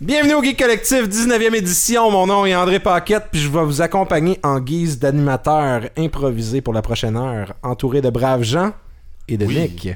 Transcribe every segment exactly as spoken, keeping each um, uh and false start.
Bienvenue au Geek Collectif, dix-neuvième édition. Mon nom est André Paquette, puis je vais vous accompagner en guise d'animateur improvisé pour la prochaine heure, entouré de braves gens et de oui. Nick.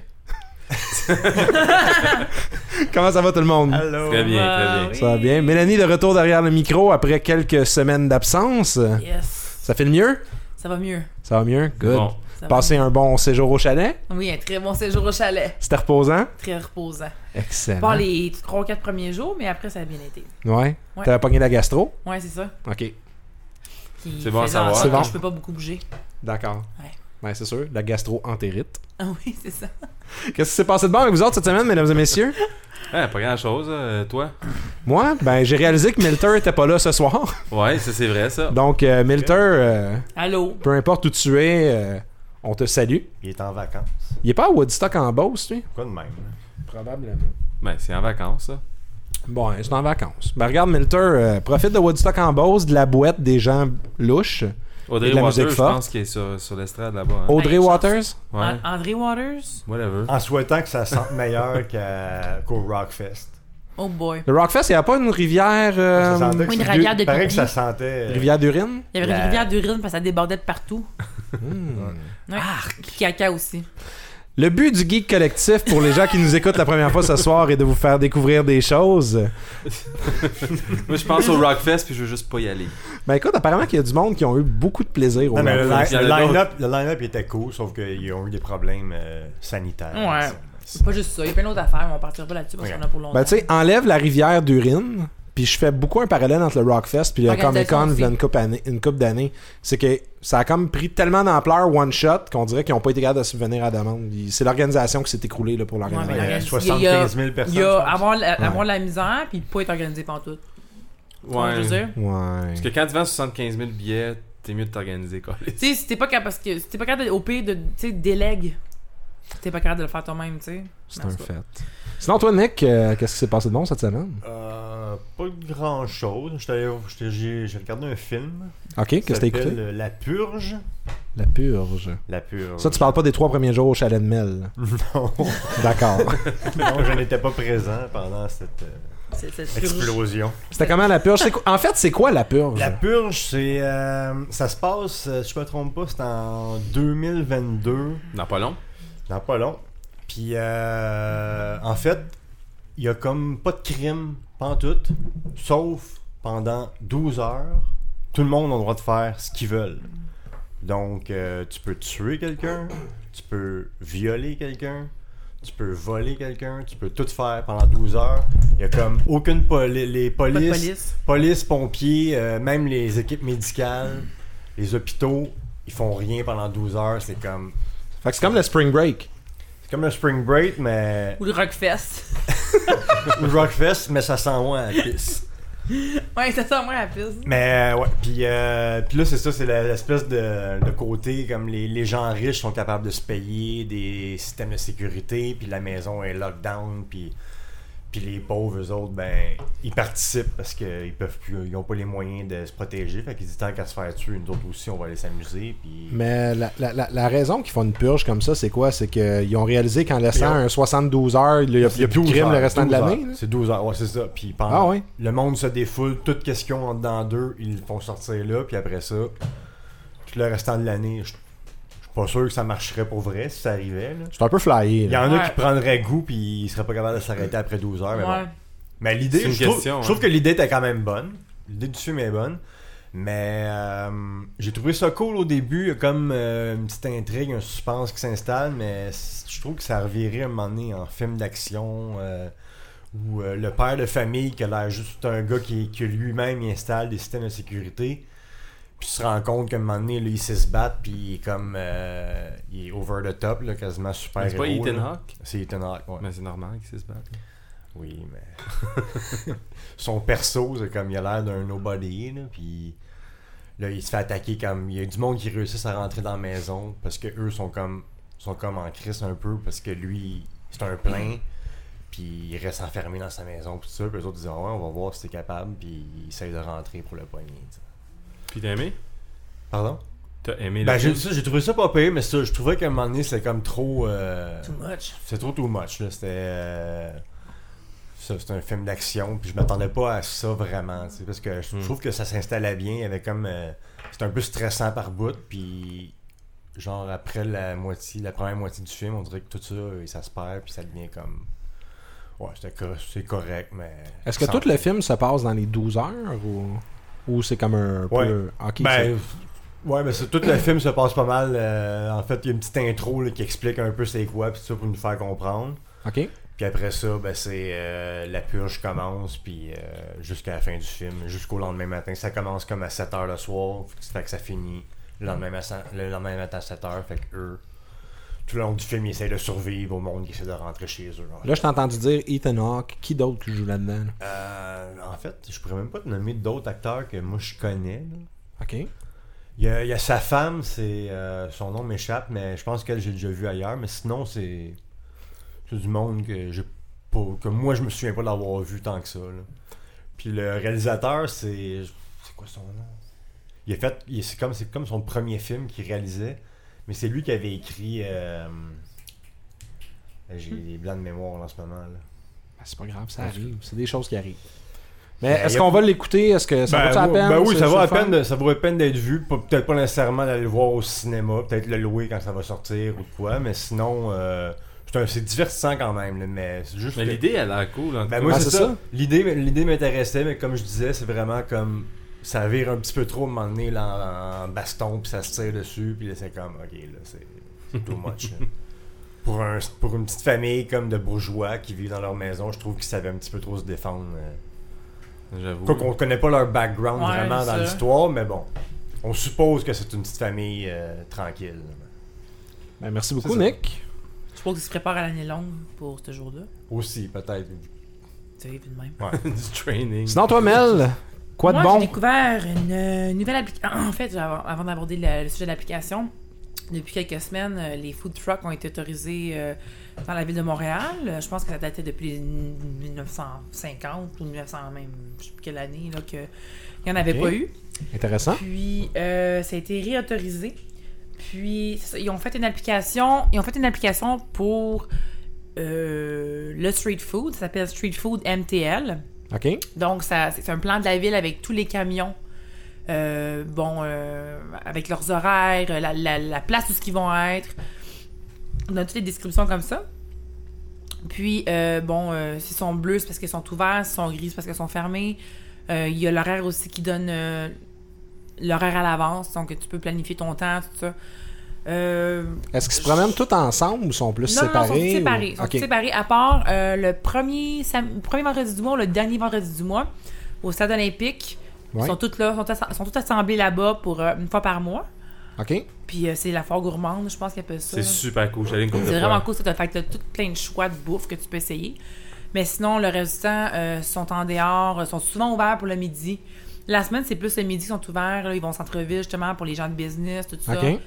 Comment ça va tout le monde? Allô. Très bien, très bien. Oui. Ça va bien. Mélanie de retour derrière le micro après quelques semaines d'absence. Yes. Ça fait le mieux? Ça va mieux. Ça va mieux? Good. Bon. Passé un bon séjour au chalet? Oui, un très bon séjour au chalet. C'était reposant? Très reposant. Excellent. Pas les trois ou quatre premiers jours, mais après, ça a bien été. Ouais? ouais. T'avais pogné la gastro? Ouais, c'est ça. OK. Puis c'est bon à savoir. C'est bon. Je peux pas beaucoup bouger. D'accord. Ouais. Ouais, c'est sûr. La gastro-entérite. Ah oui, c'est ça. Qu'est-ce qui s'est passé de bon avec vous autres cette semaine, mesdames et messieurs? Ouais, pas grand-chose. Euh, toi? Moi? Ben, j'ai réalisé que Milter était pas là ce soir. Ouais, ça c'est vrai, ça. Donc, euh, Milter... Euh, Allô? Peu importe où tu es... Euh, on te salue. Il est en vacances. Il est pas à Woodstock en Beauce, lui? Quoi de même? Probablement. Ben, c'est en vacances, ça. Bon, c'est en vacances. Ben, regarde, Milter, euh, profite de Woodstock en Beauce, de la boîte des gens louches. Audrey Waters, je pense qu'il est sur, sur l'estrade là-bas. Hein. Audrey ben, Waters? Ouais. André Waters? Whatever. En souhaitant que ça sente meilleur qu'à, qu'au Rockfest. Oh boy. Le Rockfest, il n'y a pas une rivière... Euh, ça sentait oui, une rivière de Il paraît pipi. que ça sentait... Une rivière d'urine? Il y avait la... une rivière d'urine parce que ça débordait de partout. mmh. Ouais. Arc. Caca aussi. Le but du Geek Collectif, pour les gens qui nous écoutent la première fois ce soir, est de vous faire découvrir des choses. Moi, je pense au Rockfest, puis je veux juste pas y aller. Ben écoute, apparemment qu'il y a du monde qui ont eu beaucoup de plaisir au non, mais le, Rockfest. le, line-up, le line-up était cool, sauf qu'ils ont eu des problèmes euh, sanitaires. Ouais. C'est pas juste ça. Il y a plein d'autres affaires, mais on partira pas là-dessus parce okay. qu'on a pour longtemps. Ben tu sais, enlève la rivière d'urine, puis je fais beaucoup un parallèle entre le Rockfest puis le Comic-Con il y a une couple, année, une couple d'années. C'est que ça a comme pris tellement d'ampleur one shot qu'on dirait qu'ils n'ont pas été capables de subvenir à la demande. C'est l'organisation qui s'est écroulée là, pour l'organisation. Ouais, il y a soixante-quinze mille personnes. Il y a avoir, la, ouais. avoir la misère puis pas être organisé pantoute. Ouais. Je veux dire? Ouais. Parce que quand tu vends soixante-quinze mille billets, t'es mieux de t'organiser, quoi. Tu sais, si t'es pas capable, parce que si t'es pas capable au pire de, tu sais, délègue. T'es pas capable de le faire toi-même, tu sais. C'est un fait. Sinon, toi, Nick, euh, qu'est-ce qui s'est passé de bon cette semaine? Euh, pas grand-chose. J'étais, j'étais, j'ai, j'ai regardé un film. Ok, qu'est-ce que t'as écouté? La Purge. La Purge. La Purge. Ça, tu parles pas des trois premiers jours au chalet de Mel? Non. D'accord. Non, je n'étais pas présent pendant cette... Euh... C'est, c'est explosion. C'était comment la purge? C'est quoi... En fait, c'est quoi la purge? La purge, c'est... Euh, ça se passe, si je me trompe pas, c'est en deux mille vingt-deux. Dans pas long? Dans pas long. Puis, euh, en fait, il y a comme pas de crime, pantoute, sauf pendant douze heures, tout le monde a le droit de faire ce qu'ils veulent. Donc, euh, tu peux tuer quelqu'un, tu peux violer quelqu'un, tu peux voler quelqu'un, tu peux tout faire pendant douze heures. Il y a comme aucune poli- les polices, police. police, pompiers, euh, même les équipes médicales, les hôpitaux, ils font rien pendant douze heures. C'est comme... Fait que c'est comme le Spring Break. C'est comme le Spring Break, mais... Ou le Rockfest. Ou le Rockfest, mais ça sent moins à la pisse. Ouais, ça sent moins à la pisse. Mais, ouais, puis euh, là, c'est ça, c'est l'espèce de, de côté, comme les, les gens riches sont capables de se payer des systèmes de sécurité, puis la maison est lockdown, puis... Puis les pauvres, eux autres, ben, ils participent parce qu'ils peuvent plus, ils ont pas les moyens de se protéger. Fait qu'ils disent tant qu'à se faire tuer, nous autres aussi, on va aller s'amuser. Puis... Mais la, la, la, la raison qu'ils font une purge comme ça, c'est quoi? C'est qu'ils ont réalisé qu'en laissant ont... un soixante-douze heures, il n'y a, a plus de crime heures, le restant de l'année. C'est douze heures, ouais, c'est ça. Puis pendant, ah, ouais? le monde se défoule, toute question en dedans d'eux, ils le font sortir là, puis après ça, tout le restant de l'année, je pas sûr que ça marcherait pour vrai si ça arrivait. C'est un peu flyé. Il y en ouais. a qui prendraient goût puis ils seraient pas capables de s'arrêter après douze heures. Mais, ouais. bon. Mais l'idée, c'est une je, question, trouve, hein. je trouve que l'idée était quand même bonne. L'idée du film est bonne. Mais euh, j'ai trouvé ça cool au début. Il y a comme euh, une petite intrigue, un suspense qui s'installe. Mais je trouve que ça revirait à un moment donné en film d'action. Euh, où euh, le père de famille qui a l'air juste un gars qui, qui lui-même il installe des systèmes de sécurité. Puis tu te rends compte qu'à un moment donné, là, il sait se battre, puis il est comme. Euh, il est over the top, là, quasiment super héros. C'est pas Ethan là. Hawke? C'est Ethan Hawke, ouais. Mais c'est normal qu'il sait se battre. Oui, mais. Son perso, c'est comme il a l'air d'un nobody, là, puis. Là, il se fait attaquer comme. Il y a du monde qui réussit à rentrer dans la maison, parce que eux sont comme. sont comme en crise un peu, parce que lui, c'est un plein. Puis il reste enfermé dans sa maison, puis tout ça. Puis les autres disent, ah ouais, on va voir si t'es capable, puis il essaye de rentrer pour le poignet, t'sais. Puis t'as aimé? Pardon? T'as aimé ben, le j'ai, film? j'ai trouvé ça pas pire, mais ça, je trouvais qu'à un moment donné, c'était comme trop... Euh, too much. C'est trop too much, là. C'était... Euh, ça, c'est un film d'action, puis je m'attendais pas à ça vraiment, tu sais, parce que je Mm. trouve que ça s'installait bien, il y avait comme... Euh, c'était un peu stressant par bout, puis genre après la moitié, la première moitié du film, on dirait que tout ça, ça se perd, puis ça devient comme... Ouais, c'était cor- c'est correct, mais... Est-ce que sans- tout le film se passe dans les douze heures ou, ou c'est comme un Ouais. peu. Ok, Ben, ouais, mais c'est, tout le film se passe pas mal. euh, en fait, il y a une petite intro là, qui explique un peu c'est quoi, puis tout ça pour nous faire comprendre. c'est- ok. Puis après ça, ben, c'est euh, la purge commence, puis euh, jusqu'à la fin du film, jusqu'au lendemain matin. Ça commence comme à sept heures le soir, fait que ça finit le lendemain, matin, le lendemain matin à sept heures. Fait que eux, tout le long du film, ils essayent de survivre au monde qui essaie de rentrer chez eux. Genre. Là, je t'ai entendu dire Ethan Hawke. Qui d'autre qui joue là-dedans? là? Euh, en fait, je pourrais même pas te nommer d'autres acteurs que moi je connais. Là. Ok. Il y, a, il y a sa femme, c'est euh, son nom m'échappe, mais je pense qu'elle j'ai déjà vu ailleurs. Mais sinon, c'est, c'est du monde que j'ai pas, que moi je me souviens pas d'avoir vu tant que ça. Là. Puis le réalisateur, c'est c'est quoi son nom? Il a fait, il- c'est comme c'est comme son premier film qu'il réalisait, mais c'est lui qui avait écrit. Euh, j'ai des blancs de mémoire là, en ce moment. Là. Ben, c'est pas grave, ça arrive. C'est des choses qui arrivent. Mais Ben, est-ce y a- qu'on va l'écouter? Est-ce que ça Ben, vaut la ouais, peine? ben oui, C'est- ça c'est vaut, la le fun? peine de, ça vaut la peine d'être vu. Pas- Peut-être pas nécessairement d'aller le voir au cinéma, peut-être le louer quand ça va sortir ou quoi, mais sinon, euh, c'est, un- c'est divertissant quand même. Là, mais c'est juste Mais que- l'idée, elle a l'air cool. En tout Ben cas. moi, Ah, c'est, c'est ça. ça. L'idée, l'idée m'intéressait, mais comme je disais, c'est vraiment comme. Ça vire un petit peu trop à un moment donné là, en, en baston, puis ça se tire dessus, puis là, c'est comme, ok, là, c'est, c'est too much. là. Pour, un, pour une petite famille comme de bourgeois qui vivent dans leur maison, je trouve qu'ils savaient un petit peu trop se défendre. euh. J'avoue. Quoi qu'on connaît pas leur background Ouais, vraiment c'est dans ça. l'histoire, mais bon. On suppose que c'est une petite famille euh, tranquille. Ben, merci beaucoup, C'est ça. Nick. Je suppose qu'ils se préparent à l'année longue pour ce jour-là. Aussi, peut-être. Tu sais, vu de même. du training. Sinon, toi, Mel, quoi de Moi, bon? j'ai découvert une euh, nouvelle application. En fait, avant, avant d'aborder le, le sujet de l'application, depuis quelques semaines, euh, les food trucks ont été autorisés euh, dans la ville de Montréal. Euh, Je pense que ça datait depuis dix-neuf cent cinquante ou dix-neuf cents même, je sais plus quelle année, là, que il n'y en avait Ok. pas eu. Intéressant. Puis, euh, ça a été réautorisé. Puis, c'est ça, ils ont fait une application. Ils ont fait une application pour euh, le street food. Ça s'appelle Street Food M T L. OK. Donc, ça, c'est un plan de la ville avec tous les camions. Euh, bon, euh, avec leurs horaires, la, la, la place où ils vont être. On a toutes les descriptions comme ça. Puis, euh, bon, euh, s'ils sont bleus, c'est parce qu'ils sont ouverts. S'ils sont gris, c'est parce qu'ils sont fermés. Euh, Il y a l'horaire aussi qui donne euh, l'horaire à l'avance. Donc, tu peux planifier ton temps, tout ça. Euh, Est-ce qu'ils se promènent tous ensemble ou sont plus non, séparés? non, ils sont tous séparés. ou- Ils sont OK. tous séparés, à part euh, le premier, sam- premier vendredi du mois ou le dernier vendredi du mois, au stade olympique. Ouais. Ils sont tous là, sont, assa- sont tous assemblés là-bas pour euh, une fois par mois. OK. Puis euh, c'est la foire gourmande, je pense qu'ils appellent ça. C'est super cool. J'allais une couple de C'est fois. vraiment cool, ça te fait que t'as tout plein de choix de bouffe que tu peux essayer. Mais sinon, le reste du temps, euh, sont en dehors, euh, sont souvent ouverts pour le midi. La semaine, c'est plus le midi qui sont ouverts. Là, ils vont au centre-ville, justement, pour les gens de business, tout ça. OK.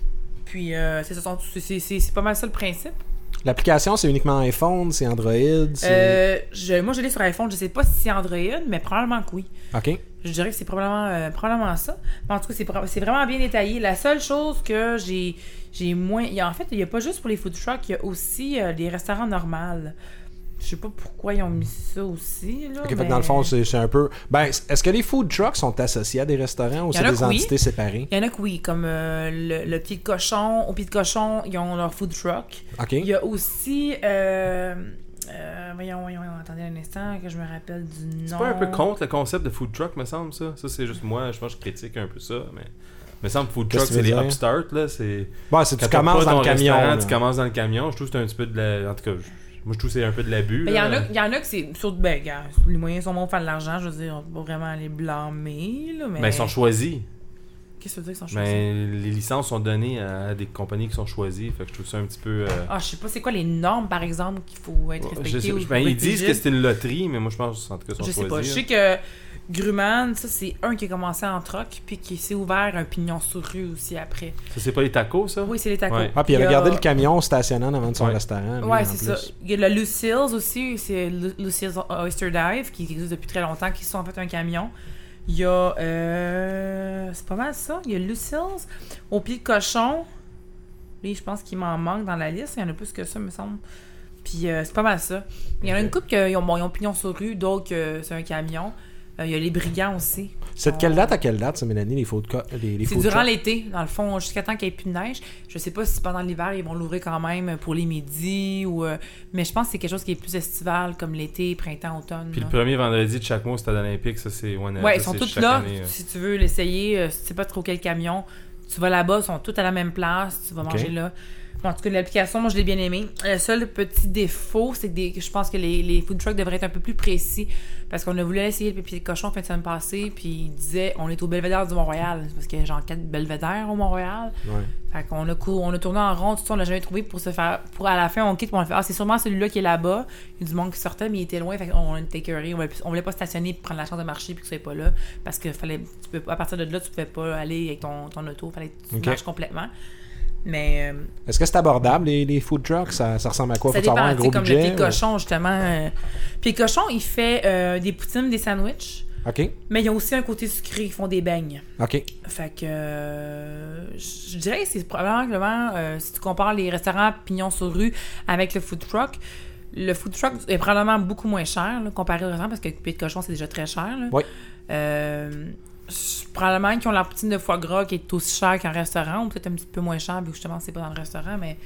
Puis, euh, c'est, ça, sont- c'est, c'est, c'est, c'est pas mal ça le principe. L'application, c'est uniquement iPhone, c'est Android, c'est... Euh, je, moi, je l'ai sur iPhone. Je sais pas si c'est Android, mais probablement que oui. OK. Je dirais que c'est probablement, euh, probablement ça. Mais en tout cas, c'est, pro- c'est vraiment bien détaillé. La seule chose que j'ai, j'ai moins... Il y a, en fait, il n'y a pas juste pour les food trucks, il y a aussi euh, les restaurants normaux. Je sais pas pourquoi ils ont mis ça aussi. Là, OK, fait mais... que dans le fond, c'est, c'est un peu... Ben, est-ce que les food trucks sont associés à des restaurants ou Il y c'est en a des que oui. entités séparées? Il y en a que oui, comme euh, le, le pied de cochon. Au pied de cochon, ils ont leur food truck. OK. Il y a aussi... Euh, euh, voyons, voyons, voyons, attendez un instant que je me rappelle du nom. C'est pas un peu contre le concept de food truck, me semble, ça? Ça, c'est juste moi. Je pense que je critique un peu ça, mais... Me semble food Qu'est-ce truck, que tu c'est veux les dire? upstart, là. C'est... Bon, c'est Quand tu t'as commences pas dans ton le camion. restaurant, là. Tu commences dans le camion. Je trouve que c'est un petit peu de la... En tout cas, je- moi, je trouve que c'est un peu de l'abus. Mais il y en là. a, il y en a que c'est... Sur, ben, gars, les moyens sont bons pour faire de l'argent. Je veux dire, on peut pas vraiment les blâmer, là, mais... Ben, ils sont choisis. Qu'est-ce que tu veux dire qu'ils sont choisis? Ben, les licences sont données à des compagnies qui sont choisies. Fait que je trouve ça un petit peu... euh, Ah, je sais pas, c'est quoi les normes, par exemple, qu'il faut être respecté je sais, ou ben, ils disent réfugié? que c'est une loterie, mais moi, je pense en tout cas qu'ils sont Je sais choisis. pas. Je là. sais que Grumman, ça, c'est un qui a commencé en troc, puis qui s'est ouvert un pignon sur rue aussi après. Ça, c'est pas les tacos, ça? Oui, c'est les tacos. Ouais. Ah, puis il y avait a- gardé le camion stationnant devant de son Ouais. restaurant. lui, Ouais, en c'est plus. ça. Il y a le Lucille's aussi, c'est Lu- Lucille's Oyster Dive, qui existe depuis très longtemps, qui sont en fait un camion. Il y a... Euh, c'est pas mal ça. Il y a Lucille's. Au pied de cochon, lui, je pense qu'il m'en manque dans la liste. Il y en a plus que ça, me semble. Puis euh, c'est pas mal ça. Il y en a une couple qui ont, bon, ils ont pignon sur rue, d'autres que c'est un camion. Euh, il y a les brigands aussi. C'est de quelle date à quelle date, ça, Mélanie, les food co- les, les C'est food durant trucks? l'été, dans le fond, jusqu'à temps qu'il n'y ait plus de neige. Je sais pas si pendant l'hiver, ils vont l'ouvrir quand même pour les midis, ou, euh, mais je pense que c'est quelque chose qui est plus estival, comme l'été, printemps, automne. Puis là. le premier vendredi de chaque mois, Stade olympique, ça c'est... Ouais, Ouais, ça, ils sont c'est tous chaque là. année, euh. Si tu veux l'essayer, euh, si tu sais pas trop quel camion, tu vas là-bas, ils sont tous à la même place, tu vas Ok. manger là. Bon, en tout cas, l'application, moi, je l'ai bien aimée. Le seul petit défaut, c'est que des, je pense que les, les food trucks devraient être un peu plus précis, parce qu'on a voulu essayer le pied de cochon fin de semaine passée, puis il disait on est au Belvédère du Mont-Royal, parce qu'il y a genre quatre belvédères au Mont-Royal. Ouais. Fait qu'on a, cou- on a tourné en rond, tout ça, on l'a jamais trouvé pour se faire. Pour à la fin, on quitte, puis on a fait ah, c'est sûrement celui-là qui est là-bas. Il y a du monde qui sortait, mais il était loin, fait qu'on a été écœurés. On voulait, on voulait pas stationner pour prendre la chance de marcher, puis que tu sois pas là, parce que fallait, tu peux, à partir de là, tu pouvais pas aller avec ton, ton auto, fallait que tu Ok. marches complètement. Mais. euh, Est-ce que c'est abordable, les, les food trucks? Ça, ça ressemble à quoi? Ça Faut-tu avoir un dépend, gros tu sais, comme budget? le pied ou- cochon, justement. Euh... Pied cochon, il fait euh, des poutines, des sandwichs, OK. mais il y a aussi un côté sucré, ils font des beignes. OK. Fait que euh, je dirais que c'est probablement, euh, si tu compares les restaurants pignon sur rue avec le food truck, le food truck est probablement beaucoup moins cher là, comparé au restaurant, parce que le pied de cochon, c'est déjà très cher. Là. Oui. Euh, probablement qu'ils ont la poutine de foie gras qui est aussi chère qu'un restaurant, ou peut-être un petit peu moins cher, vu que justement, c'est pas dans le restaurant, mais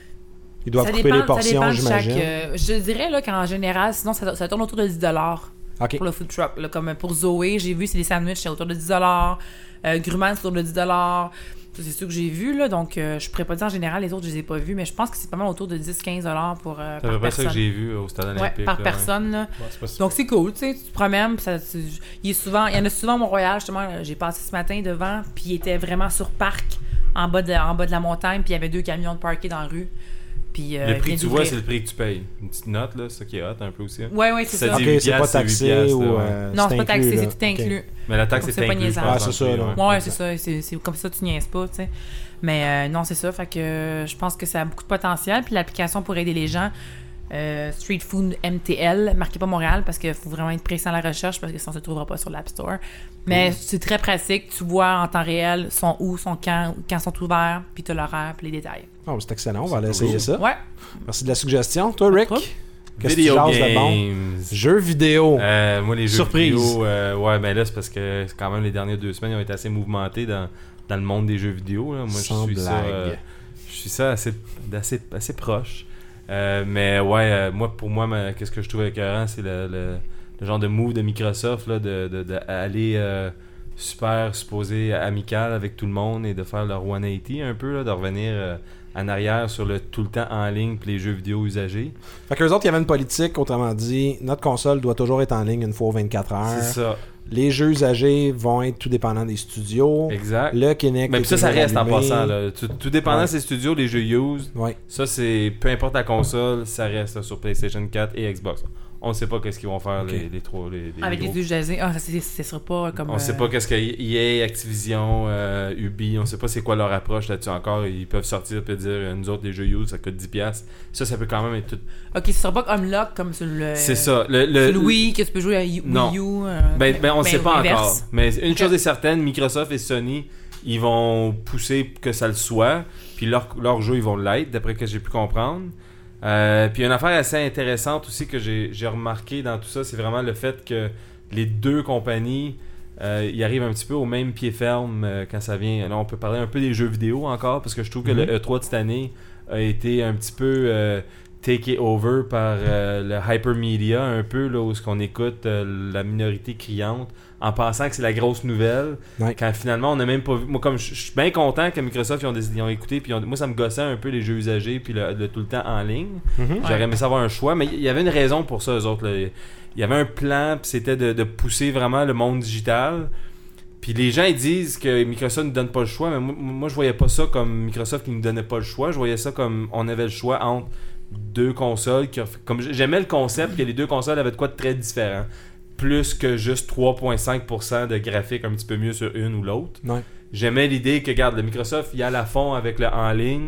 Ils doivent ça couper dépend, les portions, ça dépend de chaque, j'imagine. euh, je dirais là, qu'en général, sinon, ça, ça tourne autour de dix dollars OK. pour le food truck. Là, comme pour Zoé, j'ai vu, c'est des sandwichs, c'est autour de dix dollars. Euh, Grumman, c'est autour de dix dollars. Ça, c'est sûr que j'ai vu, là. Donc, euh, je pourrais pas dire en général, les autres, je les ai pas vus, mais je pense que c'est pas mal autour de dix à quinze dollars pour euh, C'est à par peu près ça personne. que j'ai vu au Stade olympique. Ouais, par là, personne, là. Ouais, c'est pas si- Donc, c'est cool, tu sais. Tu te promènes, puis ça, tu- il, est souvent, il y en a souvent à Mont-Royal, justement. là, J'ai passé ce matin devant, puis il était vraiment sur parc, en bas de, en bas de la montagne, puis il y avait deux camions de parqués dans la rue. Puis, euh, Le prix vient que tu vois, d'ouvrir. c'est le prix que tu payes. Une petite note, là, c'est ça qui est hot un peu aussi. hein. Ouais, ouais, c'est Ça ça. dit OK, huit c'est pas piastres, c'est huit taxé piastres, ou... là, ouais. euh, Non, c'est pas taxé, inclus, c'est là. tout inclus. OK. Mais la taxe Donc, est c'est pas incluse, je niaisable. pense, Ah, c'est dans ça, le prix, là. ouais. Ouais, c'est ça. C'est, c'est comme ça, tu niaises pas, tu sais. Mais euh, non, c'est ça. Fait que euh, je pense que ça a beaucoup de potentiel. Puis l'application pour aider les gens, euh, Street Food M T L, marquez pas Montréal parce qu'il faut vraiment être précis dans la recherche parce que ça ne se trouvera pas sur l'App Store. Mais Cool. c'est très pratique. Tu vois en temps réel sont où, sont quand, quand sont ouverts, puis tu as l'horaire, puis les détails. Oh, c'est excellent, on va C'est aller essayer cool. ça. Ouais. Merci de la suggestion. Toi, Rick, Pas de qu'est-ce que tu Video jases de bon? games. Jeux vidéo. Euh, moi, les jeux Surprise. vidéo, euh, ouais, ben là, c'est parce que c'est quand même les dernières deux semaines, ils ont été assez mouvementés dans, dans le monde des jeux vidéo. Là. Moi, Sans je suis ça, blague. euh, je suis ça assez, assez, assez proche. Euh, mais ouais, euh, moi, pour moi, ma- qu'est-ce que je trouve écœurant, c'est le, le, le genre de move de Microsoft, là, de, de, de aller euh, super supposé amical avec tout le monde et de faire leur cent quatre-vingts un peu, là, de revenir euh, en arrière sur le tout le temps en ligne puis les jeux vidéo usagés. Fait qu'eux autres, il y avait une politique, autrement dit, notre console doit toujours être en ligne une fois aux vingt-quatre heures. C'est ça, Les jeux usagés vont être tout dépendants des studios. exact. Le Kinect Mais est puis ça, ça toujours reste en allumé. passant. Là. Tout, tout dépendant Ouais. de ces studios, les jeux used, Ouais. ça, c'est peu importe la console, ça reste là, sur PlayStation quatre et Xbox. On ne sait pas qu'est-ce qu'ils vont faire Ok. les, les trois. Les, les Avec gros. les yeux jasés. Ah, ça, c'est, ce sera pas comme. On sait euh, pas qu'est-ce que E A, Activision, euh, Ubi, on sait pas c'est quoi leur approche là-dessus encore. Ils peuvent sortir et dire euh, nous autres les jeux used ça coûte dix dollars. Ça, ça peut quand même être tout. Ok, ce sera pas comme Unlock comme sur le. C'est ça. Le, le, Sur le Wii, que tu peux jouer à Wii Non. U. euh, Ben, ben, on ne mais sait pas inverse. encore. Mais une Ok. chose est certaine, Microsoft et Sony, ils vont pousser que ça le soit. Puis leur, leur jeu, ils vont l'être, d'après ce que j'ai pu comprendre. Euh, puis une affaire assez intéressante aussi que j'ai, j'ai remarqué dans tout ça, c'est vraiment le fait que les deux compagnies, euh, ils arrivent un petit peu au même pied ferme euh, quand ça vient. Là, on peut parler un peu des jeux vidéo encore, parce que je trouve que Mhm. le E trois de cette année a été un petit peu euh, take over par euh, le hypermedia, un peu, là, où ce qu'on écoute euh, la minorité criante, en pensant que c'est la grosse nouvelle, Ouais. quand finalement on n'a même pas vu. Moi, comme je je suis bien content que Microsoft ils ont, décidé- ils ont écouté, puis ils ont- moi ça me gossait un peu les jeux usagés, puis le, le tout le temps en ligne. Mhm. J'aurais Ouais. aimé savoir un choix, mais il y avait une raison pour ça, eux autres. Là. Il y avait un plan, puis c'était de, de pousser vraiment le monde digital. Puis les gens ils disent que Microsoft ne donne pas le choix, mais moi, moi je voyais pas ça comme Microsoft qui ne donnait pas le choix. Je voyais ça comme on avait le choix entre deux consoles. Qui off- comme j'aimais le concept que les deux consoles avaient de quoi de très différent. Plus que juste trois virgule cinq pour cent de graphique un petit peu mieux sur une ou l'autre. Ouais. J'aimais l'idée que, regarde, le Microsoft, il y a la fond avec le en ligne.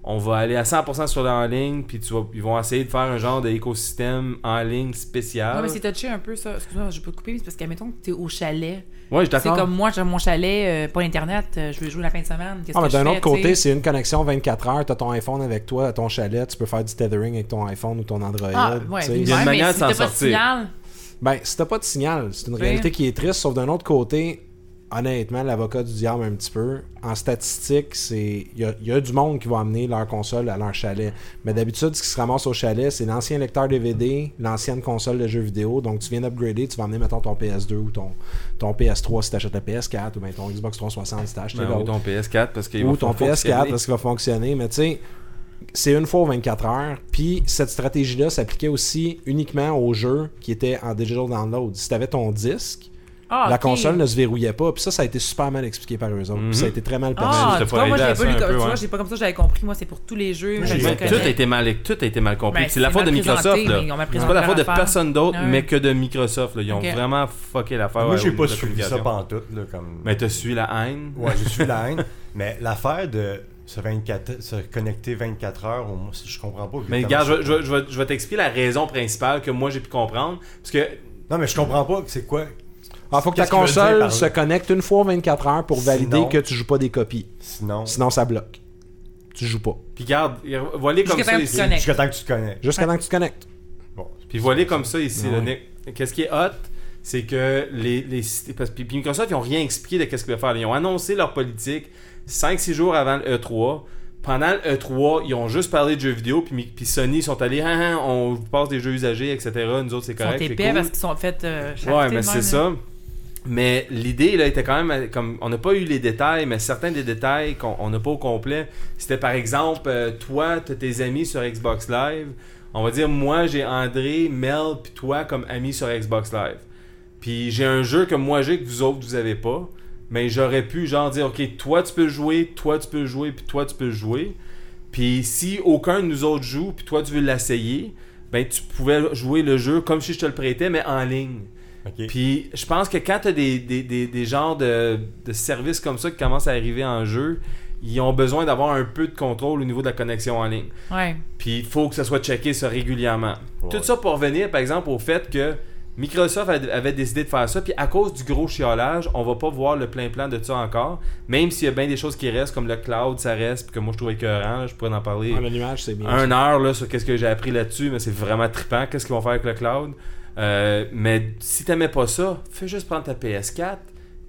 on va aller à cent pour cent sur en ligne, puis tu vas, ils vont essayer de faire un genre d'écosystème en ligne spécial. Ouais, mais c'est touché un peu ça. Excuse-moi, je peux te couper, mais c'est parce que, mettons que t'es au chalet. Ouais, je suis d'accord. C'est comme moi, j'ai mon chalet, euh, pas Internet, euh, je veux jouer la fin de semaine. Qu'est-ce Ah, que mais je d'un fais, autre côté, t'sais? c'est une connexion vingt-quatre heures. T'as ton iPhone avec toi à ton chalet, tu peux faire du tethering avec ton iPhone ou ton Android. Ah, ouais, t'sais. Il y a une ouais, manière mais de si s'en t'as pas de sortir. signal, Ben, si t'as pas de signal, c'est une Oui. réalité qui est triste, sauf d'un autre côté, honnêtement, l'avocat du diable un petit peu, en statistique, c'est il y a, y a du monde qui va amener leur console à leur chalet. Mais d'habitude, ce qui se ramasse au chalet, c'est l'ancien lecteur D V D, l'ancienne console de jeux vidéo. Donc, tu viens d'upgrader, tu vas amener, mettons, ton P S deux ou ton, ton P S trois si t'achètes le P S quatre, ou bien ton Xbox trois cent soixante si t'as acheté Ben, ou l'autre. ton P S quatre parce qu'il Ou va ton P S quatre fonctionner. parce qu'il va fonctionner. Mais tu sais, c'est une fois aux vingt-quatre heures. Puis cette stratégie-là s'appliquait aussi uniquement aux jeux qui étaient en digital download. Si tu avais ton disque, ah, la ok. console ne se verrouillait pas. Puis ça, ça a été super mal expliqué par eux autres. Mhm. Puis ça a été très mal perçu. Ah, J'étais tu pas vois, moi, aidé j'ai à pas ça lu un comme peu, tu vois, ouais. j'ai pas comme ça, j'avais compris. Moi, c'est pour tous les jeux. J'ai je Mais les tout connais. a été mal, tout a été mal compris. Ben, c'est la c'est faute de mal Microsoft. présenté, Là. mais ils ont mal C'est présenté pas la faute de leur affaire. personne d'autre, Ouais. mais que de Microsoft. Là. Ils ont Ok. vraiment fucké l'affaire. Moi, au j'ai niveau pas de la suivi ça communication. pantoute, là, comme... Mais t'as suivi la haine. Ouais, j'ai suivi la haine. Mais l'affaire de se, vingt-quatre, se connecter vingt-quatre heures, moi, je comprends pas. Mais exactement regarde, je, ça. je, je, vais- je vais t'expliquer la raison principale que moi j'ai pu comprendre. Parce que Non, mais je comprends pas c'est quoi. Il faut que ta Qu'est-ce qu'il veut dire console par là? se connecte une fois aux vingt-quatre heures pour valider Sinon- que tu joues pas des copies. Sinon, Sinon, ça bloque. Tu joues pas. Puis regarde, voilà comme Jusqu'à ça temps que tu ici. te connectes. jusqu'à temps que tu te connais. Jusqu'à temps que tu te connectes. Bon. Puis voilà comme ça ici. Ouais. là, Nick. Qu'est-ce qui est hot, c'est que les, les parce que puis Microsoft ils ont rien expliqué de qu'est-ce qu'ils veulent faire. Ils ont annoncé leur politique cinq six jours avant le E trois. Pendant le E trois, ils ont juste parlé de jeux vidéo, puis, Mi- puis Sony sont allés, ah, ah, on vous passe des jeux usagés, et cetera. Nous autres, c'est Ils sont correct, c'est épais cool. parce qu'ils sont faits euh, charité Ouais, de mais même, c'est là. ça. Mais l'idée, là, était quand même comme. On n'a pas eu les détails, mais certains des détails qu'on n'a pas au complet. C'était par exemple, euh, toi, tu as tes amis sur Xbox Live. On va dire, moi, j'ai André, Mel, puis toi comme amis sur Xbox Live. Puis j'ai un jeu que moi j'ai que vous autres, vous avez pas. Mais j'aurais pu, genre, dire, OK, toi, tu peux jouer, toi, tu peux jouer, puis toi, tu peux jouer. Puis si aucun de nous autres joue, puis toi, tu veux l'essayer, ben, tu pouvais jouer le jeu comme si je te le prêtais, mais en ligne. OK. Puis je pense que quand tu as des, des, des, des genres de, de services comme ça qui commencent à arriver en jeu, ils ont besoin d'avoir un peu de contrôle au niveau de la connexion en ligne. Ouais. Puis il faut que ça soit checké ça régulièrement. Ouais. Tout ça pour revenir, par exemple, au fait que Microsoft avait avait décidé de faire ça, puis à cause du gros chiolage, on va pas voir le plein-plan de ça encore, même s'il y a bien des choses qui restent, comme le cloud, ça reste, puis que moi je trouve écœurant, là, je pourrais en parler Ah, le nuage, c'est bien. un heure là, sur qu'est-ce que j'ai appris là-dessus, mais c'est vraiment trippant, qu'est-ce qu'ils vont faire avec le cloud. Euh, mais si t'aimais pas ça, fais juste prendre ta P S quatre,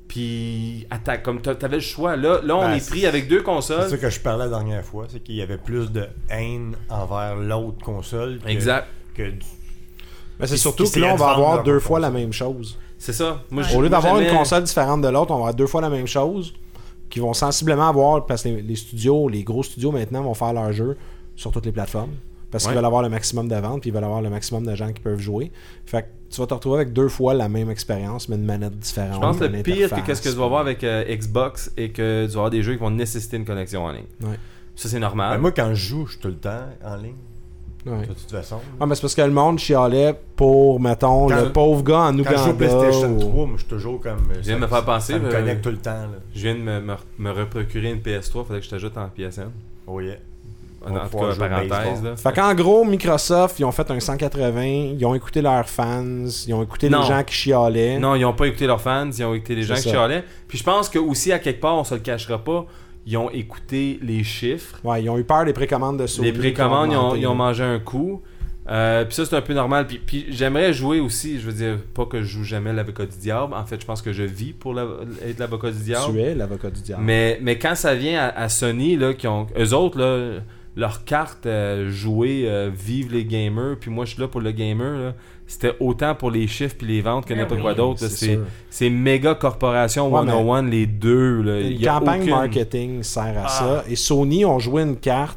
puis attaque, comme t'a- t'avais le choix. Là, là on Ben, est pris avec deux C'est consoles. ça que je parlais la dernière fois, c'est qu'il y avait plus de haine envers l'autre console que, Exact. que du- Mais c'est Qui- surtout qui que là, on essayaient va de vendre avoir leur deux fois la console. même chose. C'est ça. Moi, Ouais. je- Au lieu moi, d'avoir une jamais- console différente de l'autre, on va avoir deux fois la même chose qui vont sensiblement avoir, parce que les, les studios, les gros studios maintenant vont faire leur jeu sur toutes les plateformes parce qu'ils Ouais. veulent avoir le maximum de ventes puis ils veulent avoir le maximum de gens qui peuvent jouer. Fait que tu vas te retrouver avec deux fois la même expérience mais une manette différente. Je pense que une le pire que interface. qu'est-ce que tu vas voir avec euh, Xbox et que tu vas avoir des jeux qui vont nécessiter une connexion en ligne. Ouais. Ça, c'est normal. Ben, moi, quand je joue, je suis tout le temps en ligne. Ouais. De toute façon. Ah, mais c'est parce que le monde chialait pour, mettons, Quand- le pauvre gars en Quand je joue au Ouganda. PlayStation ou- trois, moi, je suis toujours comme. Je viens de me faire penser, Ça me euh, connecte tout le temps, là. Je viens de me, me, me reprocurer une P S trois, faudrait que je t'ajoute en P S N. Oh yeah. En, On va en tout pouvoir cas, jouer au parenthèse. baseball. Là. Fait qu'en gros, Microsoft, ils ont fait un cent quatre-vingts, ils ont écouté leurs fans, ils ont écouté Non. les gens qui chialaient. Non, ils n'ont pas écouté leurs fans, ils ont écouté les gens C'est qui ça. chialaient. Puis je pense que aussi à quelque part, on se le cachera pas, ils ont écouté les chiffres. Ouais, ils ont eu peur des précommandes de Sony. Les précommandes, ils ont, augmenté, ils ont là. mangé un coup. Euh, puis ça, c'est un peu normal. Puis, puis j'aimerais jouer aussi, je veux dire, pas que je joue jamais l'avocat du diable. En fait, je pense que je vis pour la- être l'avocat du diable. Tu es l'avocat du diable. Mais, mais quand ça vient à, à Sony, là, qui ont, eux autres, là, leur carte euh, jouer, euh, vive les gamers, puis moi je suis là pour le gamer, là, c'était autant pour les chiffres puis les ventes que Ah n'importe oui, quoi d'autre. là. c'est C'est, sûr. c'est méga corporation Ouais, cent un, les deux. Là. Une Il y a campagne aucune- marketing sert à Ah. ça. Et Sony ont joué une carte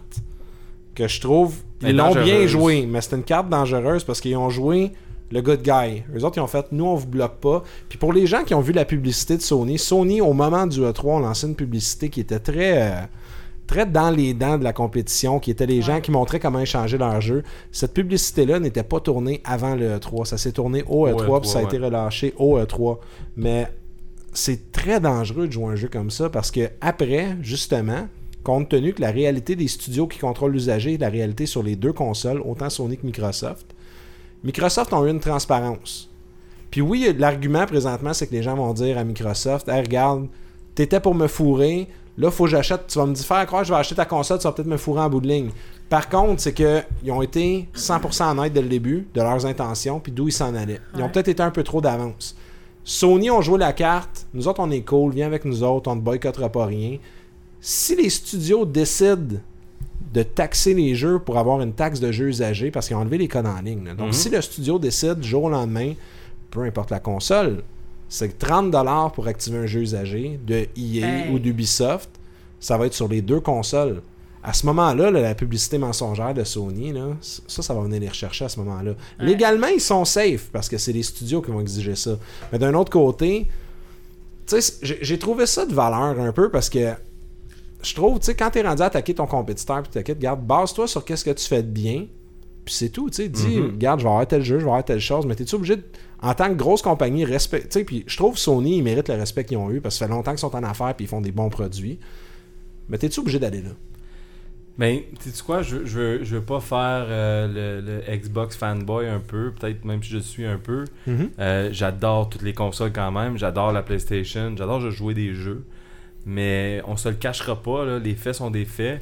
que je trouve. Elle est Ils l'ont bien dangereuse. joué, mais c'est une carte dangereuse parce qu'ils ont joué le good guy. Eux autres, ils ont fait nous, on vous bloque pas. Puis pour les gens qui ont vu la publicité de Sony, Sony, au moment du E trois, ont lancé une publicité qui était très. euh, très dans les dents de la compétition, qui étaient les gens qui montraient comment échanger leur jeu. Cette publicité-là n'était pas tournée avant le E trois. Ça s'est tourné au E trois, puis ça a ouais. été relâché au E trois. Mais c'est très dangereux de jouer un jeu comme ça parce que après, justement, compte tenu que la réalité des studios qui contrôlent l'usager est la réalité sur les deux consoles, autant Sony que Microsoft. Microsoft ont eu une transparence. Puis oui, l'argument présentement, c'est que les gens vont dire à Microsoft, hey, regarde, t'étais pour me fourrer, là, faut que j'achète, tu vas me dire, faire croire que je vais acheter ta console, tu vas peut-être me fourrer en bout de ligne. Par contre, c'est qu'ils ont été cent pour cent honnêtes dès le début de leurs intentions, puis d'où ils s'en allaient. Ils ont ouais. peut-être été un peu trop d'avance. Sony ont joué la carte, nous autres, on est cool, viens avec nous autres, on ne boycottera pas rien. Si les studios décident de taxer les jeux pour avoir une taxe de jeux usagés, parce qu'ils ont enlevé les codes en ligne, là. Donc, mm-hmm. si le studio décide du jour au lendemain, peu importe la console, c'est trente dollars pour activer un jeu usagé de E A hey. ou d'Ubisoft, ça va être sur les deux consoles. À ce moment-là, là, la publicité mensongère de Sony, là, ça, ça va venir les rechercher à ce moment-là. Ouais. Légalement, ils sont safe, parce que c'est les studios qui vont exiger ça. Mais d'un autre côté, tu sais, j'ai, j'ai trouvé ça de valeur un peu, parce que je trouve, tu sais, quand t'es rendu à attaquer ton compétiteur, puis t'inquiète, regarde, base-toi sur qu'est-ce que tu fais de bien, puis c'est tout, tu sais, dis, mm-hmm. regarde, je vais avoir tel jeu, je vais avoir telle chose, mais t'es-tu obligé de, en tant que grosse compagnie, respect, tu sais, puis je trouve Sony, ils méritent le respect qu'ils ont eu, parce que ça fait longtemps qu'ils sont en affaires, puis ils font des bons produits, mais t'es-tu obligé d'aller là? Ben, tu sais quoi, je, je, veux, je veux pas faire euh, le, le Xbox fanboy un peu, peut-être même si je suis un peu. Mm-hmm. Euh, j'adore toutes les consoles quand même, j'adore la PlayStation, j'adore jouer des jeux, mais on se le cachera pas, là, les faits sont des faits.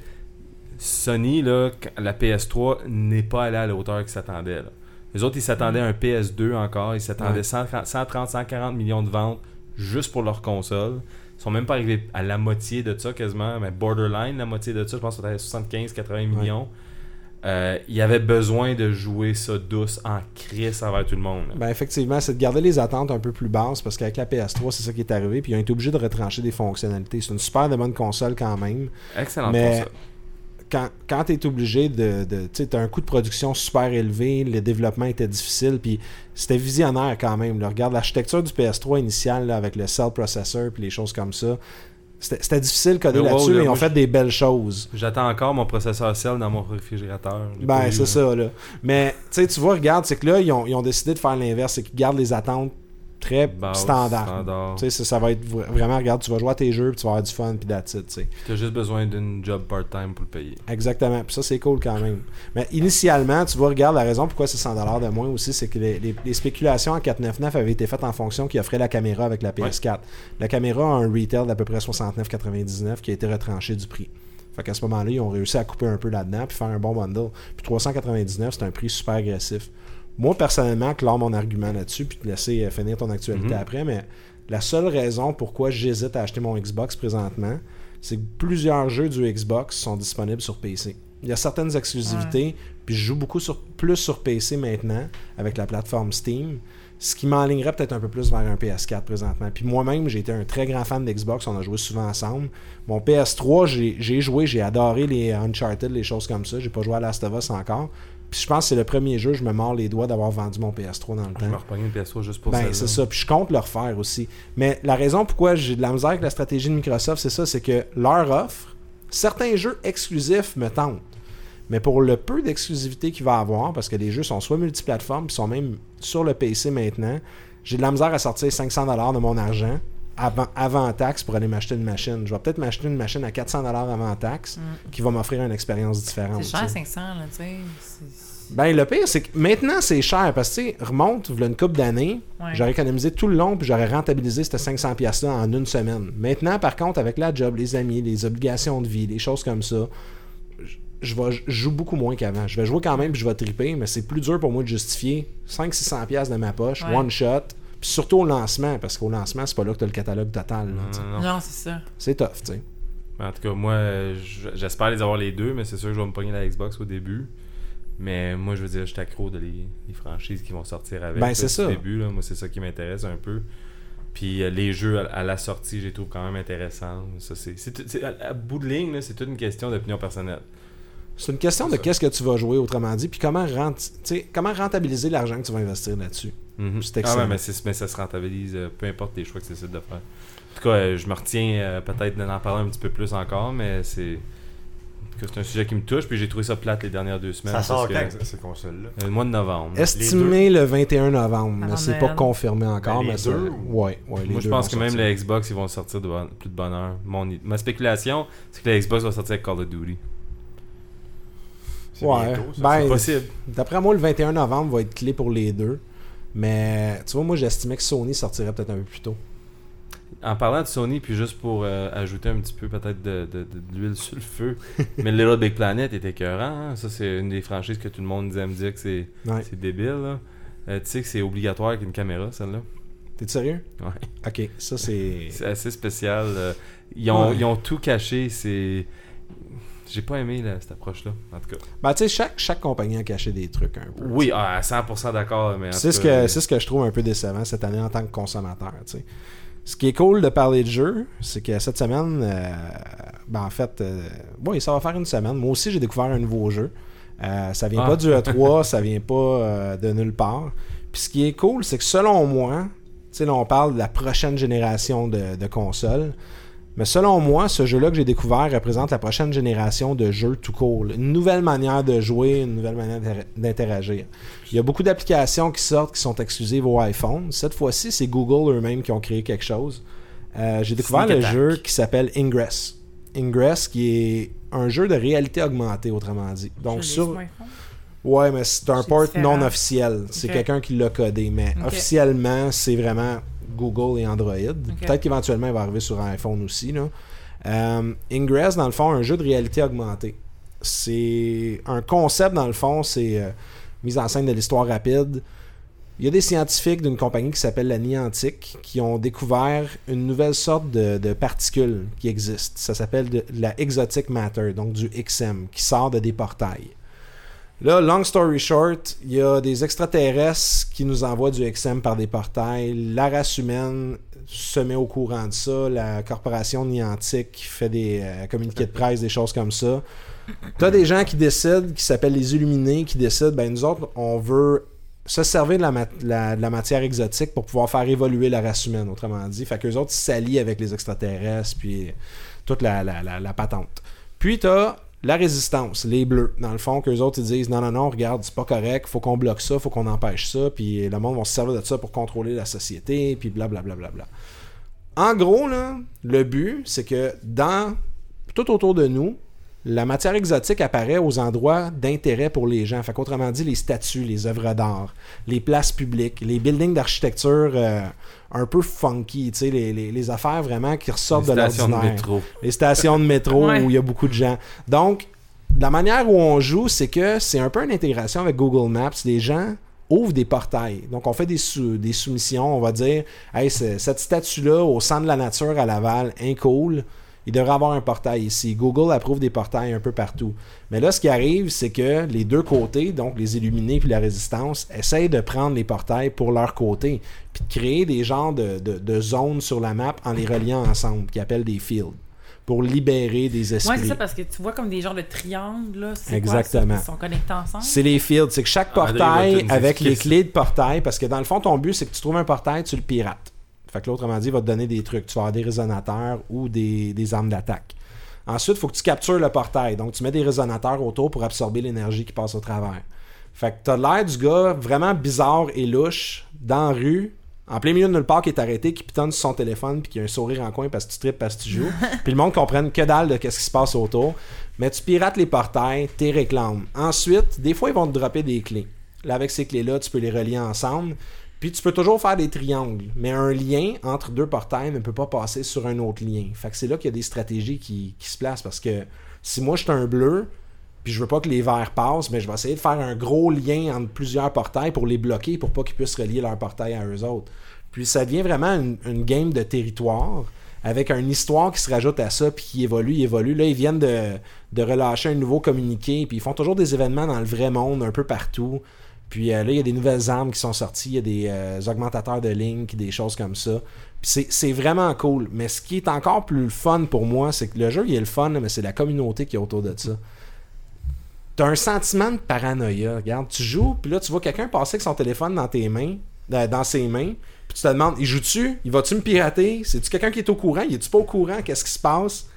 Sony, là, la P S trois n'est pas allée à la hauteur qu'ils s'attendaient. Là. Les autres, ils s'attendaient à un P S deux encore, ils s'attendaient ouais. cent trente à cent quarante millions de ventes juste pour leur console. Ils sont même pas arrivés à la moitié de ça quasiment, mais borderline la moitié de ça, je pense que c'était soixante-quinze à quatre-vingts millions. Ouais. Euh, il y avait besoin de jouer ça douce en crise envers tout le monde. Là. Ben effectivement, c'est de garder les attentes un peu plus basses, parce qu'avec la P S trois, c'est ça qui est arrivé, puis ils ont été obligés de retrancher des fonctionnalités. C'est une super de bonne console quand même. Excellente mais console. Quand, quand tu es obligé de... de tu sais, tu as un coût de production super élevé, le développement était difficile, puis c'était visionnaire quand même. Là. Regarde l'architecture du P S trois initiale, là, avec le cell processor puis les choses comme ça. C'était, c'était difficile de coder là-dessus, mais ils ont fait des belles choses. J'attends encore mon processeur cell dans mon réfrigérateur. Ben, c'est ça, là. Mais, tu sais, tu vois, regarde, c'est que là, ils ont, ils ont décidé de faire l'inverse, c'est qu'ils gardent les attentes très Base, standard. standard. Tu sais, ça, ça va être vraiment, regarde, tu vas jouer à tes jeux, puis tu vas avoir du fun, puis that's it, tu sais. Tu as juste besoin d'une job part-time pour le payer. Exactement, puis ça, c'est cool quand même. Mais initialement, tu vois, regarde, la raison pourquoi c'est cent dollars de moins aussi, c'est que les, les, les spéculations en quatre cent quatre-vingt-dix-neuf avaient été faites en fonction qui offrait la caméra avec la P S quatre. Ouais. La caméra a un retail d'à peu près soixante-neuf quatre-vingt-dix-neuf qui a été retranché du prix. Fait qu'à ce moment-là, ils ont réussi à couper un peu là-dedans, puis faire un bon bundle. Puis trois cent quatre-vingt-dix-neuf, c'est un prix super agressif. Moi, personnellement, clore mon argument là-dessus, puis te laisser finir ton actualité mm-hmm. après, mais la seule raison pourquoi j'hésite à acheter mon Xbox présentement, c'est que plusieurs jeux du Xbox sont disponibles sur P C. Il y a certaines exclusivités, ouais. puis je joue beaucoup sur, plus sur P C maintenant, avec la plateforme Steam, ce qui m'enlignerait peut-être un peu plus vers un P S quatre présentement. Puis moi-même, j'ai été un très grand fan d'Xbox, on a joué souvent ensemble. Mon P S trois, j'ai, j'ai joué, j'ai adoré les Uncharted, les choses comme ça, j'ai pas joué à Last of Us encore. Puis je pense que c'est le premier jeu, je me mords les doigts d'avoir vendu mon P S trois dans le temps. Je vais repogner une P S trois juste pour ça. Ben, celle-là. c'est ça. Puis je compte le refaire aussi. Mais la raison pourquoi j'ai de la misère avec la stratégie de Microsoft, c'est ça, c'est que leur offre, certains jeux exclusifs me tentent. Mais pour le peu d'exclusivité qu'il va avoir, parce que les jeux sont soit multiplateformes, puis sont même sur le P C maintenant, j'ai de la misère à sortir cinq cents dollars de mon argent avant, avant taxe pour aller m'acheter une machine. Je vais peut-être m'acheter une machine à quatre cents dollars avant taxe mm. qui va m'offrir une expérience différente. C'est cher, t'sais. cinq cents, là, tu sais. C'est... Ben, le pire, c'est que maintenant, c'est cher. Parce que, tu sais, remonte, il y a une couple d'années, ouais. j'aurais économisé tout le long, puis j'aurais rentabilisé ces cinq cents dollars-là en une semaine. Maintenant, par contre, avec la job, les amis, les obligations de vie, les choses comme ça, je, vais, je joue beaucoup moins qu'avant. Je vais jouer quand même, puis je vais triper, mais c'est plus dur pour moi de justifier cinq cents à six cents dollars de ma poche, ouais. one shot, puis surtout au lancement, parce qu'au lancement, c'est pas là que tu as le catalogue total. Là, non, non. non, c'est ça. C'est tough, tu sais. En tout cas, moi, j'espère les avoir les deux, mais c'est sûr que je vais me pogner la Xbox au début. Mais moi, je veux dire, je suis accro de les, les franchises qui vont sortir avec. Ben, c'est ça. Au début, là, moi, c'est ça qui m'intéresse un peu. Puis euh, les jeux à, à la sortie, je les trouve quand même intéressants. Ça, c'est, c'est, c'est, à, à bout de ligne, là, c'est toute une question d'opinion personnelle. C'est une question c'est de ça. Qu'est-ce que tu vas jouer, autrement dit, puis comment, rent... comment rentabiliser l'argent que tu vas investir là-dessus. Mm-hmm. C'est excellent. Ah ouais, mais, c'est, mais ça se rentabilise, euh, peu importe les choix que tu décides de faire. En tout cas, euh, je me retiens euh, peut-être d'en parler un petit peu plus encore, mais c'est... c'est un sujet qui me touche, puis j'ai trouvé ça plate les dernières deux semaines. Ça sort que, quand, ces consoles-là? Le mois de novembre. Estimé le vingt et un novembre, mais c'est pas Noël. confirmé encore. Ben, les mais ça... deux, ouais, ouais, les Moi, je deux pense vont que même sortir. la Xbox, ils vont sortir de bon- plus de bonne heure. Mon... Ma spéculation, c'est que la Xbox va sortir avec Call of Duty. C'est Ouais, bientôt, ça. ben, C'est possible. d'après moi, le vingt et un novembre va être clé pour les deux. Mais tu vois, moi, j'estimais que Sony sortirait peut-être un peu plus tôt. En parlant de Sony, puis juste pour euh, ajouter un petit peu peut-être de, de, de, de l'huile sur le feu, mais Little Big Planet était écœurant. Hein? Ça, c'est une des franchises que tout le monde disait me dire que c'est, Ouais. c'est débile. Là. Euh, tu sais que c'est obligatoire avec une caméra, celle-là. T'es sérieux? Ouais. Ok, ça c'est. C'est assez spécial. euh, Ils ont, Ouais. ils ont tout caché. C'est... J'ai pas aimé là, cette approche-là, en tout cas. Ben, tu sais, chaque, chaque compagnie a caché des trucs un peu. Oui, ah, à cent pour cent d'accord. Mais en C'est tout ce, cas, que, c'est ce que je trouve un peu décevant cette année en tant que consommateur. Tu sais. Ce qui est cool de parler de jeu, c'est que cette semaine, euh, ben en fait, euh, oui, ça va faire une semaine. Moi aussi, j'ai découvert un nouveau jeu. Euh, ça vient Ah. pas du E trois, ça vient pas euh, de nulle part. Puis ce qui est cool, c'est que selon moi, tu sais, là, on parle de la prochaine génération de, de consoles. Mais selon moi, ce jeu-là que j'ai découvert représente la prochaine génération de jeux tout court. Une nouvelle manière de jouer, une nouvelle manière d'interagir. Il y a beaucoup d'applications qui sortent qui sont exclusives au iPhone. Cette fois-ci, c'est Google eux-mêmes qui ont créé quelque chose. Euh, j'ai découvert Sneak le Attack. jeu qui s'appelle Ingress. Ingress, qui est un jeu de réalité augmentée, autrement dit. Donc, Je l'ai sur... sur mon iPhone. Ouais, mais c'est un C'est port différent. non officiel. C'est Ok. quelqu'un qui l'a codé. Mais Ok. officiellement, c'est vraiment Google et Android. Ok. Peut-être qu'éventuellement, il va arriver sur iPhone aussi. Là. Euh, Ingress, dans le fond, un jeu de réalité augmentée. C'est un concept, dans le fond, c'est euh, mise en scène de l'histoire rapide. Il y a des scientifiques d'une compagnie qui s'appelle la Niantic qui ont découvert une nouvelle sorte de, de particules qui existe. Ça s'appelle de, de la Exotic Matter, donc du X M, qui sort de des portails. Là, long story short, il y a des extraterrestres qui nous envoient du X M par des portails. La race humaine se met au courant de ça. La corporation Niantic fait des euh, communiqués de presse, des choses comme ça. T'as des gens qui décident, qui s'appellent les Illuminés, qui décident, ben nous autres, on veut se servir de la, mat- la- de la matière exotique pour pouvoir faire évoluer la race humaine, autrement dit. Fait qu'eux autres, ils s'allient avec les extraterrestres, puis toute la, la, la, la patente. Puis t'as la résistance, les bleus, dans le fond, qu'eux autres, ils disent, non, non, non, regarde, c'est pas correct, faut qu'on bloque ça, faut qu'on empêche ça, puis le monde va se servir de ça pour contrôler la société, puis blablabla. Bla, bla, bla. En gros, là, le but, c'est que dans tout autour de nous, la matière exotique apparaît aux endroits d'intérêt pour les gens. Fait qu'autrement dit, les statues, les œuvres d'art, les places publiques, les buildings d'architecture euh, un peu funky, tu sais, les, les, les affaires vraiment qui ressortent les de stations de l'ordinaire. métro. Les stations de métro Ouais. où il y a beaucoup de gens. Donc, la manière où on joue, c'est que c'est un peu une intégration avec Google Maps. Les gens ouvrent des portails. Donc, on fait des, sou- des soumissions. On va dire, hey, c'est- cette statue-là au centre de la nature à Laval, incool. Il devrait avoir un portail ici. Google approuve des portails un peu partout. Mais là, ce qui arrive, c'est que les deux côtés, donc les Illuminés puis la Résistance, essayent de prendre les portails pour leur côté, puis de créer des genres de, de, de zones sur la map en les reliant ensemble, qu'ils appellent des fields, pour libérer des esprits. Ouais, c'est ça, parce que tu vois comme des genres de triangles, là. C'est Exactement. Quoi, ça? Ils sont connectés ensemble. C'est les fields. C'est que chaque Ah, André va portail, tout nous avec expliquer les ça. clés de portail, parce que dans le fond, ton but, c'est que tu trouves un portail, tu le pirates. Fait que là, autrement dit, il va te donner des trucs. Tu vas avoir des résonateurs ou des, des armes d'attaque. Ensuite, il faut que tu captures le portail. Donc, tu mets des résonateurs autour pour absorber l'énergie qui passe au travers. Fait que t'as l'air du gars vraiment bizarre et louche dans la rue, en plein milieu de nulle part, qui est arrêté, qui pitonne sur son téléphone puis qui a un sourire en coin parce que tu tripes, parce que tu joues. Puis le monde comprenne que dalle de qu'est-ce qui se passe autour. Mais tu pirates les portails, t'es réclames. Ensuite, des fois, ils vont te dropper des clés. Là, avec ces clés-là, tu peux les relier ensemble. Puis tu peux toujours faire des triangles, mais un lien entre deux portails ne peut pas passer sur un autre lien. Fait que c'est là qu'il y a des stratégies qui, qui se placent, parce que si moi je suis un bleu, puis je veux pas que les verts passent, mais je vais essayer de faire un gros lien entre plusieurs portails pour les bloquer, pour pas qu'ils puissent relier leur portail à eux autres. Puis ça devient vraiment une, une game de territoire, avec une histoire qui se rajoute à ça, puis qui évolue, évolue. Là, ils viennent de, de relâcher un nouveau communiqué, puis ils font toujours des événements dans le vrai monde, un peu partout. Puis euh, là, il y a des nouvelles armes qui sont sorties, il y a des euh, augmentateurs de link, des choses comme ça. Puis c'est, c'est vraiment cool. Mais ce qui est encore plus fun pour moi, c'est que le jeu, il est le fun, mais c'est la communauté qui est autour de ça. T'as un sentiment de paranoïa. Regarde, tu joues, puis là, tu vois quelqu'un passer avec son téléphone dans tes mains, dans ses mains, puis tu te demandes, il joue-tu? Il va-tu me pirater? C'est-tu quelqu'un qui est au courant? Il est-tu pas au courant? Qu'est-ce qui se passe?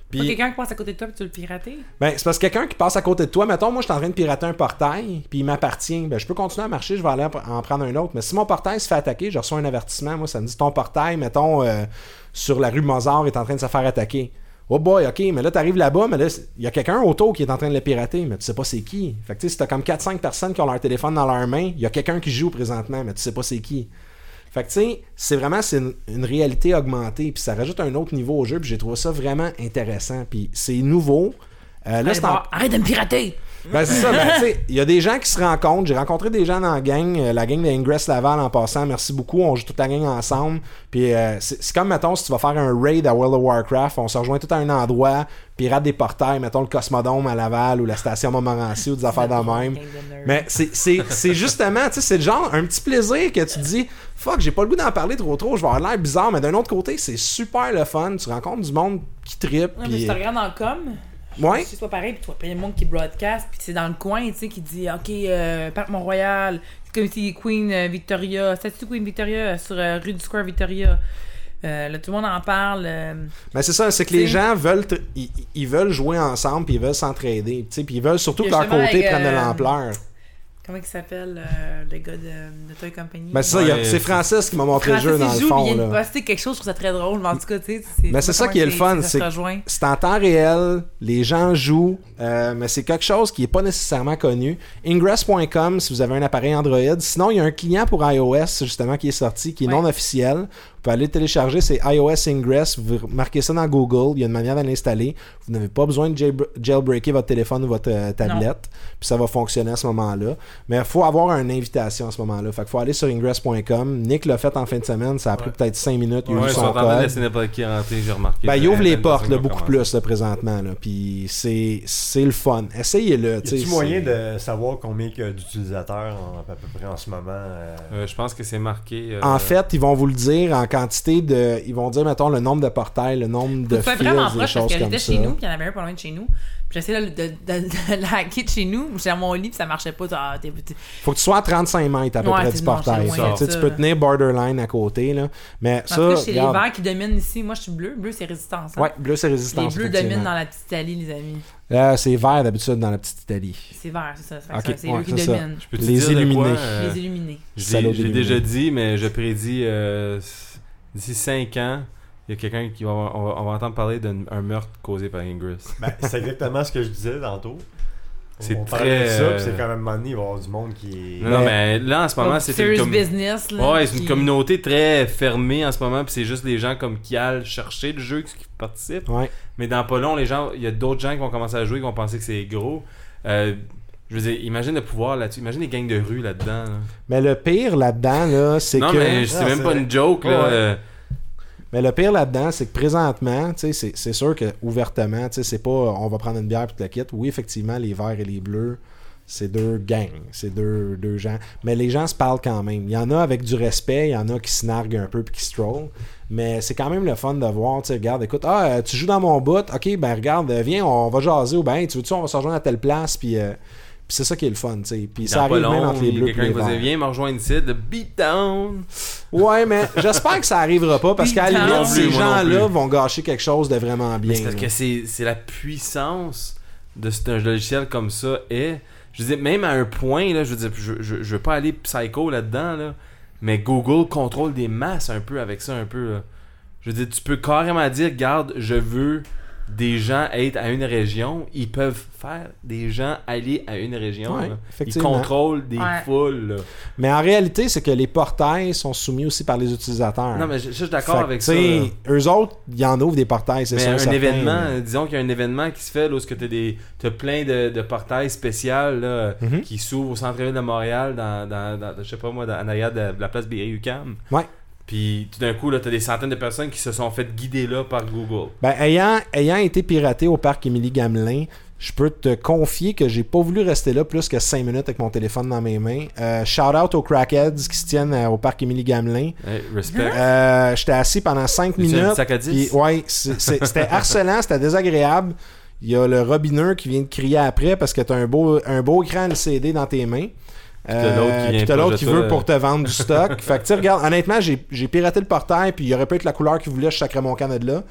Puis, quelqu'un qui passe à côté de toi et tu le pirater? Ben, c'est parce que quelqu'un qui passe à côté de toi, mettons, moi, je suis en train de pirater un portail, puis il m'appartient. Ben, je peux continuer à marcher, je vais aller en prendre un autre. Mais si mon portail se fait attaquer, je reçois un avertissement. Moi, ça me dit ton portail, mettons, euh, sur la rue Mozart, est en train de se faire attaquer. Oh boy, ok, mais là, t'arrives là-bas, mais là, il y a quelqu'un autour qui est en train de le pirater, mais tu sais pas c'est qui. Fait que, tu sais, si t'as comme quatre cinq personnes qui ont leur téléphone dans leurs mains, il y a quelqu'un qui joue présentement, mais tu sais pas c'est qui. Fait que, tu sais, c'est vraiment c'est une, une réalité augmentée, puis ça rajoute un autre niveau au jeu, puis j'ai trouvé ça vraiment intéressant, puis c'est nouveau. Euh, là, c'est en... Arrête de me pirater! Ben, c'est ça, ben, tu sais, il y a des gens qui se rencontrent. J'ai rencontré des gens dans la gang, euh, la gang de Ingress Laval en passant. Merci beaucoup. On joue toute la gang ensemble. Puis euh, c'est, c'est comme, mettons, si tu vas faire un raid à World of Warcraft, on se rejoint tout à un endroit, pirate des portails, mettons le Cosmodome à Laval ou la station Montmorency ou des affaires de même. Mais c'est, c'est, c'est justement, tu sais, c'est le genre un petit plaisir que tu te dis, fuck, j'ai pas le goût d'en parler trop trop, je vais avoir l'air bizarre, mais d'un autre côté, c'est super le fun. Tu rencontres du monde qui trippe. Ouais, pis... mais si tu regardes dans le com, ouais. c'est pas pareil, puis tu vois plein de monde qui broadcast, puis c'est dans le coin, tu sais, qui dit ok, euh, Parc Mont-Royal, c'est comme si Queen euh, Victoria, c'est-tu Queen Victoria sur euh, rue du Square Victoria. Euh, là, tout le monde en parle. Euh, mais c'est ça, c'est que les gens veulent t- ils, ils veulent jouer ensemble, puis ils veulent s'entraider, tu sais, puis ils veulent surtout que leur côté avec, prenne euh, de l'ampleur. Comment il s'appelle, euh, le gars de, de Toy Company? Ben c'est ça, ouais, y a, c'est Francis qui m'a montré Francis, le jeu dans il le joue, fond. Il vient là. de poster quelque chose, je trouve ça très drôle, mais en tout cas, tu sais. C'est, mais c'est ça qui est le fun, c'est, c'est en temps réel, les gens jouent, euh, mais c'est quelque chose qui est pas nécessairement connu. Ingress point com si vous avez un appareil Android. Sinon, il y a un client pour iOS, justement, qui est sorti, qui est ouais. non officiel. Vous pouvez aller le télécharger, c'est iOS Ingress. Vous marquez ça dans Google, il y a une manière de l'installer. Vous n'avez pas besoin de jailbreaker votre téléphone ou votre euh, tablette, non. Puis ça va fonctionner à ce moment-là. Mais il faut avoir une invitation à ce moment-là. Fait qu'il faut aller sur ingress point com. Nick l'a fait en fin de semaine, ça a pris ouais. peut-être cinq minutes. Il ouais, ouvre son code. Laisser n'importe qui rentrer, j'ai remarqué. Ben, il ouvre les portes là, beaucoup plus là, présentement. Là. Puis c'est, c'est le fun. Essayez-le. Y a-t-il moyen de savoir combien il y a d'utilisateurs en, à peu près en ce moment? Euh... Euh, je pense que c'est marqué. Euh... En fait, ils vont vous le dire en quantité de... Ils vont dire, mettons, le nombre de portails, le nombre de fils, des choses comme ça. J'étais chez nous, puis il y en avait un pas loin de chez nous. Puis j'essayais de, de, de, de la hacker de chez nous. J'étais à mon lit, puis ça marchait pas. Ah, t'es, t'es... Faut que tu sois à trente-cinq mètres à peu ouais, près du portail. Tu peux tenir borderline à côté. Là. Mais en ça, tout cas, c'est les verts qui dominent ici. Moi, je suis bleu. Bleu, c'est résistance. Hein? Ouais, bleu, c'est résistance. Les bleus dominent dans la petite Italie, les amis. Euh, c'est vert d'habitude dans la petite Italie. C'est vert, c'est ça. C'est, okay. ça. c'est ouais, eux qui c'est dominent. Je peux te les dire illuminés. Quoi, euh, les illuminés. J'ai, j'ai déjà dit, mais je prédis euh, d'ici cinq ans. Il y a quelqu'un qui va, on va, on va entendre parler d'un meurtre causé par Ingress. Ben, c'est exactement ce que je disais tantôt. C'est on très. Ça, euh... c'est quand même moment donné, il va y avoir du monde qui est. Non, non mais là en ce moment, c'est une com... business. Là, ouais, c'est qui... une communauté très fermée en ce moment, puis c'est juste les gens comme qui allent chercher le jeu qui participent. Ouais. Mais dans pas long, les gens, il y a d'autres gens qui vont commencer à jouer, qui vont penser que c'est gros. Euh, je veux dire, imagine le pouvoir là-dessus. Imagine les gangs de rue là-dedans. Là. Mais le pire là-dedans, là, c'est non, que. Non, mais c'est non, même c'est... pas une joke. Là. Ouais. Euh... Mais le pire là-dedans, c'est que présentement, c'est, c'est sûr que ouvertement, c'est pas on va prendre une bière puis te la quitte. Oui, effectivement, les verts et les bleus, c'est deux gangs, c'est deux, deux gens. Mais les gens se parlent quand même. Il y en a avec du respect, il y en a qui se narguent un peu puis qui stroll. Mais c'est quand même le fun de voir, tu sais, regarde, écoute, ah, tu joues dans mon bout, ok, ben regarde, viens, on va jaser, ou ben, tu veux-tu, on va se rejoindre à telle place, puis... Euh, Puis c'est ça qui est le fun, tu sais. Puis ça arrive long, même entre les bleus et les verts. Viens me rejoindre ici, le beatdown. Ouais, mais j'espère que ça arrivera pas parce qu'à la limite, ces gens-là vont gâcher quelque chose de vraiment bien. Mais c'est parce là. que c'est, c'est la puissance de ce logiciel comme ça. Et je veux dire, même à un point, là, je veux dire, je, je, je veux pas aller psycho là-dedans, là, mais Google contrôle des masses un peu avec ça, un peu. Là. Je veux dire, tu peux carrément dire, regarde, je veux... des gens être à une région, ils peuvent faire des gens aller à une région. Ouais, ils contrôlent des ouais. foules. Là. Mais en réalité, c'est que les portails sont soumis aussi par les utilisateurs. Non, mais je, je suis d'accord fait, avec ça. Eux autres, ils en ouvrent des portails, c'est mais sûr. un certain, événement, mais... disons qu'il y a un événement qui se fait là, où tu as plein de, de portails spéciaux là, mm-hmm. qui s'ouvrent au centre-ville de Montréal, dans, dans, dans je sais pas moi, dans, en arrière de, de la place Berry-U Q A M. Ouais. Puis tout d'un coup, tu as des centaines de personnes qui se sont fait guider là par Google. Ben, ayant, ayant été piraté au parc Émilie-Gamelin, je peux te confier que j'ai pas voulu rester là plus que cinq minutes avec mon téléphone dans mes mains. Euh, shout out aux crackheads qui se tiennent euh, au parc Émilie-Gamelin. Hey, respect. Euh, j'étais assis pendant cinq minutes. Un sac à dix? Puis, ouais, c'est, c'est, c'était harcelant, c'était désagréable. Il y a le robineur qui vient de crier après parce que tu as un beau, un beau écran L C D dans tes mains. Puis t'as l'autre qui, euh, t'as l'autre qui veut pour te vendre du stock. Fait que tu sais, regarde, honnêtement, j'ai, j'ai piraté le portail, puis il aurait pu être la couleur qu'il voulait, je sacrais mon canne de là.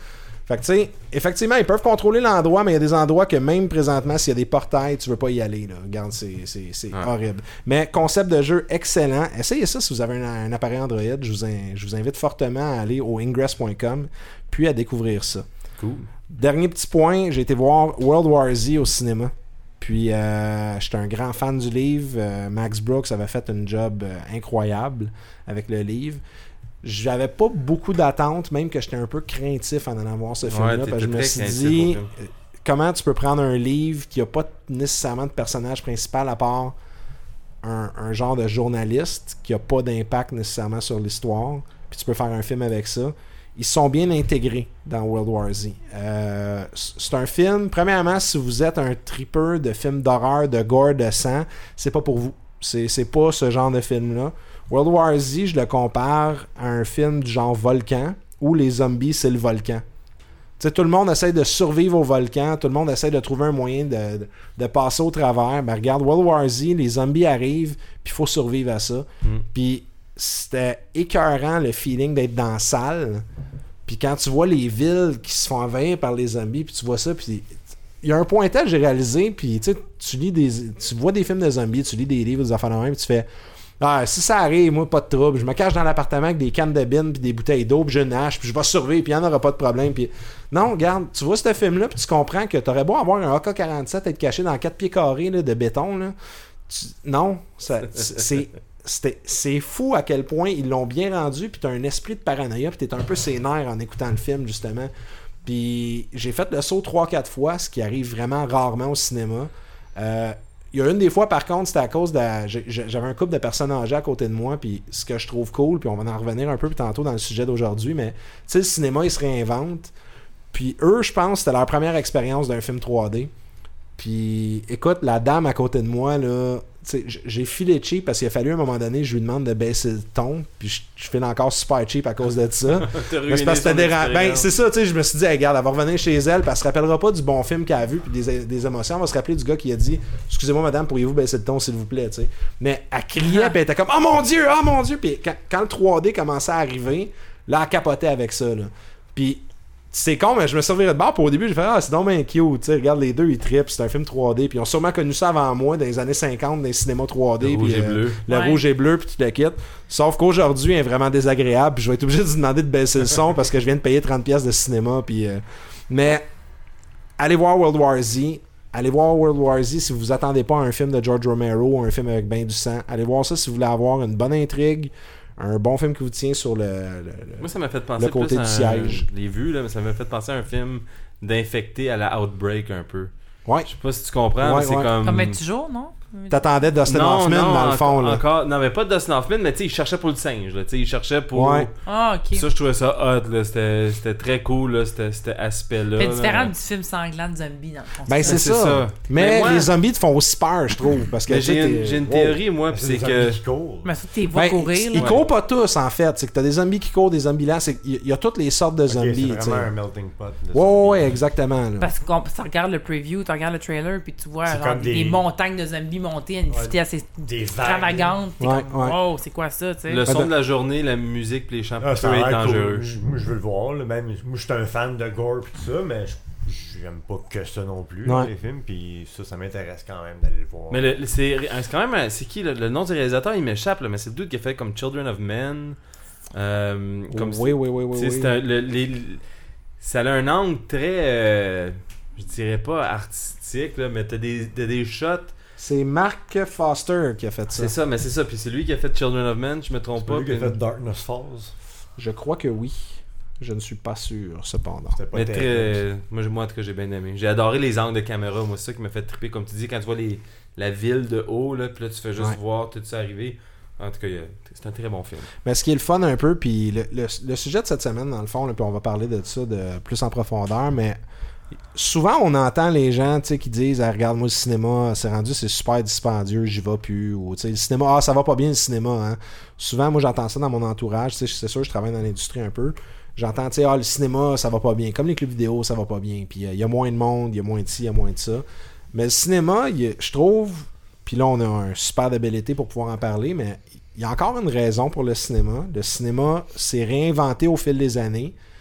Fait que tu sais, effectivement, ils peuvent contrôler l'endroit, mais il y a des endroits que même présentement, s'il y a des portails, tu veux pas y aller. Là. Regarde, c'est, c'est, c'est ouais. horrible. Mais concept de jeu excellent. Essayez ça si vous avez un, un appareil Android. Je vous, in, je vous invite fortement à aller au ingress point com puis à découvrir ça. Cool. Dernier petit point, j'ai été voir World War Z au cinéma. Puis euh, j'étais un grand fan du livre. Euh, Max Brooks avait fait un job euh, incroyable avec le livre. J'avais pas beaucoup d'attentes, même que j'étais un peu craintif en allant voir ce film-là. Ouais, parce que je me suis dit, comment tu peux prendre un livre qui a pas nécessairement de personnage principal à part un, un genre de journaliste qui a pas d'impact nécessairement sur l'histoire, puis tu peux faire un film avec ça. Ils sont bien intégrés dans World War Z. Euh, c'est un film, premièrement, si vous êtes un tripper de films d'horreur, de gore, de sang, c'est pas pour vous. C'est, c'est pas ce genre de film-là. World War Z, je le compare à un film du genre Volcan, où les zombies, c'est le volcan. T'sais, tout le monde essaie de survivre au volcan, tout le monde essaie de trouver un moyen de, de, de passer au travers. Ben regarde, World War Z, les zombies arrivent, puis il faut survivre à ça. Mm. Puis c'était écœurant le feeling d'être dans la salle. Puis quand tu vois les villes qui se font envahir par les zombies, puis tu vois ça, puis il y a un pointage que j'ai réalisé, puis tu lis des, tu vois des films de zombies, tu lis des livres, des affaires de même, puis tu fais... Ah, si ça arrive, moi, pas de trouble. Je me cache dans l'appartement avec des cannes de bine puis des bouteilles d'eau, puis j'ai une hache, puis je vais survivre, puis il n'y en aura pas de problème. Puis non, regarde, tu vois ce film-là, puis tu comprends que t'aurais beau avoir un A K quarante-sept être caché dans quatre pieds carrés là, de béton. Là. Tu... Non, ça, c'est, c'est, c'est fou à quel point ils l'ont bien rendu, puis t'as un esprit de paranoïa, puis t'es un peu sénère en écoutant le film, justement. Puis j'ai fait le saut trois quatre fois, ce qui arrive vraiment rarement au cinéma. Euh... Il y a une des fois, par contre, c'était à cause de... J'avais un couple de personnes âgées à côté de moi, puis ce que je trouve cool, puis on va en revenir un peu plus tantôt dans le sujet d'aujourd'hui, mais tu sais, le cinéma, il se réinvente. Puis eux, je pense, c'était leur première expérience d'un film trois D. Puis, écoute, la dame à côté de moi, là, tu sais, j'ai filé cheap parce qu'il a fallu à un moment donné, je lui demande de baisser le ton, puis je, je file encore super cheap à cause de ça. Mais c'est parce que c'était dérangeant. Ben, c'est ça, tu sais, je me suis dit, hey, regarde, elle va revenir chez elle, puis elle se rappellera pas du bon film qu'elle a vu, puis des, des émotions. Elle va se rappeler du gars qui a dit, excusez-moi, madame, pourriez-vous baisser le ton, s'il vous plaît, tu sais. Mais elle criait, puis elle était comme, oh mon Dieu, oh mon Dieu. Puis quand, quand le trois D commençait à arriver, là, elle capotait avec ça, là. Puis, c'est con, mais je me suis reviré de bord. Puis au début, j'ai fait ah, c'est donc bien cute. T'sais, regarde, les deux, ils trippent. C'est un film trois D. Puis ils ont sûrement connu ça avant moi, dans les années cinquante, dans les cinémas trois D. Le rouge puis, et euh, bleu. Le ouais. rouge et bleu, puis tu le quittes. Sauf qu'aujourd'hui, il est vraiment désagréable. Puis je vais être obligé de lui demander de baisser le son parce que je viens de payer trente pièces de cinéma. Puis, euh... Mais allez voir World War Z. Allez voir World War Z si vous vous attendez pas à un film de George Romero ou un film avec ben du sang. Allez voir ça si vous voulez avoir une bonne intrigue. Un bon film qui vous tient sur le, le, Moi, ça m'a fait penser le côté plus du à siège. Un, les vues, là, mais ça m'a fait penser à un film d'infecté à la Outbreak un peu. Ouais. Je sais pas si tu comprends, ouais, mais c'est ouais. comme... Comme toujours, non? T'attendais Dustin non, Hoffman non, dans le fond. Encore, là. encore, non, mais pas Dustin Hoffman, mais tu sais, il cherchait pour le singe. Là, il cherchait pour. Ouais. Ah, ok. Ça, je trouvais ça hot. Là, c'était, c'était très cool, là, c'était, cet aspect-là. C'est différent là. du film sanglant de zombie, dans le fond. Ben, c'est, c'est ça. ça. Mais, mais moi, les zombies te font aussi peur, je trouve. Parce que j'ai, une, j'ai une théorie, wow. moi, puis c'est que. Mais ça, t'es vois ben, courir. Ils là. courent pas tous, en fait. C'est que t'as des zombies qui courent, des zombies là. Il y, y a toutes les sortes de okay, zombies. C'est vraiment un melting pot. Ouais, ouais, ouais, exactement. Là. Parce que tu regardes le preview, tu regardes le trailer, puis tu vois genre, des... des montagnes de zombies monter à une vitesse assez extravagante. T'es ouais, comme, ouais. wow, c'est quoi ça, tu sais? Le son ben, de la journée, la musique, puis les chants ah, peuvent être dangereux. Cool. Moi, je veux le voir. Là. Même, moi, je suis un fan de gore et tout ça, mais je, j'aime pas que ça non plus, ouais. là, les films. Puis ça, ça m'intéresse quand même d'aller le voir. Mais le, c'est, c'est quand même. C'est qui le, le nom du réalisateur? Il m'échappe, là, mais c'est le dude qui a fait comme Children of Men. Euh, comme oui, oui, oui, oui. oui. C'est un, le, les, ça a un angle très. Euh, je dirais pas artistique, là, mais t'as des, t'as des shots. C'est Mark Foster qui a fait ça. C'est ça, mais c'est ça. Puis c'est lui qui a fait Children of Men, je me trompe c'est pas. lui qui a fait Darkness Falls. Je crois que oui. Je ne suis pas sûr, cependant. C'était pas mais terrible. très, moi, moi, en tout cas, j'ai bien aimé. J'ai adoré les angles de caméra. Moi, c'est ça qui m'a fait triper. Comme tu dis, quand tu vois les, la ville de haut, là, puis là, tu fais juste ouais. voir tout ça arriver. En tout cas, c'est un très bon film. Mais ce qui est le fun un peu, puis le, le, le sujet de cette semaine, dans le fond, là, puis on va parler de ça de plus en profondeur, mais souvent on entend les gens qui disent ah, regarde-moi le cinéma, c'est rendu, c'est super dispendieux, j'y vais plus. Ou le cinéma, ah ça va pas bien le cinéma. Hein. Souvent, moi j'entends ça dans mon entourage, c'est sûr, je travaille dans l'industrie un peu. J'entends, tu sais, ah, le cinéma, ça va pas bien. Comme les clubs vidéo, ça va pas bien. Puis il euh, y a moins de monde, il y a moins de ci, il y a moins de ça. Mais le cinéma, je trouve, puis là on a un super de bel été pour pouvoir en parler, mais il y a encore une raison pour le cinéma. Le cinéma s'est réinventé au fil des années.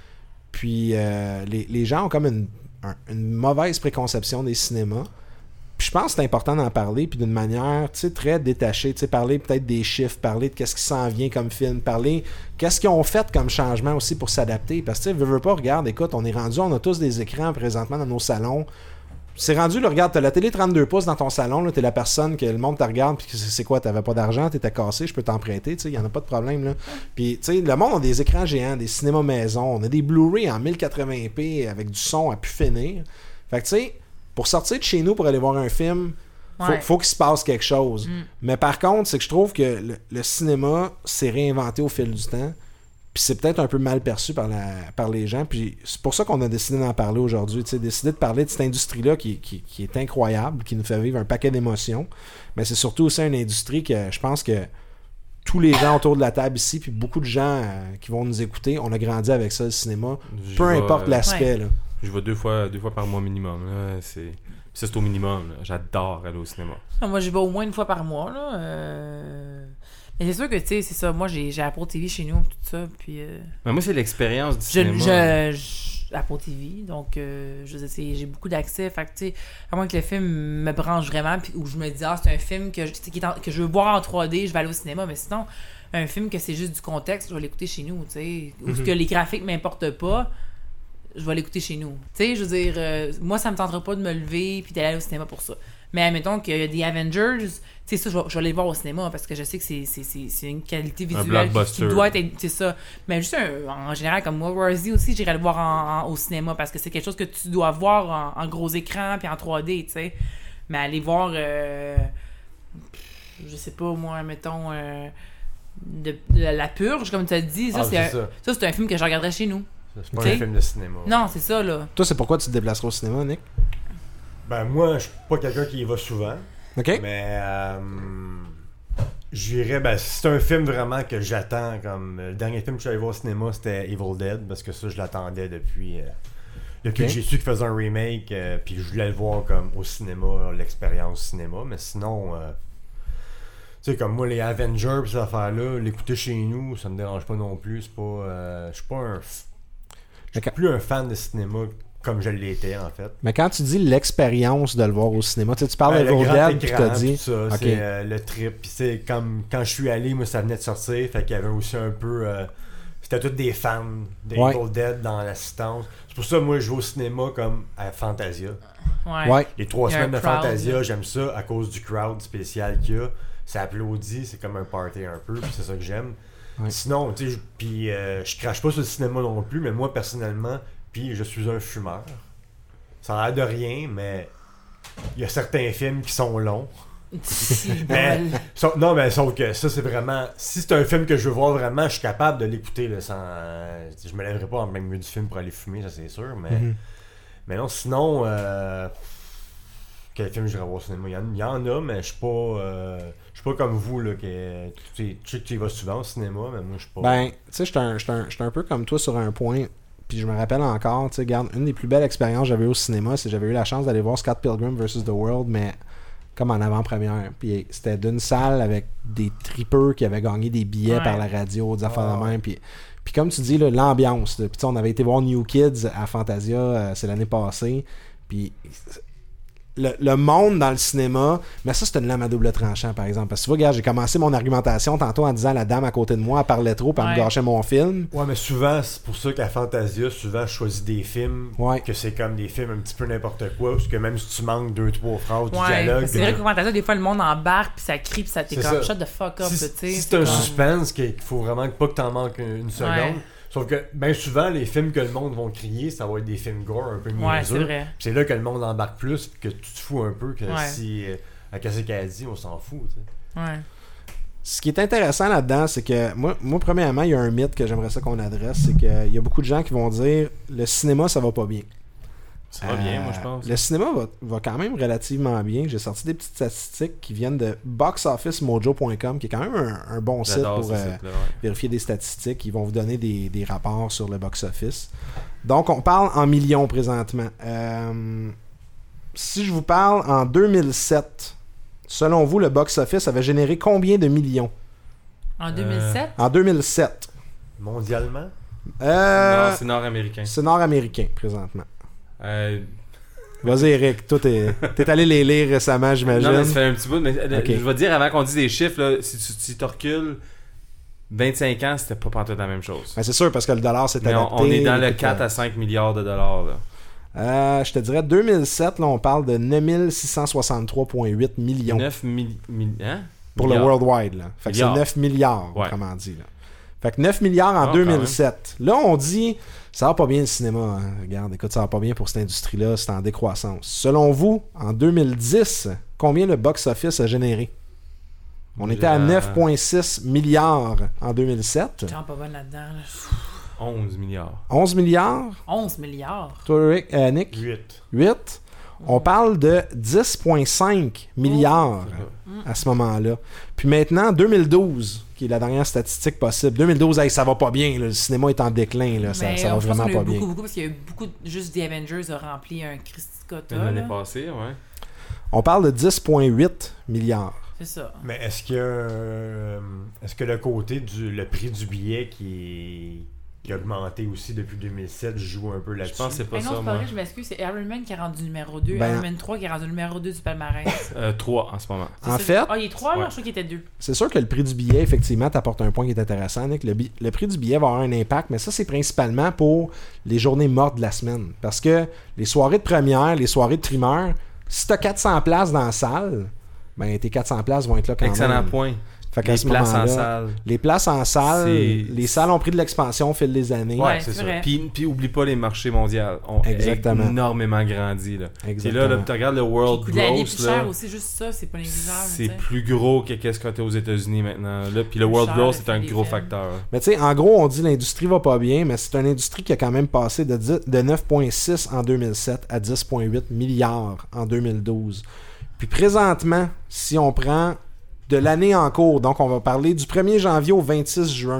Puis euh, les, les gens ont comme une, un, une mauvaise préconception des cinémas. Puis je pense que c'est important d'en parler, puis d'une manière, tu sais, très détachée, tu sais, parler peut-être des chiffres, parler de qu'est-ce qui s'en vient comme film, parler qu'est-ce qu'ils ont fait comme changement aussi pour s'adapter. Parce que, tu sais, veux, veux pas, regarde, écoute, on est rendu, on a tous des écrans présentement dans nos salons. C'est rendu, là, regarde, t'as la télé trente-deux pouces dans ton salon, là, t'es la personne que le monde te regarde, puis c'est quoi, t'avais pas d'argent, t'étais cassé, je peux t'emprunter, tu sais, y en a pas de problème, là. Puis, tu sais, le monde a des écrans géants, des cinémas maison, on a des Blu-ray en mille quatre-vingts p avec du son à pu finir. Fait que, tu sais, pour sortir de chez nous pour aller voir un film, faut, ouais. faut qu'il se passe quelque chose. Mm. Mais par contre, c'est que je trouve que le, le cinéma s'est réinventé au fil du temps. Puis c'est peut-être un peu mal perçu par, la, par les gens. Puis c'est pour ça qu'on a décidé d'en parler aujourd'hui. Tu sais, décidé de parler de cette industrie-là qui, qui, qui est incroyable, qui nous fait vivre un paquet d'émotions. Mais c'est surtout aussi une industrie que je pense que tous les gens autour de la table ici, puis beaucoup de gens euh, qui vont nous écouter, on a grandi avec ça, le cinéma. Je peu vais, importe l'aspect. ouais. Là. Je vais deux fois, deux fois par mois minimum. Là. C'est... Ça, c'est au minimum. Là. J'adore aller au cinéma. Moi, j'y vais au moins une fois par mois. Là. Euh... Mais c'est sûr que, tu sais, c'est ça. Moi, j'ai, j'ai Apple T V chez nous, tout ça. Puis, euh... Mais moi, c'est l'expérience du je, cinéma. Je, je, Apple T V, donc euh, je sais, c'est, j'ai beaucoup d'accès. Fait que, tu sais, à moins que le film me branche vraiment, puis où je me dis, ah, c'est un film que je, qui est en, que je veux voir en trois D, je vais aller au cinéma. Mais sinon, un film que c'est juste du contexte, je vais l'écouter chez nous, tu sais. Ou mm-hmm. que les graphiques m'importent pas, je vais l'écouter chez nous. Tu sais, je veux dire, euh, moi, ça me tentera pas de me lever puis d'aller au cinéma pour ça. Mais admettons qu'il y a des Avengers, tu sais, ça, je vais, je vais aller le voir au cinéma parce que je sais que c'est, c'est, c'est, c'est une qualité visuelle qui, qui doit être, c'est ça. Mais juste un, en général, comme World War Z aussi, j'irai le voir en, en, au cinéma parce que c'est quelque chose que tu dois voir en, en gros écran puis en trois D, tu sais. Mais aller voir, euh, je sais pas, moi, mettons, euh, de, de La Purge, comme tu as dit, ça, ah, c'est, c'est un, ça. ça, c'est un film que je regarderais chez nous. C'est pas t'sais? un film de cinéma. Non, c'est ça, là. Toi, c'est pourquoi tu te déplaceras au cinéma, Nick? Ben, moi, je suis pas quelqu'un qui y va souvent. OK. Mais, euh, j'irais, ben, c'est un film vraiment que j'attends. Comme le dernier film que je suis allé voir au cinéma, c'était Evil Dead, parce que ça, je l'attendais depuis, euh, depuis okay. que j'ai su qu'il faisait un remake, euh, puis je voulais le voir comme au cinéma, l'expérience cinéma. Mais sinon, euh, tu sais, comme moi, les Avengers, pis ces affaires-là, l'écouter chez nous, ça me dérange pas non plus. C'est pas, euh, je suis pas un, je suis plus un fan de cinéma. Comme je l'étais, en fait. Mais quand tu dis l'expérience de le voir au cinéma, tu sais, tu parles de Evil Dead, puis tu as dit... Ça, okay. C'est euh, le trip. Puis c'est comme quand je suis allé, moi, ça venait de sortir, fait qu'il y avait aussi un peu... Euh, c'était tous des fans d'Evil ouais. Dead dans l'assistance. C'est pour ça, moi, je vais au cinéma comme à Fantasia. Ouais. ouais. Les trois semaines de crowd, Fantasia, là. J'aime ça à cause du crowd spécial qu'il y a. Ça applaudit, c'est comme un party un peu, puis c'est ça que j'aime. Ouais. Sinon, tu sais, puis euh, je crache pas sur le cinéma non plus, mais moi, personnellement... Puis je suis un fumeur. Ça a l'air de rien, mais il y a certains films qui sont longs. mais, so, non, mais sauf que ça, c'est vraiment... Si c'est un film que je veux voir vraiment, je suis capable de l'écouter là, sans... Je me lèverai pas en plein milieu du film pour aller fumer, ça c'est sûr, mais... Mm-hmm. Mais non, sinon... Euh... Quel film je vais voir au cinéma? Il y en, il y en a, mais je suis pas... Euh... Je suis pas comme vous, là, que tu sais que tu y vas souvent au cinéma, mais moi, je suis pas... Ben, tu sais, je suis un, un peu comme toi sur un point... Puis je me rappelle encore, tu sais, regarde, une des plus belles expériences que j'avais eu au cinéma, c'est que j'avais eu la chance d'aller voir Scott Pilgrim versus The World, mais comme en avant-première. Puis c'était d'une salle avec des tripeurs qui avaient gagné des billets ouais. par la radio, des affaires oh. de même. Puis, puis comme tu dis, là, l'ambiance. Puis on avait été voir New Kids à Fantasia, euh, c'est l'année passée. Puis le, le monde dans le cinéma, mais ça, c'est une lame à double tranchant, par exemple. Parce que tu vois, regarde, j'ai commencé mon argumentation tantôt en disant à la dame à côté de moi, elle parlait trop, puis elle ouais. me gâchait mon film. Ouais, mais souvent, c'est pour ça qu'à Fantasia, souvent, je choisis des films ouais. que c'est comme des films un petit peu n'importe quoi, parce que même si tu manques deux, trois phrases du ouais, dialogue... C'est vrai qu'à Fantasia, des fois, le monde embarque, puis ça crie, puis ça t'est comme shut the fuck up, si, tu sais. Si c'est un comme... suspense, qu'il faut vraiment pas que t'en manques une seconde... Ouais. Sauf que, bien souvent, les films que le monde va crier, ça va être des films gore un peu niaiseux. Ouais, c'est vrai. C'est là que le monde embarque plus, que tu te fous un peu, que ouais. si, euh, à qu'est-ce qu'elle dit, on s'en fout, tu sais. Ouais. Ce qui est intéressant là-dedans, c'est que, moi, moi premièrement, il y a un mythe que j'aimerais ça qu'on adresse, c'est qu'il y a beaucoup de gens qui vont dire, le cinéma, ça va pas bien. Ça va euh, bien, moi, je pense. Le cinéma va, va quand même relativement bien. J'ai sorti des petites statistiques qui viennent de box office mojo point com, qui est quand même un, un bon site J'adore pour euh, site, là, ouais. vérifier des statistiques. Ils vont vous donner des, des rapports sur le box-office. Donc, on parle en millions présentement. Euh, si je vous parle en deux mille sept, selon vous, le box-office avait généré combien de millions? En deux mille sept? Euh, en deux mille sept. Mondialement? Euh, Non, c'est nord-américain. C'est nord-américain, présentement. Euh... Vas-y, Eric. Toi, t'es, t'es allé les lire récemment, j'imagine. Non, mais ça fait un petit bout. Mais Okay. je vais te dire, avant qu'on dise des chiffres, là, si tu si tu recules vingt-cinq ans, c'était pas pantoute la même chose. Ben, c'est sûr, parce que le dollar s'est Mais adapté. on, on est dans le Écoute, quatre à cinq milliards de dollars. Là. Euh, je te dirais, deux mille sept, là, on parle de neuf mille six cent soixante-trois virgule huit millions. neuf mille... Hein? Pour milliards. le worldwide, là. Fait que Milliards. c'est neuf milliards, Ouais. autrement dit, là. Fait que neuf milliards en Ah, deux mille sept. Là, on dit, ça va pas bien le cinéma. Hein. Regarde, écoute, ça va pas bien pour cette industrie-là. C'est en décroissance. Selon vous, en deux mille dix, combien le box-office a généré? On était à neuf virgule six milliards en deux mille sept. Je suis pas bonne là-dedans. Là. onze milliards. onze milliards. onze milliards. Toi, Rick, euh, Nick? huit. huit. On parle de dix virgule cinq milliards Oh. à ce moment-là. Puis maintenant, deux mille douze, qui est la dernière statistique possible. deux mille douze, hey, ça va pas bien. Là. Le cinéma est en déclin. Là. Ça, Mais ça va on- je pense vraiment qu'on a pas eu bien. beaucoup, beaucoup, parce qu'il y a eu beaucoup... de- Juste The Avengers a rempli un Christy Cotta. L'année là. passée, ouais. On parle de dix virgule huit milliards. C'est ça. Mais est-ce que euh, est-ce que le côté du le prix du billet qui est qui a augmenté aussi depuis deux mille sept joue un peu Je là-dessus? pense que c'est pas Mais non, ça, c'est pas moi. vrai, je m'excuse. C'est Iron Man qui est rendu numéro deux. Ben- Iron Man trois qui est rendu numéro deux du palmarès. Euh, trois en ce moment. C'est En ça, fait, Ah, il est trois, là? Ouais. Je crois qu'il était deux. c'est sûr que le prix du billet, effectivement, t'apporte un point qui est intéressant, Nick. Le, bi- le prix du billet va avoir un impact, mais ça, c'est principalement pour les journées mortes de la semaine. Parce que les soirées de première, les soirées de primeur, si t'as quatre cents places dans la salle, ben tes quatre cents places vont être là quand Excellent même. point. Fait qu'à Les ce places en moment-là, salle. les places en salle, C'est- les salles ont pris de l'expansion au fil des années. Ouais, c'est c'est ça. vrai. Puis, puis oublie pas les marchés mondiaux. ont Exactement. énormément grandi. Là. Puis Exactement. là, là tu regardes le Puis World le coût de la vie est Gross. plus Là, cher aussi, juste ça, c'est pas négligeable. c'est tu sais. plus gros que qu'est-ce que tu as aux États-Unis maintenant. Là. Puis le Plus World cher, Gross, le c'est un fait gros des facteur. Mais tu sais, en gros, on dit l'industrie va pas bien, mais c'est une industrie qui a quand même passé de, dix de neuf virgule six en deux mille sept à dix virgule huit milliards en deux mille douze. Puis présentement, si on prend de l'année en cours, donc on va parler du premier janvier au vingt-six juin.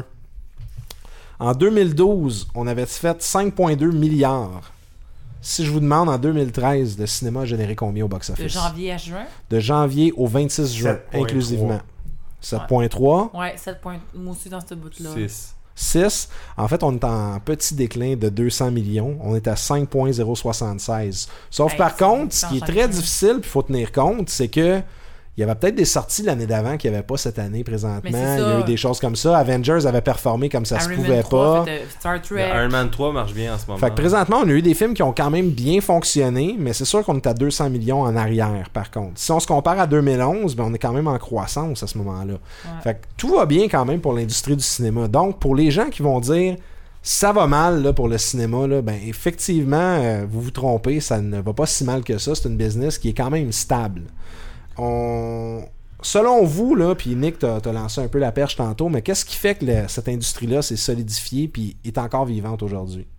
En deux mille douze, on avait fait cinq virgule deux milliards. Si je vous demande en deux mille treize, le cinéma a généré combien au box-office? De janvier à juin? De janvier au vingt-six juin, sept virgule trois. inclusivement. sept virgule trois. Ouais, sept points. Moi aussi dans ce bout-là. six. six. En fait, on est en petit déclin de deux cents millions. On est à cinq virgule zéro soixante-seize. Sauf Hey, par c'est contre, ce dans qui est chaque très film. difficile, puis il faut tenir compte, c'est que il y avait peut-être des sorties l'année d'avant qu'il n'y avait pas cette année présentement. Mais c'est Il y a ça. eu des choses comme ça. Avengers avait performé comme ça se Iron pouvait Man trois, pas. fait, euh, Star Le Trek. Iron Man trois marche bien en ce moment. Fait que présentement, on a eu des films qui ont quand même bien fonctionné, mais c'est sûr qu'on est à deux cents millions en arrière, par contre. Si on se compare à deux mille onze, ben on est quand même en croissance à ce moment-là. Ouais. Fait que tout va bien quand même pour l'industrie du cinéma. Donc, pour les gens qui vont dire ça va mal là, pour le cinéma, là, ben effectivement, euh, vous vous trompez, ça ne va pas si mal que ça. C'est une business qui est quand même stable. On... Selon vous, là, puis Nick, t'as as lancé un peu la perche tantôt, mais qu'est-ce qui fait que le- cette industrie-là s'est solidifiée puis est encore vivante aujourd'hui?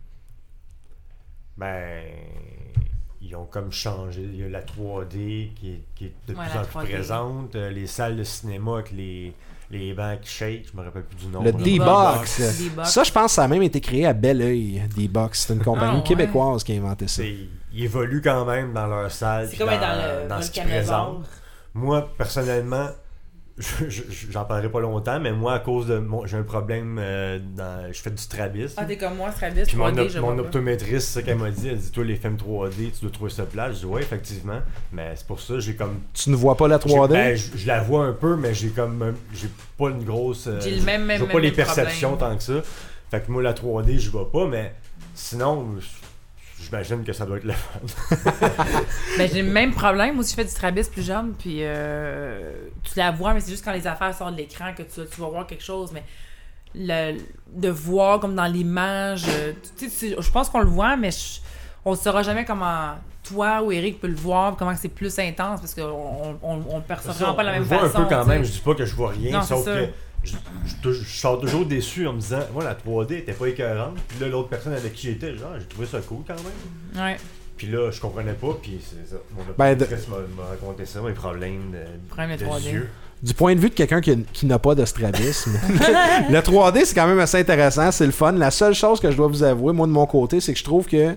Ben, ils ont comme changé. Il y a la trois D qui est, qui est de Ouais, plus la en trois plus D. présente. Euh, les salles de cinéma avec les, les bancs qui shake, je me rappelle plus du nom. Le là. D-Box. D-Box. Ça, je pense que ça a même été créé à Belleuil, D-Box. C'est une compagnie Ah, ouais. québécoise qui a inventé ça. C'est- Ils évoluent quand même dans leur salle. C'est puis comme dans, être dans le dans ce qu'ils Volcanézor. présentent. Moi, personnellement, je- je- j'en parlerai pas longtemps, mais moi, à cause de mon, j'ai un problème euh, dans, je fais du strabisme. Ah, t'es comme moi, Strabis, Puis mon, trois D, op- je mon vois pas. optométriste, c'est ça qu'elle m'a dit. Elle dit, toi, les films trois D, tu dois trouver ça plat. Je dis, ouais, effectivement. Mais c'est pour ça, j'ai comme. Tu ne vois pas la trois D? j'ai- ben, je, je la vois un peu, mais j'ai comme. euh, J'ai pas une grosse. euh, J'ai le même- même- je vois pas même les problème. perceptions tant que ça. Fait que moi, la trois D, je vois pas, mais sinon, j'imagine que ça doit être le fun. Ben, j'ai le même problème. Moi aussi, je fais du Strabis plus jeune, puis euh, tu la vois, mais c'est juste quand les affaires sortent de l'écran que tu, tu vas voir quelque chose. Mais le, de voir comme dans l'image, euh, tu sais, tu- je pense qu'on le voit, mais je- on ne saura jamais comment toi ou Eric peut le voir, comment c'est plus intense, parce qu'on on, on, on le perçoit vraiment pas de la On même le voit façon. un peu quand tu sais. même. Je dis pas que je vois rien, Non, sauf c'est ça. que je, je, je sors toujours déçu en me disant, ouais, la trois D était pas écœurante. Puis là, l'autre personne avec qui j'étais, genre, j'ai trouvé ça cool quand même. Ouais. Puis là, je comprenais pas, puis c'est ça. Mon Ben, de- optométriste m'a m'a raconté ça, mes problèmes de, Problème de de trois D. yeux. Du point de vue de quelqu'un qui, qui n'a pas de strabisme, le trois D, c'est quand même assez intéressant, c'est le fun. La seule chose que je dois vous avouer, moi de mon côté, c'est que je trouve que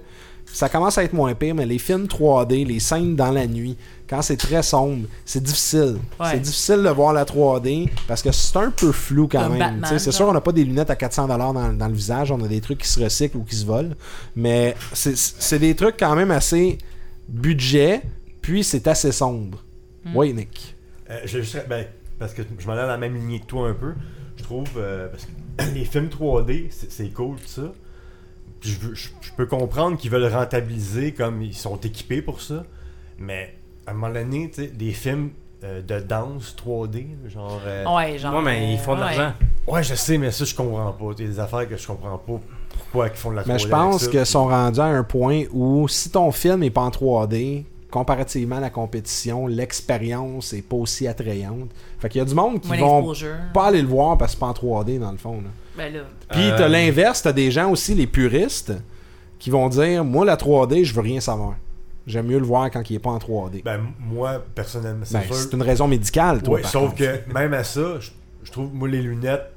ça commence à être moins pire, mais les films trois D, les scènes dans la nuit, quand c'est très sombre, c'est difficile. Ouais. C'est difficile de voir la trois D parce que c'est un peu flou quand Comme même. Batman, c'est sûr, on n'a pas des lunettes à quatre cents dollars dans, dans le visage, on a des trucs qui se recyclent ou qui se volent, mais c'est, c'est des trucs quand même assez budget, puis c'est assez sombre. Mm. Oui, Nick. Euh, je, je, ben, parce que je m'en ai dans la même lignée que toi un peu, je trouve, euh, parce que les films trois D, c'est, c'est cool tout ça. Je, je, je peux comprendre qu'ils veulent rentabiliser comme ils sont équipés pour ça, mais à un moment donné, tu sais, des films euh, de danse trois D, genre... Euh... Ouais, genre... Ouais, mais ils font de ouais. l'argent. Ouais, je sais, mais ça, je comprends pas. Il y a des affaires que je comprends pas pourquoi ils font de la trois D. Mais je pense ça, qu'ils puis... sont rendus à un point où si ton film n'est pas en trois D, comparativement à la compétition, l'expérience est pas aussi attrayante. Fait qu'il y a du monde qui Moins vont d'exposure. pas aller le voir parce que c'est pas en trois D dans le fond. Là. Ben là... Puis Euh, t'as l'inverse, t'as des gens aussi, les puristes, qui vont dire, moi la trois D, je veux rien savoir. J'aime mieux le voir quand il est pas en trois D. Ben, moi, personnellement, c'est Ben, sûr... c'est une raison médicale, toi. Oui, par sauf contre. que même à ça, je, je trouve, moi, les lunettes,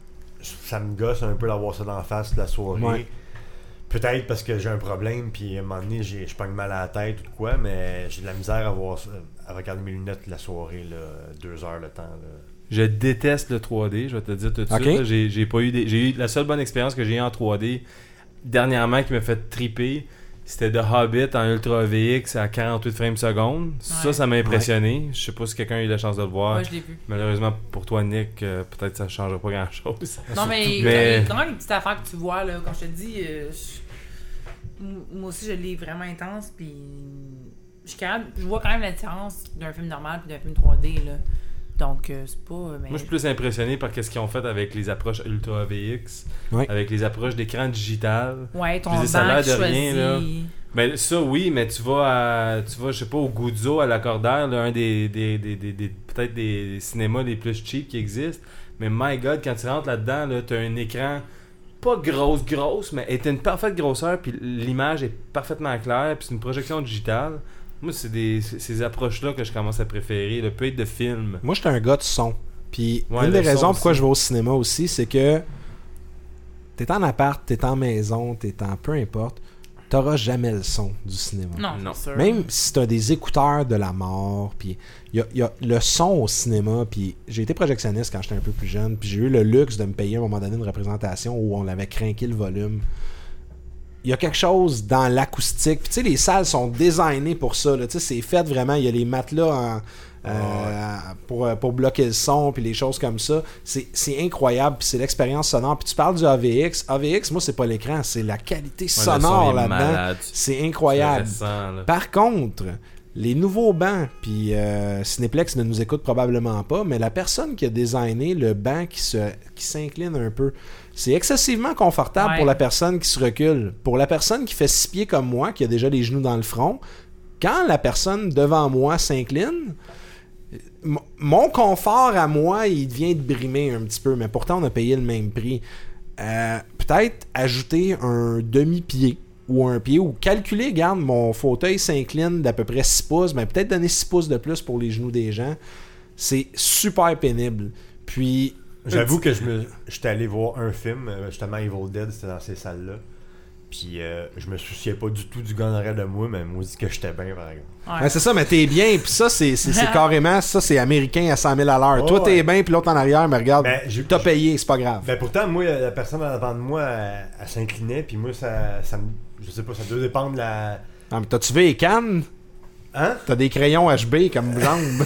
ça me gosse un peu d'avoir ça dans la face de la soirée. Ouais. Peut-être parce que j'ai un problème, puis à un moment donné, j'ai, je pogne mal à la tête ou quoi, mais j'ai de la misère à, voir, ça- à regarder mes lunettes la soirée, là, deux heures le temps. Là. Je déteste le trois D, je vais te le dire tout de Ok. suite. là. J'ai, j'ai pas eu des, j'ai eu la seule bonne expérience que j'ai eue en trois D dernièrement qui m'a fait triper. C'était The Hobbit en Ultra V X à quarante-huit frames secondes. Ça, Ouais. ça m'a impressionné. Je sais pas si quelqu'un a eu la chance de le voir. Moi, je l'ai vu. Malheureusement pour toi, Nick, euh, peut-être ça ne changera pas grand-chose. Non, mais, mais- dans les petites affaires que tu vois, là, quand je te dis, euh, je- moi aussi, je l'ai vraiment intense, puis je, suis capable- je vois quand même la différence d'un film normal et d'un film trois D, là. Donc, euh, c'est pas... Mais... Moi, je suis plus impressionné par ce qu'ils ont fait avec les approches Ultra V X, Ouais. avec les approches d'écran digital. Ouais, ton Je dis, ça a banc l'air qui de rien, choisit. là. Ben, ça, oui, mais tu vas, à, tu vas, je sais pas, au Guzzo, à l'Accordaire, là, un des, des, des, des, des- peut-être des cinémas les plus cheap qui existent. Mais my God, quand tu rentres là-dedans, là, tu as un écran pas grosse, grosse, mais est une parfaite grosseur, puis l'image est parfaitement claire, puis c'est une projection digitale. Moi, c'est des, c'est ces approches-là que je commence à préférer, le peu de film. Moi, j'étais un gars de son. Puis Ouais, une le des raisons son pourquoi aussi. je vais au cinéma aussi, c'est que t'es en appart, t'es en maison, t'es en peu importe, t'auras jamais le son du cinéma. Non, Non. c'est sûr. Même si t'as des écouteurs de la mort, puis il y a, y a le son au cinéma, puis j'ai été projectionniste quand j'étais un peu plus jeune, puis j'ai eu le luxe de me payer à un moment donné une représentation où on avait craqué le volume. Il y a quelque chose dans l'acoustique. Puis tu sais, les salles sont designées pour ça. Là. Tu sais, c'est fait vraiment. Il y a les matelas en, euh, pour, pour bloquer le son, puis les choses comme ça. C'est, c'est incroyable. Puis c'est l'expérience sonore. Puis tu parles du A V X. A V X, moi, c'est pas l'écran. C'est la qualité Ouais, sonore le son est là-dedans. malade. C'est Tu incroyable. le ressens, là. Par contre, les nouveaux bancs, puis euh, Cinéplex ne nous écoute probablement pas, mais la personne qui a designé le banc qui, se, qui s'incline un peu, c'est excessivement confortable Ouais. pour la personne qui se recule. Pour la personne qui fait six pieds comme moi, qui a déjà les genoux dans le front, quand la personne devant moi s'incline, m- mon confort à moi, il vient de brimer un petit peu, mais pourtant on a payé le même prix. Euh, peut-être ajouter un demi-pied ou un pied, ou calculer, regarde, mon fauteuil s'incline d'à peu près six pouces, mais peut-être donner six pouces de plus pour les genoux des gens. C'est super pénible. Puis... J'avoue que je me, j'étais allé voir un film, euh, justement Evil Dead, c'était dans ces salles-là. Puis euh, je me souciais pas du tout du gars en arrière de moi, mais moi, dit que j'étais bien, par exemple. Ouais. Ouais, c'est ça, mais t'es bien, puis ça, c'est, c'est, c'est carrément, ça, c'est américain à cent mille à l'heure. Oh, Toi, t'es ouais. bien, puis l'autre en arrière, mais regarde, Ben, j'ai- t'as payé, c'est pas grave. Ben pourtant, moi, la personne en avant de moi, elle, elle s'inclinait, puis moi, ça, ça me. Je sais pas, ça doit dépendre de la. Ah, mais t'as-tu vu les cannes? Hein? T'as des crayons H B comme jambes.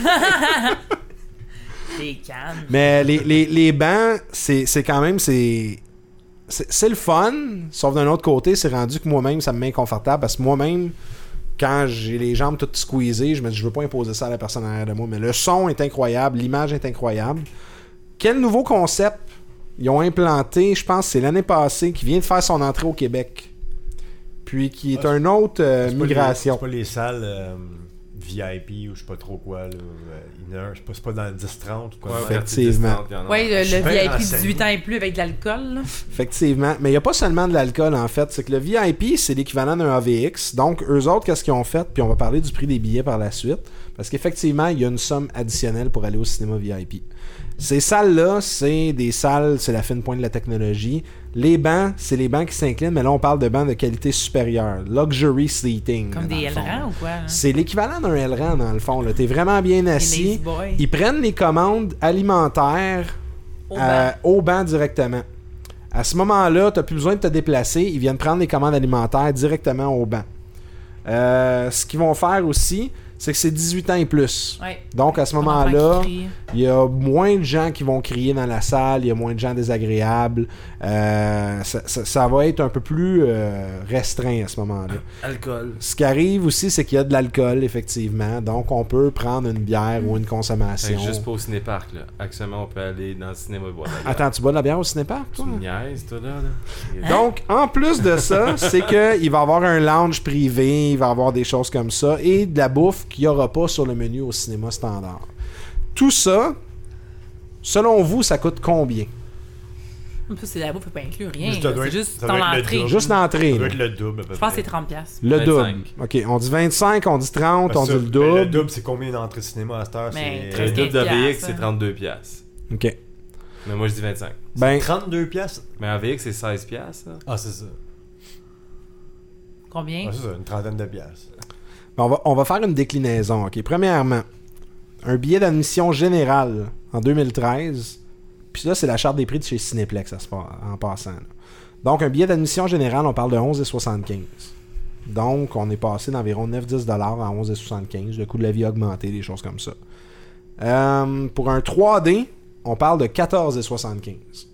Des cannes. Mais les, les, les bancs, c'est, c'est quand même, c'est, c'est, c'est le fun, sauf d'un autre côté, c'est rendu que moi-même, ça me met inconfortable, parce que moi-même, quand j'ai les jambes toutes squeezées, je me dis, je veux pas imposer ça à la personne derrière de moi, mais le son est incroyable, l'image est incroyable. Quel nouveau concept ils ont implanté, je pense que c'est l'année passée, qui vient de faire son entrée au Québec, puis qui est Ah, une autre euh, C'est pas les- migration. C'est pas les salles euh, V I P ou je sais pas trop quoi, là. euh, une heure, je sais pas, c'est pas dans le dix trente ou quoi. Ouais, Ouais, Effectivement. il y en a. Ouais, le, Je suis le bien V I P renseigné. dix-huit ans et plus avec de l'alcool, là. Effectivement. Mais il n'y a pas seulement de l'alcool, en fait. C'est que le V I P, c'est l'équivalent d'un A V X. Donc, eux autres, qu'est-ce qu'ils ont fait? Puis on va parler du prix des billets par la suite. Parce qu'effectivement, il y a une somme additionnelle pour aller au cinéma V I P. Ces salles-là, c'est des salles, c'est la fine pointe de la technologie. Les bancs, c'est les bancs qui s'inclinent, mais là, on parle de bancs de qualité supérieure. Luxury seating. Comme des L-rangs ou quoi? Là? C'est l'équivalent d'un L-rang, dans le fond. Là. T'es vraiment bien assis. Ils prennent les commandes alimentaires au, euh, banc. au banc directement. À ce moment-là, t'as plus besoin de te déplacer. Ils viennent prendre les commandes alimentaires directement au banc. Euh, ce qu'ils vont faire aussi, c'est que c'est dix-huit ans et plus. Ouais. Donc, à ce moment-là, il y a moins de gens qui vont crier dans la salle, il y a moins de gens désagréables. Euh, ça, ça, ça va être un peu plus euh, restreint à ce moment-là. Alcool. Ce qui arrive aussi, c'est qu'il y a de l'alcool, effectivement. Donc, on peut prendre une bière mmh. ou une consommation. Fait que juste pas au cinéparc, là. Actuellement, on peut aller dans le cinéma et boire de la bière. Attends, tu bois de la bière au cinéparc, toi? Tu me niaises, toi, là? là. Donc, en plus de ça, c'est qu'il va y avoir un lounge privé, il va y avoir des choses comme ça, et de la bouffe qu'il n'y aura pas sur le menu au cinéma standard. Tout ça, selon vous, ça coûte combien? Ça, c'est la bouffe, peut pas inclure rien. Juste, c'est juste ça ton doit être le entrée. double. Juste l'entrée. Ça doit là. être le double, à peu Je pense que près. c'est trente piastres. Le vingt-cinq. double. OK, on dit vingt-cinq, on dit trente, on Ben, dit ça, le ben, double. Le double, c'est combien d'entrées de cinéma à cette heure? Mais C'est Le quinze double d'A V X, piastres, c'est trente-deux piastres. OK. Mais moi, je dis vingt-cinq. Ben, trente-deux piastres? Mais A V X, c'est seize piastres. là. Ah, c'est ça. Combien? Ah, c'est ça, une trentaine de piastres. on va, on va faire une déclinaison. OK, premièrement, un billet d'admission générale en deux mille treize. Puis là, c'est la charte des prix de chez Cinéplex en passant. Là. Donc, un billet d'admission générale, on parle de onze virgule soixante-quinze. Donc, on est passé d'environ neuf à dix dollars à onze virgule soixante-quinze. Le coût de la vie a augmenté, des choses comme ça. Euh, pour un trois D, on parle de quatorze virgule soixante-quinze.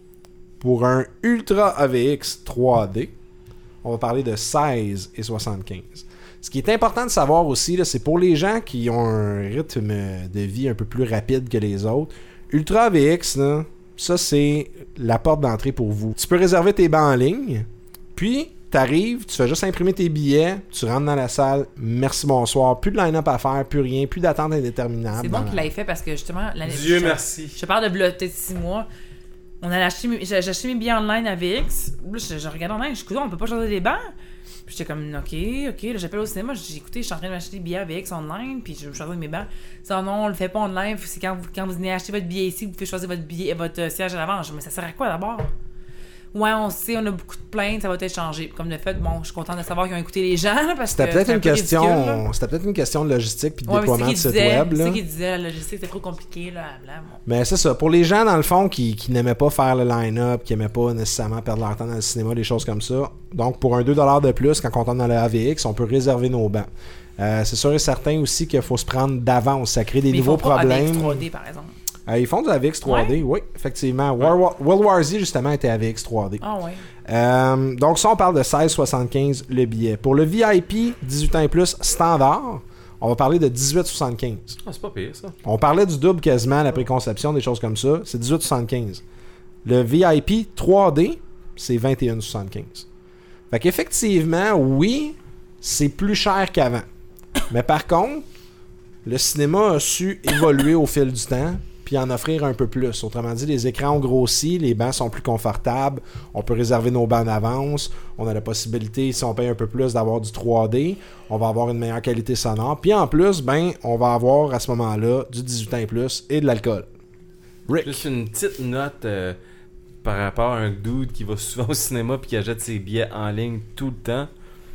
Pour un Ultra A V X trois D, on va parler de seize virgule soixante-quinze. Ce qui est important de savoir aussi, là, c'est pour les gens qui ont un rythme de vie un peu plus rapide que les autres, Ultra A V X, là, ça c'est la porte d'entrée pour vous. Tu peux réserver tes bancs en ligne, puis tu arrives, tu fais juste imprimer tes billets, tu rentres dans la salle, merci, bonsoir, plus de line-up à faire, plus rien, plus d'attente indéterminable. C'est bon la... qu'il l'ait fait parce que justement... Dieu je, merci. Je te parle de peut-être six mois. On a acheté, j'ai acheté mes billets online à V X. Là, je, je regarde online, je dis, on peut pas changer les bancs. Puis j'étais comme, ok, ok, là, j'appelle au cinéma, j'ai écouté, je suis en train de m'acheter des billets à V X online, puis je me choisis mes bancs. Ça, non, on le fait pas online, c'est quand vous, quand vous venez acheter votre billet ici, vous pouvez choisir votre billet, votre siège à l'avant. Mais ça sert à quoi d'abord? Ouais, on sait, on a beaucoup de plaintes, ça va être changé. Comme le fait, bon, je suis content de savoir qu'ils ont écouté les gens, parce c'était que peut-être c'est un une peu question, ridicule, c'était peut-être une question de logistique puis de ouais, déploiement de site disait, web. C'est là. ça qu'il disait, la logistique c'était trop compliqué, là, bla, bon. Mais c'est ça. Pour les gens, dans le fond, qui, qui n'aimaient pas faire le line-up, qui n'aimaient pas nécessairement perdre leur temps dans le cinéma, des choses comme ça. Donc, pour un deux dollars de plus, quand on tombe dans le A V X, on peut réserver nos bancs. Euh, c'est sûr et certain aussi qu'il faut se prendre d'avance. Ça crée des Mais nouveaux ils font pas problèmes. A V X trois D, par exemple. Euh, ils font du A V X trois D, ouais. oui, effectivement. World War, World War Z, justement, était A V X trois D. Ah ouais. Euh, donc, ça, on parle de seize virgule soixante-quinze le billet. Pour le V I P, dix-huit ans et plus, standard, on va parler de dix-huit virgule soixante-quinze. Ah, c'est pas pire, ça. On parlait du double quasiment à la préconception, des choses comme ça. C'est dix-huit virgule soixante-quinze. Le V I P trois D, c'est vingt et un virgule soixante-quinze. Fait qu'effectivement, oui, c'est plus cher qu'avant. Mais par contre, le cinéma a su évoluer au fil du temps puis en offrir un peu plus. Autrement dit, les écrans ont grossi, les bancs sont plus confortables, on peut réserver nos bancs d'avance, on a la possibilité, si on paye un peu plus, d'avoir du trois D, on va avoir une meilleure qualité sonore, puis en plus, ben, on va avoir à ce moment-là du dix-huit ans et plus et de l'alcool. Rick. Juste une petite note euh, par rapport à un dude qui va souvent au cinéma puis qui achète ses billets en ligne tout le temps.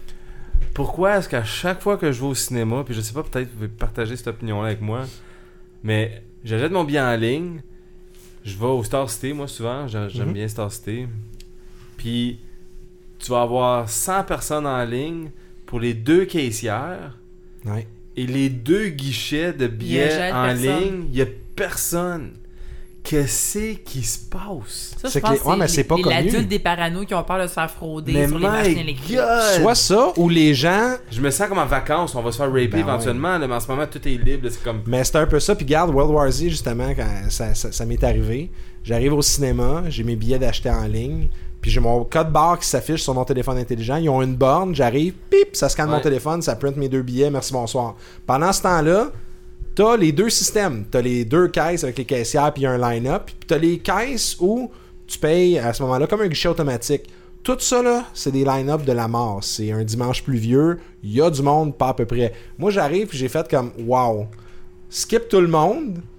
Pourquoi est-ce qu'à chaque fois que je vais au cinéma, puis je sais pas, peut-être vous pouvez partager cette opinion-là avec moi, mais j'achète mon billet en ligne, je vais au Star City, moi souvent, j'aime mm-hmm. bien Star City, puis tu vas avoir cent personnes en ligne pour les deux caissières, ouais. et les deux guichets de billets en personne. ligne, il y a personne. Qu'est-ce qui se passe? Ça, c'est je pense que les, ouais, mais c'est c'est pas les, connu. les adultes des parano qui ont peur de se faire frauder mais sur les machines électriques. Soit ça, ou les gens... Je me sens comme en vacances, on va se faire raper ben éventuellement, ouais. là, mais en ce moment, tout est libre. Là, c'est comme... Mais c'est un peu ça. Puis garde, World War Z, justement, quand ça, ça, ça m'est arrivé, j'arrive au cinéma, j'ai mes billets d'acheter en ligne, puis j'ai mon code barre qui s'affiche sur mon téléphone intelligent. Ils ont une borne, j'arrive, pip, ça scanne ouais. mon téléphone, ça print mes deux billets, merci, bonsoir. Pendant ce temps-là, t'as les deux systèmes. T'as les deux caisses avec les caissières puis un line-up. Puis t'as les caisses où tu payes à ce moment-là comme un guichet automatique. Tout ça, là, c'est des line-up de la mort. C'est un dimanche pluvieux. Il y a du monde, pas à peu près. Moi, j'arrive et j'ai fait comme « Wow! » Skip tout le monde.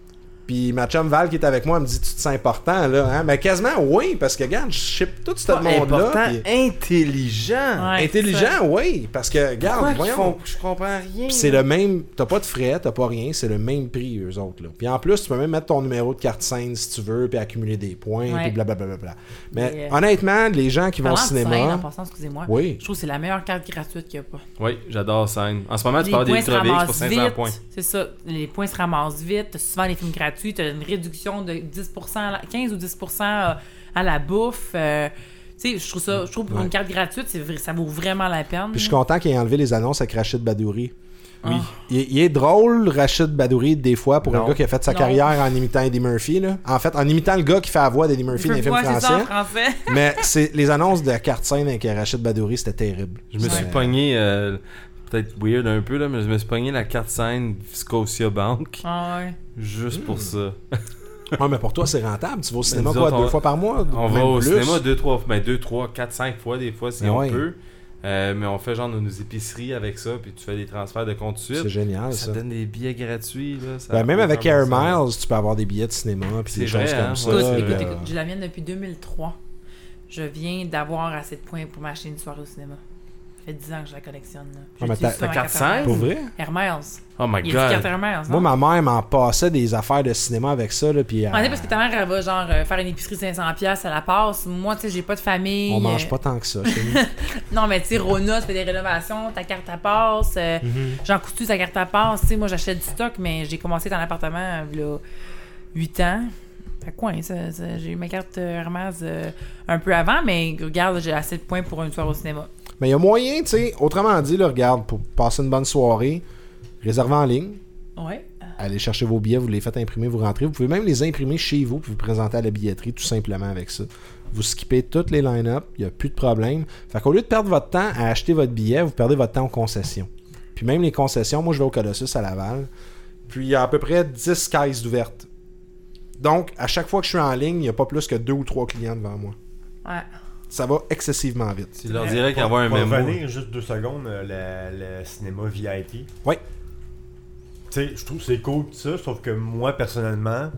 Puis ma chum Val qui est avec moi, elle me dit, tu te sens important, là, hein? Mais quasiment, oui, parce que, regarde, je ship tout ce monde-là. Important, Puis... intelligent. Ouais, intelligent, oui, parce que, regarde, Pourquoi voyons. qu'ils font... Je comprends rien. Puis c'est le même, t'as pas de frais, t'as pas rien, c'est le même prix, eux autres, là. Puis en plus, tu peux même mettre ton numéro de carte scène si tu veux, puis accumuler des points, Ouais. puis blablabla. Bla, bla, bla. Mais Et, euh, honnêtement, les gens qui vont au Parlant de cinéma... scène, en passant, excusez-moi, Oui. je trouve que c'est la meilleure carte gratuite qu'il n'y a pas. Oui, j'adore scène. En ce moment, tu Les peux avoir points des se Ultra V X pour ramassent cinq cents vite. points. C'est ça. Les points se ramassent vite. T'as souvent les films gratuits. T'as une réduction de dix pour cent, à la- quinze ou dix pour cent à la bouffe. Euh, tu sais, je trouve ça, je trouve pour Ouais. une carte gratuite, c'est vrai, ça vaut vraiment la peine. Puis je suis content qu'il ait enlevé les annonces avec Rachid Badouri. Oui. Il, il est drôle, Rachid Badouri, des fois, pour Non. un gars qui a fait sa Non. carrière en imitant Eddie Murphy. Là. En fait, en imitant le gars qui fait la voix d'Eddie Murphy dans les films Ouais, c'est ça, en français. français. Mais c'est, les annonces de carte scène avec Rachid Badouri, c'était terrible. Je me Ouais. suis pogné, euh, peut-être weird un peu, là, mais je me suis pogné la carte scène Scotia Bank Ah ouais. juste pour ça. Ouais, mais pour toi, c'est rentable. Tu vas au cinéma, nous quoi, autres, deux on- fois par mois? On même va au plus. cinéma deux, trois, ben deux, trois, quatre, cinq fois des fois si Ah on ouais. peut. Euh, mais on fait genre nos épiceries avec ça, puis tu fais des transferts de compte tout de C'est suite. génial, Ça ça. donne des billets gratuits. Là, ça Ben, a même aucun avec bon Air sens. Miles, tu peux avoir des billets de cinéma puis C'est des vrai, choses hein? comme ça. Écoute, Ouais, écoute, euh, écoute, j'ai la mienne depuis deux mille trois. Je viens d'avoir assez de points pour m'acheter une soirée au cinéma. Ça fait dix ans que je la collectionne. Là. Ah, mais J'utilise t'as- souvent t'as ma quatre carte Air cinq? Pour Miles. vrai? Air Miles. Oh my Il y a une carte god. Air Miles, Moi, non? ma mère m'en passait des affaires de cinéma avec ça. Là, puis, On euh, est parce que ta mère, elle va genre euh, faire une épicerie cinq cents dollars à la passe. Moi, tu sais, j'ai pas de famille. on mange euh, pas tant que ça chez nous. Non, mais tu sais, Rona, tu fais des rénovations, ta carte à passe. euh, Mm-hmm. Jean Coutu, sa carte à passe. Tu sais, moi, j'achète du stock, mais j'ai commencé dans l'appartement euh, il y a huit ans. Fait quoi, hein, ça, ça, j'ai eu ma carte euh, Hermès euh, un peu avant, mais regarde, j'ai assez de points pour une soirée au cinéma. Mais il y a moyen, tu sais, autrement dit, là, regarde, pour passer une bonne soirée, réservez en ligne, Ouais. allez chercher vos billets, vous les faites imprimer, vous rentrez. Vous pouvez même les imprimer chez vous puis vous présenter à la billetterie tout simplement avec ça. Vous skippez toutes les line-up, il n'y a plus de problème. Fait qu'au lieu de perdre votre temps à acheter votre billet, vous perdez votre temps aux concessions. Puis même les concessions, moi je vais au Colossus à Laval, puis il y a à peu près dix caisses d'ouvertes. Donc, à chaque fois que je suis en ligne, il n'y a pas plus que deux ou trois clients devant moi. Ouais. Ça va excessivement vite. Tu leur dirais qu'il y avoir un Pour mémo. revenir juste deux secondes, euh, le, le cinéma V I P. Oui. Tu sais, je trouve que c'est cool tout ça, sauf que moi, personnellement,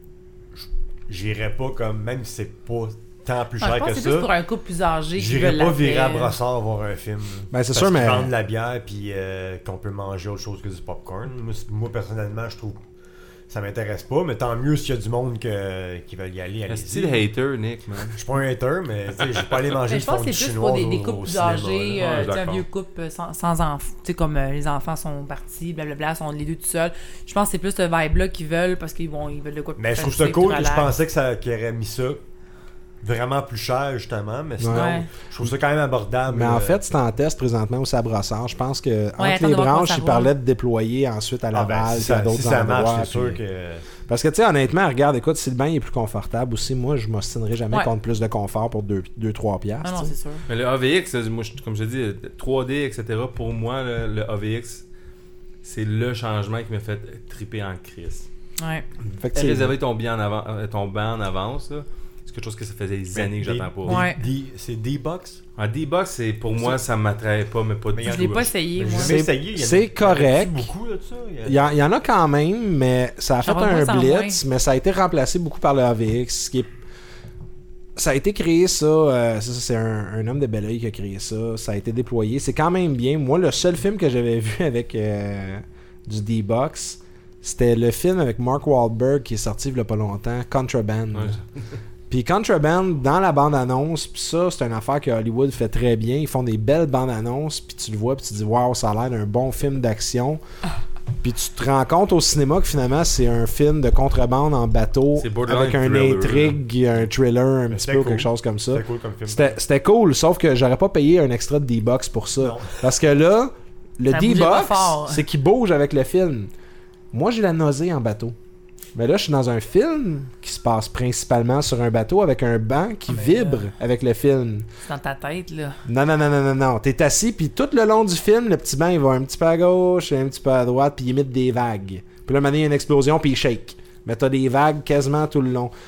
j- j'irais pas comme, même si c'est pas tant plus Ah, je cher pense que que c'est plus pour ça, un couple plus âgé qui j'irais veut pas la virer à paix. brossard voir un film. Ben, c'est Parce sûr, qu'ils mais- vendent de la bière puis euh, qu'on peut manger autre chose que du popcorn. Moi, c- moi, personnellement, je trouve ça m'intéresse pas, mais tant mieux s'il y a du monde que, qui veulent y aller. Un allez-y. style hater, Nick, man. Je suis pas un hater, mais tu sais, je vais pas aller manger Mais du je pense fond que du c'est plus chinois pour des, au- des au couples plus cinéma, âgés, là. euh, Ouais, tu sais, un d'accord. vieux couple sans, sans enfants. Tu sais, comme euh, les enfants sont partis, blablabla, sont les deux tout seuls. Je pense que c'est plus ce vibe-là qu'ils veulent parce qu'ils vont, ils veulent de quoi de Mais plus je trouve ça facile, cool. plus Je relax. pensais que ça qu'il aurait mis ça vraiment plus cher, justement. Mais sinon, Ouais. je trouve ça quand même abordable. Mais en euh, fait, c'est en test présentement au Sabrassard. Je pense que entre attends les de voir comment branches, ça ils va. parlaient de déployer ensuite à ah Laval ben, si puis à ça, d'autres si ça endroits. marche, c'est sûr puis- que. Parce que, tu sais, honnêtement, regarde, écoute, si le bain est plus confortable aussi, moi, je m'ostinerai jamais Ouais. contre plus de confort pour deux trois piastres. Ah non, tu sais. c'est sûr. Mais le A V X, moi, je- comme je dis, le trois D, et cetera, pour moi, le, le A V X, c'est le changement qui m'a fait triper en crise. Ouais. Effectivement. Réserver ton, billet en avant, euh, ton banc en avance, là, c'est quelque chose que ça faisait des années que des- j'attends pour. des- Ouais. des- C'est D-Box. En D-Box, c'est, pour moi, ça m'attraille pas, mais pas du Mais tout. Je l'ai pas là. essayé, Mais moi. j'ai C'est- jamais essayé. Il y en a- c'est il y en a correct. beaucoup de ça. Il y a- Il y, en, il y en a quand même, mais ça a fait J'en vois de un moins en blitz, mais ça a été remplacé beaucoup par le A V X. Ce qui est... Ça a été créé, ça. euh, ça, c'est un, un homme de Belleuil qui a créé ça. Ça a été déployé. C'est quand même bien. Moi, le seul film que j'avais vu avec euh, du D-Box, c'était le film avec Mark Wahlberg qui est sorti il y a pas longtemps, Contraband. Ouais. Puis Contraband, dans la bande-annonce, puis ça, c'est une affaire que Hollywood fait très bien. Ils font des belles bandes-annonces, puis tu le vois, puis tu te dis, waouh, ça a l'air d'un bon film d'action. Puis tu te rends compte au cinéma que finalement, c'est un film de contrebande en bateau C'est borderline avec un thriller, intrigue, un thriller, un Mais petit c'était peu, ou cool. quelque chose comme ça. C'était cool comme film. C'était c'était cool, sauf que j'aurais pas payé un extra de D-Box pour ça. Non. Parce que là, le Ça bougeait pas D-Box, fort. c'est qu'il bouge avec le film. Moi, j'ai la nausée en bateau. Mais là, je suis dans un film qui se passe principalement sur un bateau avec un banc qui Ah, mais vibre là- avec le film. C'est dans ta tête, là. Non, non, non, non, non, non. T'es assis, puis tout le long du film, le petit banc, il va un petit peu à gauche et un petit peu à droite, puis il imite des vagues. Puis là, maintenant, il y a une explosion, puis il shake. Mais t'as des vagues quasiment tout le long.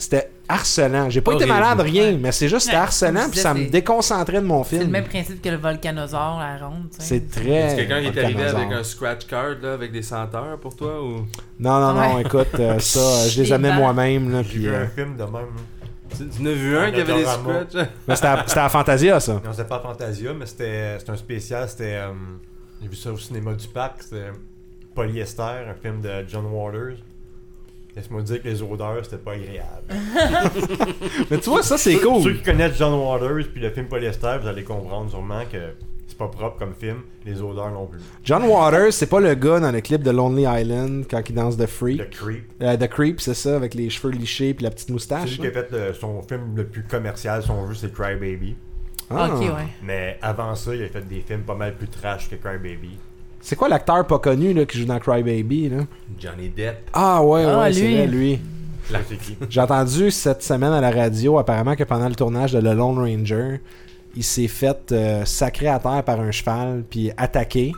c'était harcelant. J'ai pas Horrible. été malade, rien, Ouais. mais c'est juste c'était Ouais, harcelant, comme je puis disais, ça me c'est- déconcentrait de mon film. C'est le même principe que le volcanosaure, la ronde. tu sais. C'est très. C'est quelqu'un qui est arrivé volcanosaure. avec un scratch card là, avec des senteurs pour toi ou Non, non, non, Ouais. écoute, euh, ça, euh, je les Des amenais balles. moi-même, là, J'ai puis. vu euh, un film de même. là. tu, tu en as vu un Un qui avait des Odorama. scratchs? mais c'était à, c'était à Fantasia, ça. Non, c'était pas Fantasia, mais c'était c'était un spécial. C'était. euh, J'ai vu ça au cinéma du Parc. C'était Polyester, un film de John Waters. Laisse-moi dire que les odeurs, c'était pas agréable. Mais tu vois, ça, c'est Ceux cool. qui connaissent John Waters puis le film Polyester, vous allez comprendre sûrement que c'est pas propre comme film. Les odeurs non plus. John Waters, c'est pas le gars dans le clip de Lonely Island quand il danse The Freak. Le Creep. Euh, The Creep, c'est ça, avec les cheveux lichés puis la petite C'est moustache. lui qui a fait le- son film le plus commercial, si on veut, c'est Cry Baby. Ah. Ok, ouais. Mais avant ça, il a fait des films pas mal plus trash que Cry Baby. C'est quoi l'acteur pas connu là, qui joue dans Cry Baby là? Johnny Depp. Ah ouais, Ah, ouais, c'est lui. vrai, lui. Là, c'est qui? J'ai entendu cette semaine à la radio, apparemment que pendant le tournage de The Lone Ranger, il s'est fait euh, sacrer à terre par un cheval, puis attaquer.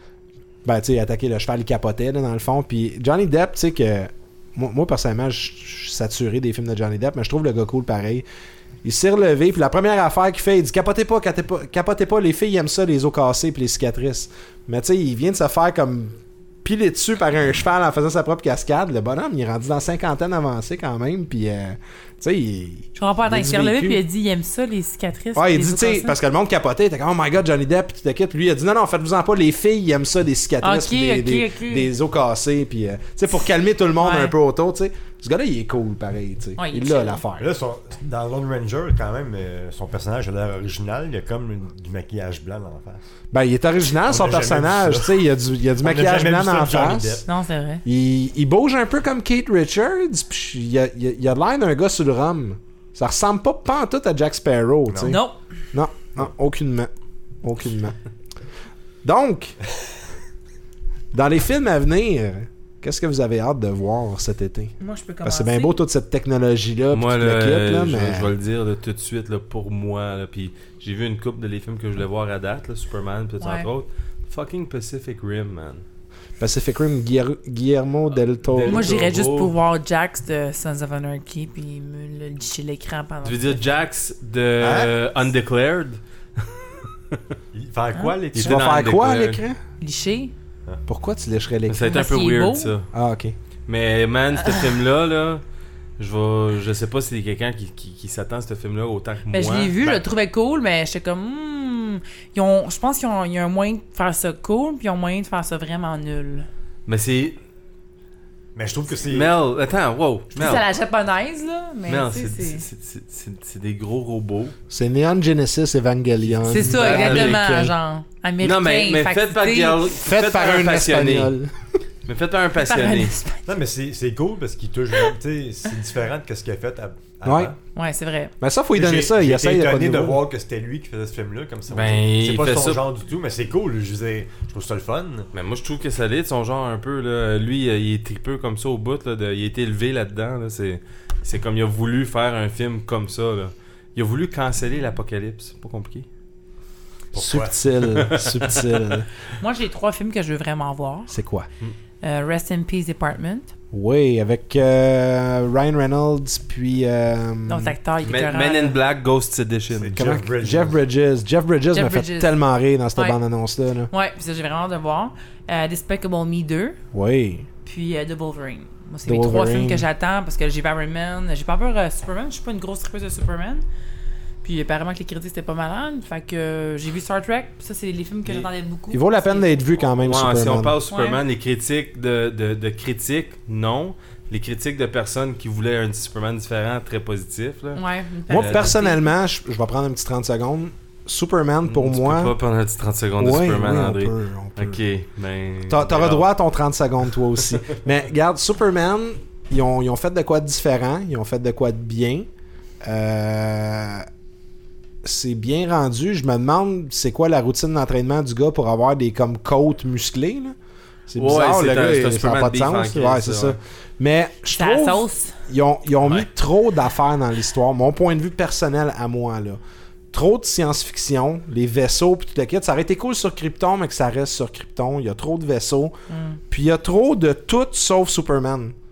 Ben, tu sais, attaquer le cheval, il capotait, là, dans le fond. Puis Johnny Depp, tu sais que... Moi, moi, personnellement, je je suis saturé des films de Johnny Depp, mais je trouve le gars cool pareil. Il s'est relevé, puis la première affaire qu'il fait, il dit « Capotez pas, capotez pas, capotez pas, les filles aiment ça, les os cassés puis les cicatrices. » Mais tu sais, il vient de se faire comme... pilé dessus par un cheval en faisant sa propre cascade. Le bonhomme, il est rendu dans la cinquantaine avancée quand même, puis euh, tu sais, il... Je comprends pas, attends, Il a il du s'est relevé vécu. puis il a dit il aime ça, les cicatrices. Ouais, il les dit, os tu sais, cassés. parce que le monde capotait, il était comme, oh my god, Johnny Depp, puis tu te quittes. Puis lui, il a dit, non, non, faites-vous-en pas, les filles, ils aiment ça, des cicatrices, Ok, puis des, ok, des, ok. des os cassés, puis, euh, tu sais, pour calmer tout le monde Ouais. un peu autour, tu sais. Ce gars-là, il est cool, pareil, tu sais. Ouais, il est il a chill. l'affaire. Là, son- dans Lone Ranger, quand même, euh, son personnage a l'air original. Il y a comme une- du maquillage blanc dans la face. Ben, il est original, On son a jamais personnage, vu tu ça. sais, il y a du, il y a du On a maquillage jamais blanc vu ça dans la de Johnny face. Depp. Non, c'est vrai. Il, il bouge un peu comme Kate Richards, puis il a, il a, il a l'air d'un gars sur le rhum. Ça ressemble pas pantoute à Jack Sparrow, tu sais. Non. Non, non, aucunement. Aucunement. Donc, dans les films à venir, qu'est-ce que vous avez hâte de voir cet été? Moi, je peux commencer. Parce que c'est bien beau toute cette technologie-là, puis Moi, tout là, le kit, là, je, mais... je vais le dire là, tout de suite là, pour moi. Là, puis j'ai vu une couple de les films que je voulais voir à date, là, Superman, peut-être Ouais. entre autres. Fucking Pacific Rim, man. Pacific Rim, Guillermo, Guillermo del Toro. Del- Moi, j'irais juste Toro. pour voir Jax de Sons of Anarchy puis me le licher l'écran pendant. Tu veux dire Jax de Hein? euh, Undeclared? Il fait quoi, les Tu Il vas était dans faire quoi à Undeclared. l'écran? Licher? Pourquoi tu lécherais l'écran? Ça a été un Parce peu qu'il est weird, beau. ça. Ah, ok. Mais man, ce film-là, là, je vais, je sais pas si c'est quelqu'un qui, qui, qui s'attend à ce film-là autant que Ben, moi. je l'ai vu, Ben- je le trouvais cool, mais j'étais comme. Hmm, ils ont, je pense qu'il y a un moyen de faire ça cool, puis ils ont moyen de faire ça vraiment nul. Mais c'est... Mais je trouve que c'est. Mel, attends, wow. C'est Mel, à la japonaise, là, mais Mel, tu sais, c'est, c'est. c'est, c'est, c'est, c'est des gros robots. C'est Neon Genesis Evangelion. C'est ça, Américain. exactement, genre. Américain. non, mais, mais fait que, faites par, tu sais, Gal- Fait faites par un passionné. espagnol. Mais faites par un par un passionné. Espagnol. Non, mais c'est c'est cool parce qu'il touche. vraiment- Tu sais, c'est différent de ce qu'il a fait à- avant. Ouais. Ouais, c'est vrai. Mais ça, faut lui donner J'ai- ça. Il j'ai essaye été de pas étonné de nouveau. voir que c'était lui qui faisait ce film-là comme ça. Ben, c'est il pas fait son ça- genre du tout, mais c'est cool. Je disais, je trouve ça le fun. Mais moi, je trouve que ça l'est de son genre un peu. Là. Lui, euh, il est tripeux comme ça au bout. Là, de- il a été élevé là-dedans. Là. C'est, c'est comme il a voulu faire un film comme ça. Là. Il a voulu canceller l'apocalypse. Pas compliqué. Pourquoi? Subtil, subtil. Moi, j'ai trois films que je veux vraiment voir. C'est quoi? Euh, Rest in Peace Department. Oui, avec euh, Ryan Reynolds, puis... euh, Donc, l'acteur, il est Men, écœurant, Men in là. Black Ghost Edition. C'est- comment- Jeff Bridges. Jeff Bridges. Jeff Bridges Jeff m'a fait Bridges. tellement rire dans cette Ouais. bande-annonce-là. là. Ouais, puis ça, j'ai vraiment hâte de voir. Euh, Despicable Me deux, Oui. puis euh, The Wolverine. Moi, c'est The les trois Wolverine. films que j'attends parce que j'ai Iron Man. J'ai pas peur de Superman. Je suis pas une grosse tripeuse de Superman. Puis apparemment que les critiques c'était pas malade. Fait que euh, j'ai vu Star Trek. Ça, c'est les films que Il- j'attendais beaucoup. Il vaut la peine d'être vu quand même, Ouais, Superman. si on parle Superman, les critiques de, de, de critiques, non. Les critiques de personnes qui voulaient un Superman différent, très positif. Là. Ouais. une Moi, Euh, personnellement, je, je vais prendre un petit trente secondes. Superman, pour tu moi... peux pas pendant trente secondes de Ouais, Superman, oui, on André. peut, on peut. Ok, ben. T'a- T'auras regarde. droit à ton trente secondes, toi aussi. Mais regarde, Superman, ils ont, ils ont fait de quoi de différent, ils ont fait de quoi de bien. Euh, c'est bien rendu. Je me demande c'est quoi la routine d'entraînement du gars pour avoir des comme côtes musclées. Là. C'est Ouais, bizarre, c'est le un- gars, c'est un il- ça n'a Superman pas de beef en sens. crise, Ouais, c'est ça, ça. ouais. Mais je C'est la trouve sauce. ils ont, ils ont mis Ouais. trop d'affaires dans l'histoire. Mon point de vue personnel à moi, là. Trop de science-fiction, les vaisseaux, puis tout le kit. Ça aurait été cool sur Krypton, mais que ça reste sur Krypton. Il y a trop de vaisseaux. Mm. Puis il y a trop de tout sauf Superman.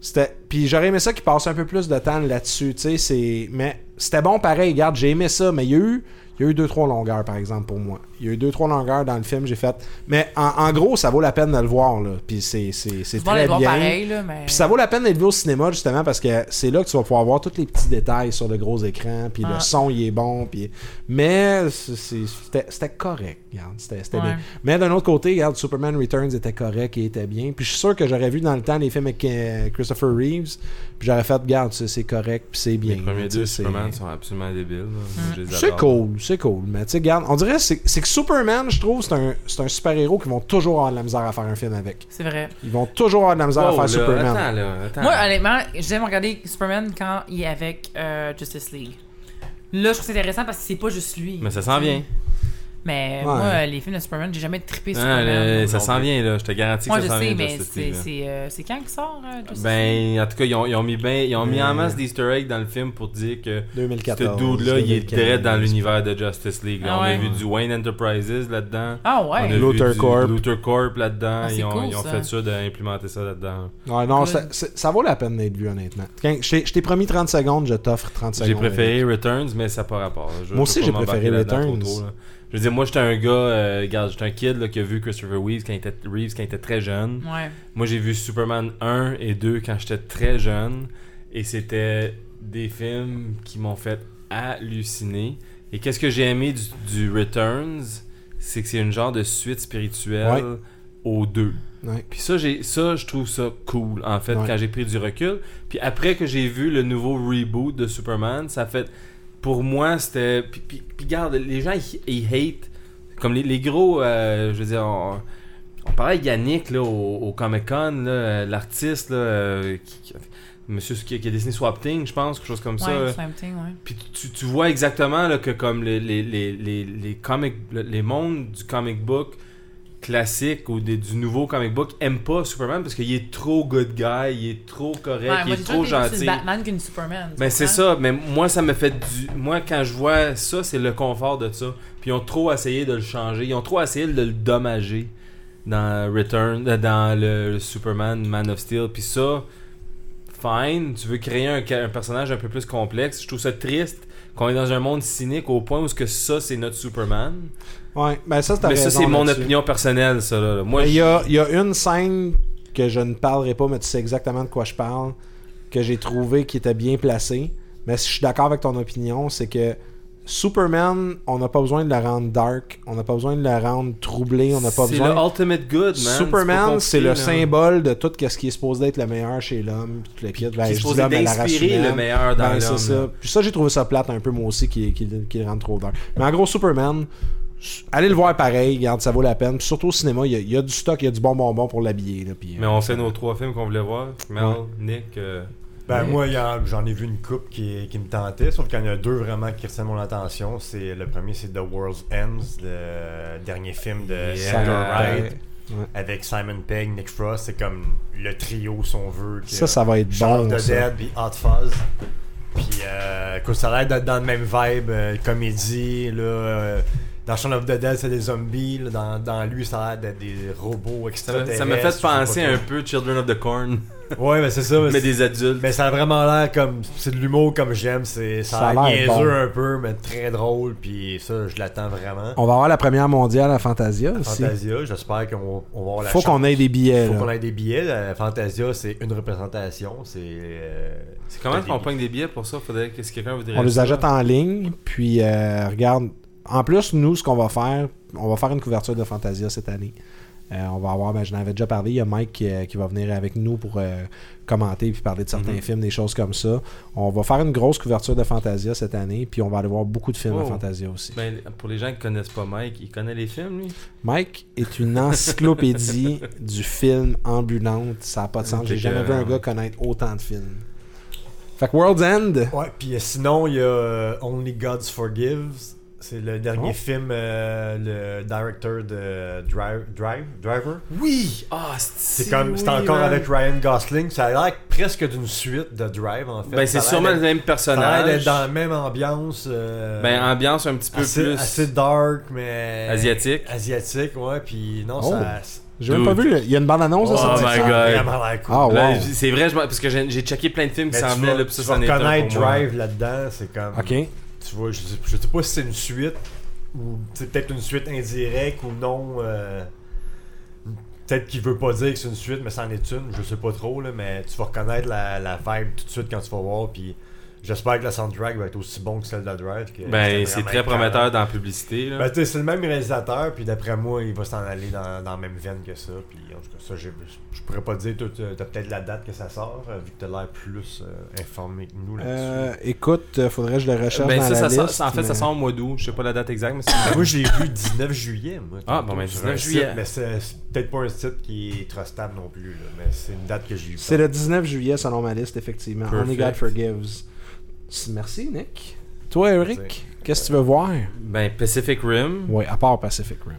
C'était... Puis j'aurais aimé ça qu'il passe un peu plus de temps là-dessus, tu sais, c'est... Mais c'était bon pareil, regarde, j'ai aimé ça, mais il y a eu... Il y a eu deux trois longueurs, par exemple, pour moi. Il y a eu deux trois longueurs dans le film, j'ai fait... Mais en, en gros, ça vaut la peine de le voir, là. Puis c'est, c'est, c'est très bien. Pareil, là, mais... Puis ça vaut la peine d'être vu au cinéma, justement, parce que c'est là que tu vas pouvoir voir tous les petits détails sur le gros écran, puis ah. le son, il est bon, puis... Mais c'est, c'était, c'était correct, regarde. C'était, c'était ouais. bien. Mais d'un autre côté, regarde, Superman Returns était correct et était bien. Puis je suis sûr que j'aurais vu dans le temps les films avec euh, Christopher Reeves, puis j'aurais fait, regarde, c'est, c'est correct, puis c'est bien. Les premiers deux Superman sont absolument débiles. Hum. C'est cool, c'est cool. Mais tu sais, regarde, on dirait c'est, c'est que Superman, je trouve, c'est un, c'est un super-héros qui vont toujours avoir de la misère à faire un film avec. C'est vrai. Ils vont toujours avoir de la misère wow, à faire là, Superman. Attends, là, attends. Moi, honnêtement, j'aime regarder Superman quand il est avec euh, Justice League. Là, je trouve que c'est intéressant parce que c'est pas juste lui. Mais ça s'en vient. Mais ouais. moi, les films de Superman, j'ai jamais trippé sur ah, Superman. Le, ça s'en vient, là. Je te garantis moi, que ça s'en sais, vient. Moi, je sais, mais c'est, c'est, euh, c'est quand qu'il sort, euh, Justice Ben, en tout cas, ils ont, ils ont mis, ben, ils ont mis en masse d'Easter eggs dans le film pour dire que deux mille quatorze, ce dude-là, il est direct dans l'univers de Justice League. Ah, on ouais. a vu du Wayne Enterprises là-dedans. Ah ouais. On a Luthor vu du Corp. Luthor Corp là-dedans. Ah, ils ont, cool, ils ont ça. fait ça d'implémenter ça là-dedans. Ouais, non, ça, ça vaut la peine d'être vu, honnêtement. Quand, je, t'ai, je t'ai promis trente secondes, je t'offre trente secondes. J'ai préféré Returns, mais ça n'a pas rapport. Je, moi aussi, j'ai préféré Returns. Trop, je veux dire, moi, j'étais un gars, euh, regarde, j'étais un kid là, qui a vu Christopher Reeves quand il était, Reeves quand il était très jeune. Ouais. Moi, j'ai vu Superman un et deux quand j'étais très jeune. Et c'était des films qui m'ont fait halluciner. Et qu'est-ce que j'ai aimé du, du Returns, c'est que c'est une genre de suite spirituelle ouais. aux deux. Ouais. Puis ça, j'ai, ça, je trouve ça cool, en fait, ouais. quand j'ai pris du recul. Puis après que j'ai vu le nouveau reboot de Superman, ça fait... Pour moi, c'était... Puis, puis, puis regarde, les gens, ils, ils hate. Comme les, les gros... Euh, je veux dire, on, on parlait à Yannick, là, au, au Comic-Con, là, l'artiste, là, euh, qui, qui, monsieur qui, qui a dessiné Swamp Thing, je pense, quelque chose comme ouais, ça. Swamp Thing, ouais. Puis tu, tu vois exactement là, que comme les, les, les, les, les, comic, les mondes du comic book classique ou des, du nouveau comic book aiment pas Superman parce qu'il est trop good guy, il est trop correct, ouais, il moi, est trop gentil. C'est Batman qu'une Superman. Ben c'est ça, mais moi ça me fait du moi quand je vois ça, c'est le confort de ça. Puis ils ont trop essayé de le changer, ils ont trop essayé de le dommager dans Return dans le, le Superman Man of Steel, puis ça fine, tu veux créer un, un personnage un peu plus complexe, je trouve ça triste qu'on est dans un monde cynique au point où ce que ça c'est notre Superman. Ouais, ben ça c'est ta Mais raison ça c'est mon là-dessus. opinion personnelle ça là. Moi il y a, y a une scène que je ne parlerai pas mais tu sais exactement de quoi je parle que j'ai trouvé qui était bien placée, mais si je suis d'accord avec ton opinion, c'est que Superman, on n'a pas besoin de le rendre dark, on n'a pas besoin de le rendre troublé, on n'a pas c'est besoin. C'est le ultimate good, man. Superman, c'est, c'est le là. symbole de tout ce qui est supposé être le meilleur chez l'homme, tout le kit. Ben, qui est supposé d'inspirer le meilleur dans ben, l'homme. C'est ça. Puis ça, j'ai trouvé ça plate un peu moi aussi qui, qui, qui le rend trop dark. Mais en gros, Superman, allez le voir pareil, regarde, ça vaut la peine. Puis surtout au cinéma, il y, y a du stock, il y a du bon bonbon pour l'habiller. Là, puis, mais on fait nos trois films qu'on voulait voir. Mel, ouais. Nick. Euh... Ben moi, j'en ai vu une couple qui, qui me tentait, sauf qu'il y en a deux vraiment qui retiennent mon attention. C'est, le premier, c'est The World's Ends, le dernier film de yeah. Sandra Ride, ouais. avec Simon Pegg, Nick Frost. C'est comme le trio, si on veut. Ça, ça va être Shaun bon, of the ça. Dead, puis Hot Fuzz. Puis, euh, écoute, ça a l'air d'être dans le même vibe, euh, comédie, là... Euh, dans Shaun of the Dead, c'est des zombies. Là, dans, dans lui, ça a l'air d'être des robots extraterrestres. Ça m'a fait penser un peu Children of the Corn. Ouais, mais c'est ça. Mais des adultes. Mais ça a vraiment l'air comme... C'est de l'humour comme j'aime. C'est, ça, ça a l'air niaiseux bon. Un peu, mais très drôle. Puis ça, je l'attends vraiment. On va avoir la première mondiale à Fantasia aussi. Fantasia, j'espère qu'on on va avoir la Faut chance. qu'on ait des billets. Faut là. qu'on ait des billets. La Fantasia, c'est une représentation. C'est... Euh, c'est comment qu'on pogne des billets pour ça? Faudrait que si quelqu'un voudrait... On les achète en ligne. Puis, euh, regarde... En plus, nous, ce qu'on va faire, on va faire une couverture de Fantasia cette année. Euh, on va avoir, ben, je n'en avais déjà parlé, il y a Mike qui, qui va venir avec nous pour euh, commenter puis parler de certains mm-hmm. films, des choses comme ça. On va faire une grosse couverture de Fantasia cette année, puis on va aller voir beaucoup de films oh. de Fantasia aussi. Ben, pour les gens qui ne connaissent pas Mike, il connaît les films, lui? Mike est une encyclopédie du film ambulante. Ça n'a pas de sens. J'ai jamais vu un gars connaître autant de films. Fait que World's End. Ouais, puis sinon, il y a Only Gods Forgives. C'est le dernier oh. film, euh, le directeur de Drive, Drive, Driver. Oui! Ah, c'est, c'est comme, c'est oui, encore man. Avec Ryan Gosling. Ça a l'air presque d'une suite de Drive, en fait. Ben, c'est sûrement le même personnage. Ça a l'air d'être dans la même ambiance. Euh, ben, ambiance un petit peu assez, plus... Assez dark, mais... Asiatique. Asiatique, ouais. Puis non, oh. ça... J'ai même pas vu. Il y a une bande-annonce de Oh ça. my god. Vraiment l'air cool. Ah, wow. Là, c'est vrai, je m'en- parce que j'ai, j'ai checké plein de films qui Mais s'en tu venaient, vas, là, puis ça, tu c'en vas est un reconnaître pour moi. Drive là-dedans, c'est comme... Ok. Tu vois, je sais, je sais pas si c'est une suite, ou c'est peut-être une suite indirecte, ou non... euh, peut-être qu'il veut pas dire que c'est une suite, mais c'en est une, je sais pas trop, là, mais tu vas reconnaître la, la vibe tout de suite quand tu vas voir, puis j'espère que la soundtrack va être aussi bon que celle de Drive. Que Ben, c'était c'est vraiment très écœurant. prometteur dans la publicité. Là. Ben, tu sais, c'est le même réalisateur, puis d'après moi, il va s'en aller dans, dans la même veine que ça. Puis en tout cas, ça, j'ai- je pourrais pas te dire, toi, t'as t'as peut-être la date que ça sort, euh, vu que t'as l'air plus euh, informé que nous là-dessus. Euh, écoute, euh, faudrait que je le recherche ben, dans ça, la ça sort- liste. en fait, ça mais- sort au mois d'août. Je sais pas la date exacte, mais c'est. Ben, moi, je l'ai vu le dix-neuf juillet, moi. Ah, bon, ben, sur dix-neuf un juillet. site, mais c'est c'est peut-être pas un site qui est trustable non plus, là, mais c'est une date que j'ai eu. C'est le dix-neuf juillet selon ma liste, effectivement. Only God Perfect. Forgives. Merci, Nick. Toi, Eric, qu'est-ce que tu veux voir? Ben, Pacific Rim. Oui, à part Pacific Rim.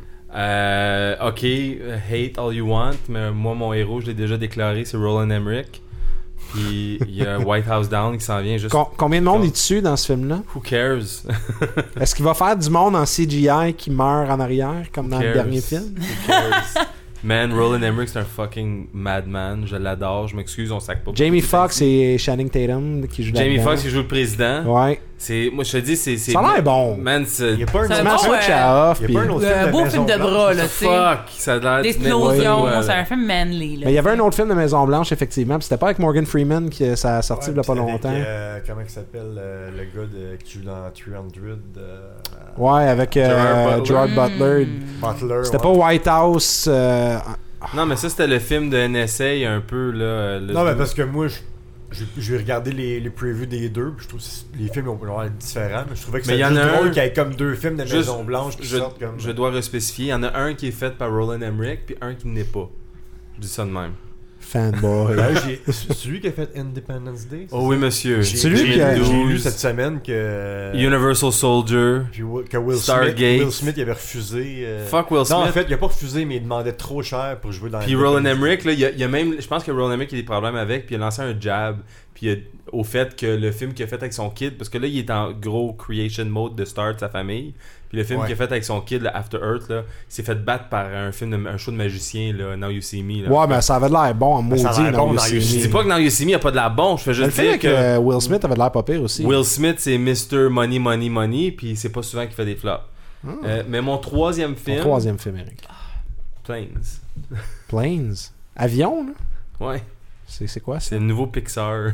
Euh, ok, hate all you want, mais moi, mon héros, je l'ai déjà déclaré, c'est Roland Emmerich. Puis il y a White House Down qui s'en vient juste. Com- combien de monde est dessus dans ce film-là? Who cares? Est-ce qu'il va faire du monde en C G I qui meurt en arrière, comme dans le cares? dernier film? Who cares? Man, Roland Emmerich, c'est un fucking madman. Je l'adore. Je m'excuse, on sac pas. Jamie beaucoup Foxx de et Channing Tatum qui jouent Jamie là-dedans. Foxx qui joue le président. Ouais. C'est, moi, je te dis, c'est. c'est Ça a l'air bon. Man, c'est. Il y a pas un Ça Tu va autre m'as bon, switch euh, à off. il y a puis- pas un autre Le film beau de film de Maison bras, Blanche, là, ça. tu sais. Fuck! Ça a l'air L'explosion, Ouais, c'est un film manly. Là. Mais il y avait un autre film de Maison Blanche, effectivement. Puis c'était pas avec Morgan Freeman que ça a sorti Ouais, il y a pas puis avec, longtemps. euh, comment il s'appelle euh, le gars de, qui joue dans trois cents euh, Ouais, avec euh, Gerard Butler. Gerard Butler. Butler. C'était ouais. pas White House. euh, Non, mais ça, c'était le film de N S A un peu, là. le- Non, mais parce que moi, je- j'ai j'ai regardé les, les previews des deux, puis je trouve que les films ont l'air différents, mais je trouvais que Mais c'était y en juste a drôle un- qu'il y ait comme deux films de Juste- Maison Blanche qui je, sortent comme... je dois respécifier. Il y en a un qui est fait par Roland Emmerich, puis un qui n'est pas. Je dis ça de même. Fanboy. Ben, j'ai- c'est celui qui a fait Independence Day? c'est Oh ça? oui, monsieur. J'ai C'est lui j'ai- qui a- j'ai lu douze. cette semaine que... Universal Soldier. Puis Will- que Will Stargate. Smith, Will Smith il avait refusé... euh, Fuck Will Smith. Non, en fait, il a pas refusé, mais il demandait trop cher pour jouer dans... Puis Independence Roland Day. Emmerich, là, il y, a, il y a même, je pense que Roland Emmerich a des problèmes avec, puis il a lancé un jab, puis il a- au fait que le film qu'il a fait avec son kid, parce que là, il est en gros creation mode de start sa famille, puis le film Ouais. qu'il a fait avec son kid, là, After Earth, là, il s'est fait battre par un film, de, un show de magicien, là, Now You See Me. Là. Ouais, mais ça avait de l'air bon en Mais ça maudit. a l'air dans bon You dans See You Me. See Je dis pas que Now You See Me, il a pas de la bon, je fais Mais le juste film dire avec que euh, Will Smith avait de l'air pas pire aussi. Will Smith, c'est mister Money, Money, Money, puis c'est pas souvent qu'il fait des flops. Ah. Euh, mais mon troisième Ton film, troisième film, Eric. Planes. Planes. Avion, là? Ouais, C'est c'est quoi ça? c'est le nouveau Pixar.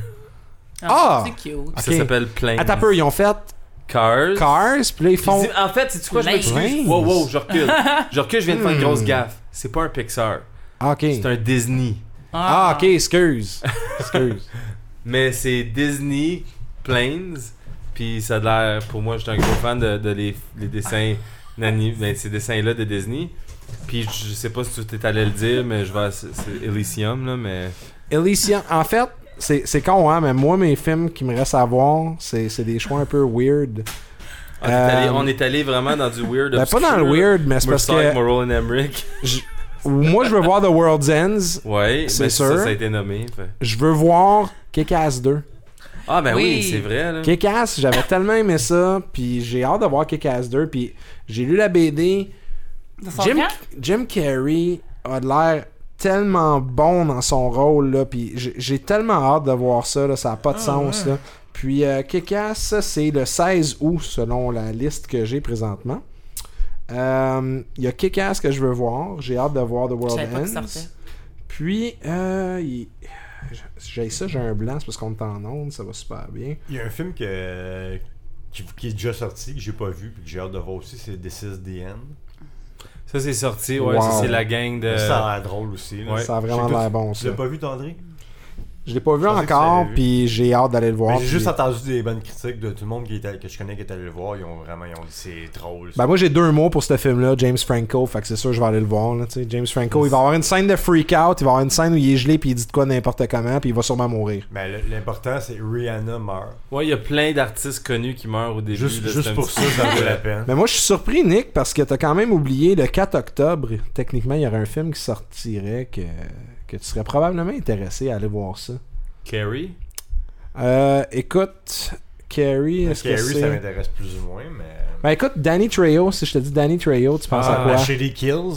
Ah! C'est cute. Ça Ok. s'appelle Planes. Attends un peu, ils ont fait Cars. Cars, puis là ils Puis font... dis- en fait, c'est quoi, je m'excuse. Planes. Wow, wow, je recule. Je recule, je viens de faire une Hmm. grosse gaffe. C'est pas un Pixar. Ah, ok. C'est un Disney. Ah, ok, excuse. Excuse. Mais c'est Disney Planes. Puis ça a l'air, pour moi, j'étais un gros fan de, de les, les dessins, nani- ben, ces dessins-là de Disney. Puis je sais pas si tu t'es allé le dire, mais je vais. C'est c'est Elysium, là, mais. Elysium, en fait, c'est c'est con, hein, mais moi, mes films qui me restent à voir, c'est c'est des choix un peu weird. Ah, t'es allé- Euh, on est allé vraiment dans du weird. Ben, pas dans le obscur. weird, mais c'est Moi, parce je sors avec que mon Roland Emmerich. je- moi, je veux voir The World's Ends. Ouais, C'est ben, sûr. Ça, ça a été nommé. fait. Je veux voir Kick-Ass deux. Ah, ben oui, Oui. c'est vrai, là. Kick-Ass, j'avais tellement aimé ça, puis j'ai hâte de voir Kick-Ass deux, puis j'ai lu la B D. Ça sort Jim, quand? Jim Carrey a de l'air tellement bon dans son rôle, là, puis j'ai- j'ai tellement hâte de voir ça, là, ça n'a pas de Ah, sens. ouais. Là. Puis euh, Kick-Ass, ça, c'est le seize août, selon la liste que j'ai présentement. Euh, Il y a Kick-Ass que je veux voir, j'ai hâte de voir The Je World savais pas qu'il Ends. sortait. Puis, euh, il- j'ai ça, j'ai un blanc, c'est parce qu'on est en onde, ça va super bien. Il y a un film que, qui, qui est déjà sorti, que j'ai pas vu, puis que j'ai hâte de voir aussi, c'est This is the End. Ça, c'est sorti, ouais. Wow. Ça, c'est la gang de. Ça a l'air drôle aussi. Là. Ouais. Ça a vraiment J'ai tout- l'air bon, Tu ça. l'as pas vu, toi, André? Je l'ai pas vu Je pensais que tu encore, l'avais vu. puis j'ai hâte d'aller le voir. Mais j'ai puis- juste entendu des bonnes critiques de tout le monde qui était, que je connais qui est allé le voir. Ils ont vraiment ils ont dit c'est drôle. ça. Ben moi j'ai deux mots pour ce film-là, James Franco, fait que c'est sûr je vais aller le voir. Là, tu sais. James Franco, il va avoir une scène de freak out, il va avoir une scène où il est gelé puis il dit de quoi n'importe comment, puis il va sûrement mourir. Mais le- l'important, c'est Rihanna meurt. Ouais, il y a plein d'artistes connus qui meurent au début. Juste, là, juste c'est un pour petit- ça, ça vaut la peine. Mais moi je suis surpris, Nick, parce que t'as quand même oublié le quatre octobre. Techniquement, il y aurait un film qui sortirait que, que tu serais probablement intéressé à aller voir ça. Carrie. Euh, écoute, Carrie, est-ce que Carrie, ça c'est... m'intéresse plus ou moins, mais... Ben écoute, Danny Trejo, si je te dis Danny Trejo, tu penses Ah, à quoi? Machete Kills.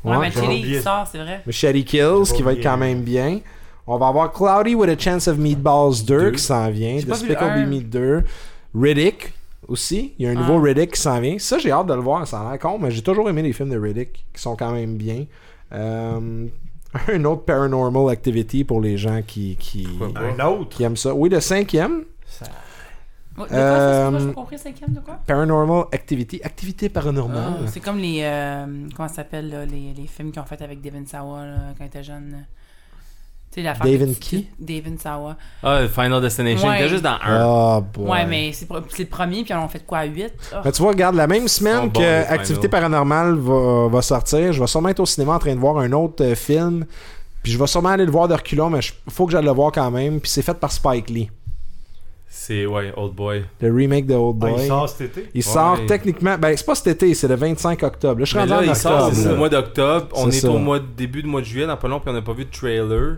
Ouais, Ouais, Machete, oublié. il sort, c'est vrai. Machete Kills, J'ai pas qui va être oublié. quand même bien. On va avoir Cloudy with a Chance of Meatballs deux, Deux. qui s'en vient. J'ai pas vu le Despicable un. Me deux. Riddick aussi. Il y a un nouveau Ah. Riddick qui s'en vient. Ça, j'ai hâte de le voir. Ça a l'air con, mais j'ai toujours aimé les films de Riddick, qui sont quand même bien. Euh, un autre Paranormal Activity pour les gens qui, qui, Pourquoi pas? Un autre. qui aiment ça. Oui, le cinquième. Ça- Ouais, De quoi, ça, Euh, c'est quoi, je pas compris, cinquième, de quoi? Paranormal Activity. Activité paranormale. Ah, c'est comme les. Euh, comment ça s'appelle, là, les, les films qu'ils ont fait avec Devin Sawa là, quand il était jeune. Tu sais, l'affaire. Devin que- qui? Devin Sawa. Ah, Final Destination, Ouais. il était juste dans un. Ah, boy. Ouais, mais c'est pro- c'est le premier, puis ils en ont fait quoi, huit? Oh. Mais tu vois, regarde, la même Ils semaine sont bons, que les Activité Final. Paranormale va, va sortir, je vais sûrement être au cinéma en train de voir un autre euh, film. Puis je vais sûrement aller le voir de reculons, mais il faut que j'aille le voir quand même. Puis c'est fait par Spike Lee. C'est, ouais, Old Boy. Le remake de Old Ah, Boy. il sort cet été. Il sort Ouais. techniquement. Ben, c'est pas cet été, c'est le vingt-cinq octobre. Là, je suis Mais rendu là, en il sort octobre. au là. mois d'octobre. On C'est est ça. au mois de, début de mois de juillet, dans pas long, puis on n'a pas vu de trailer.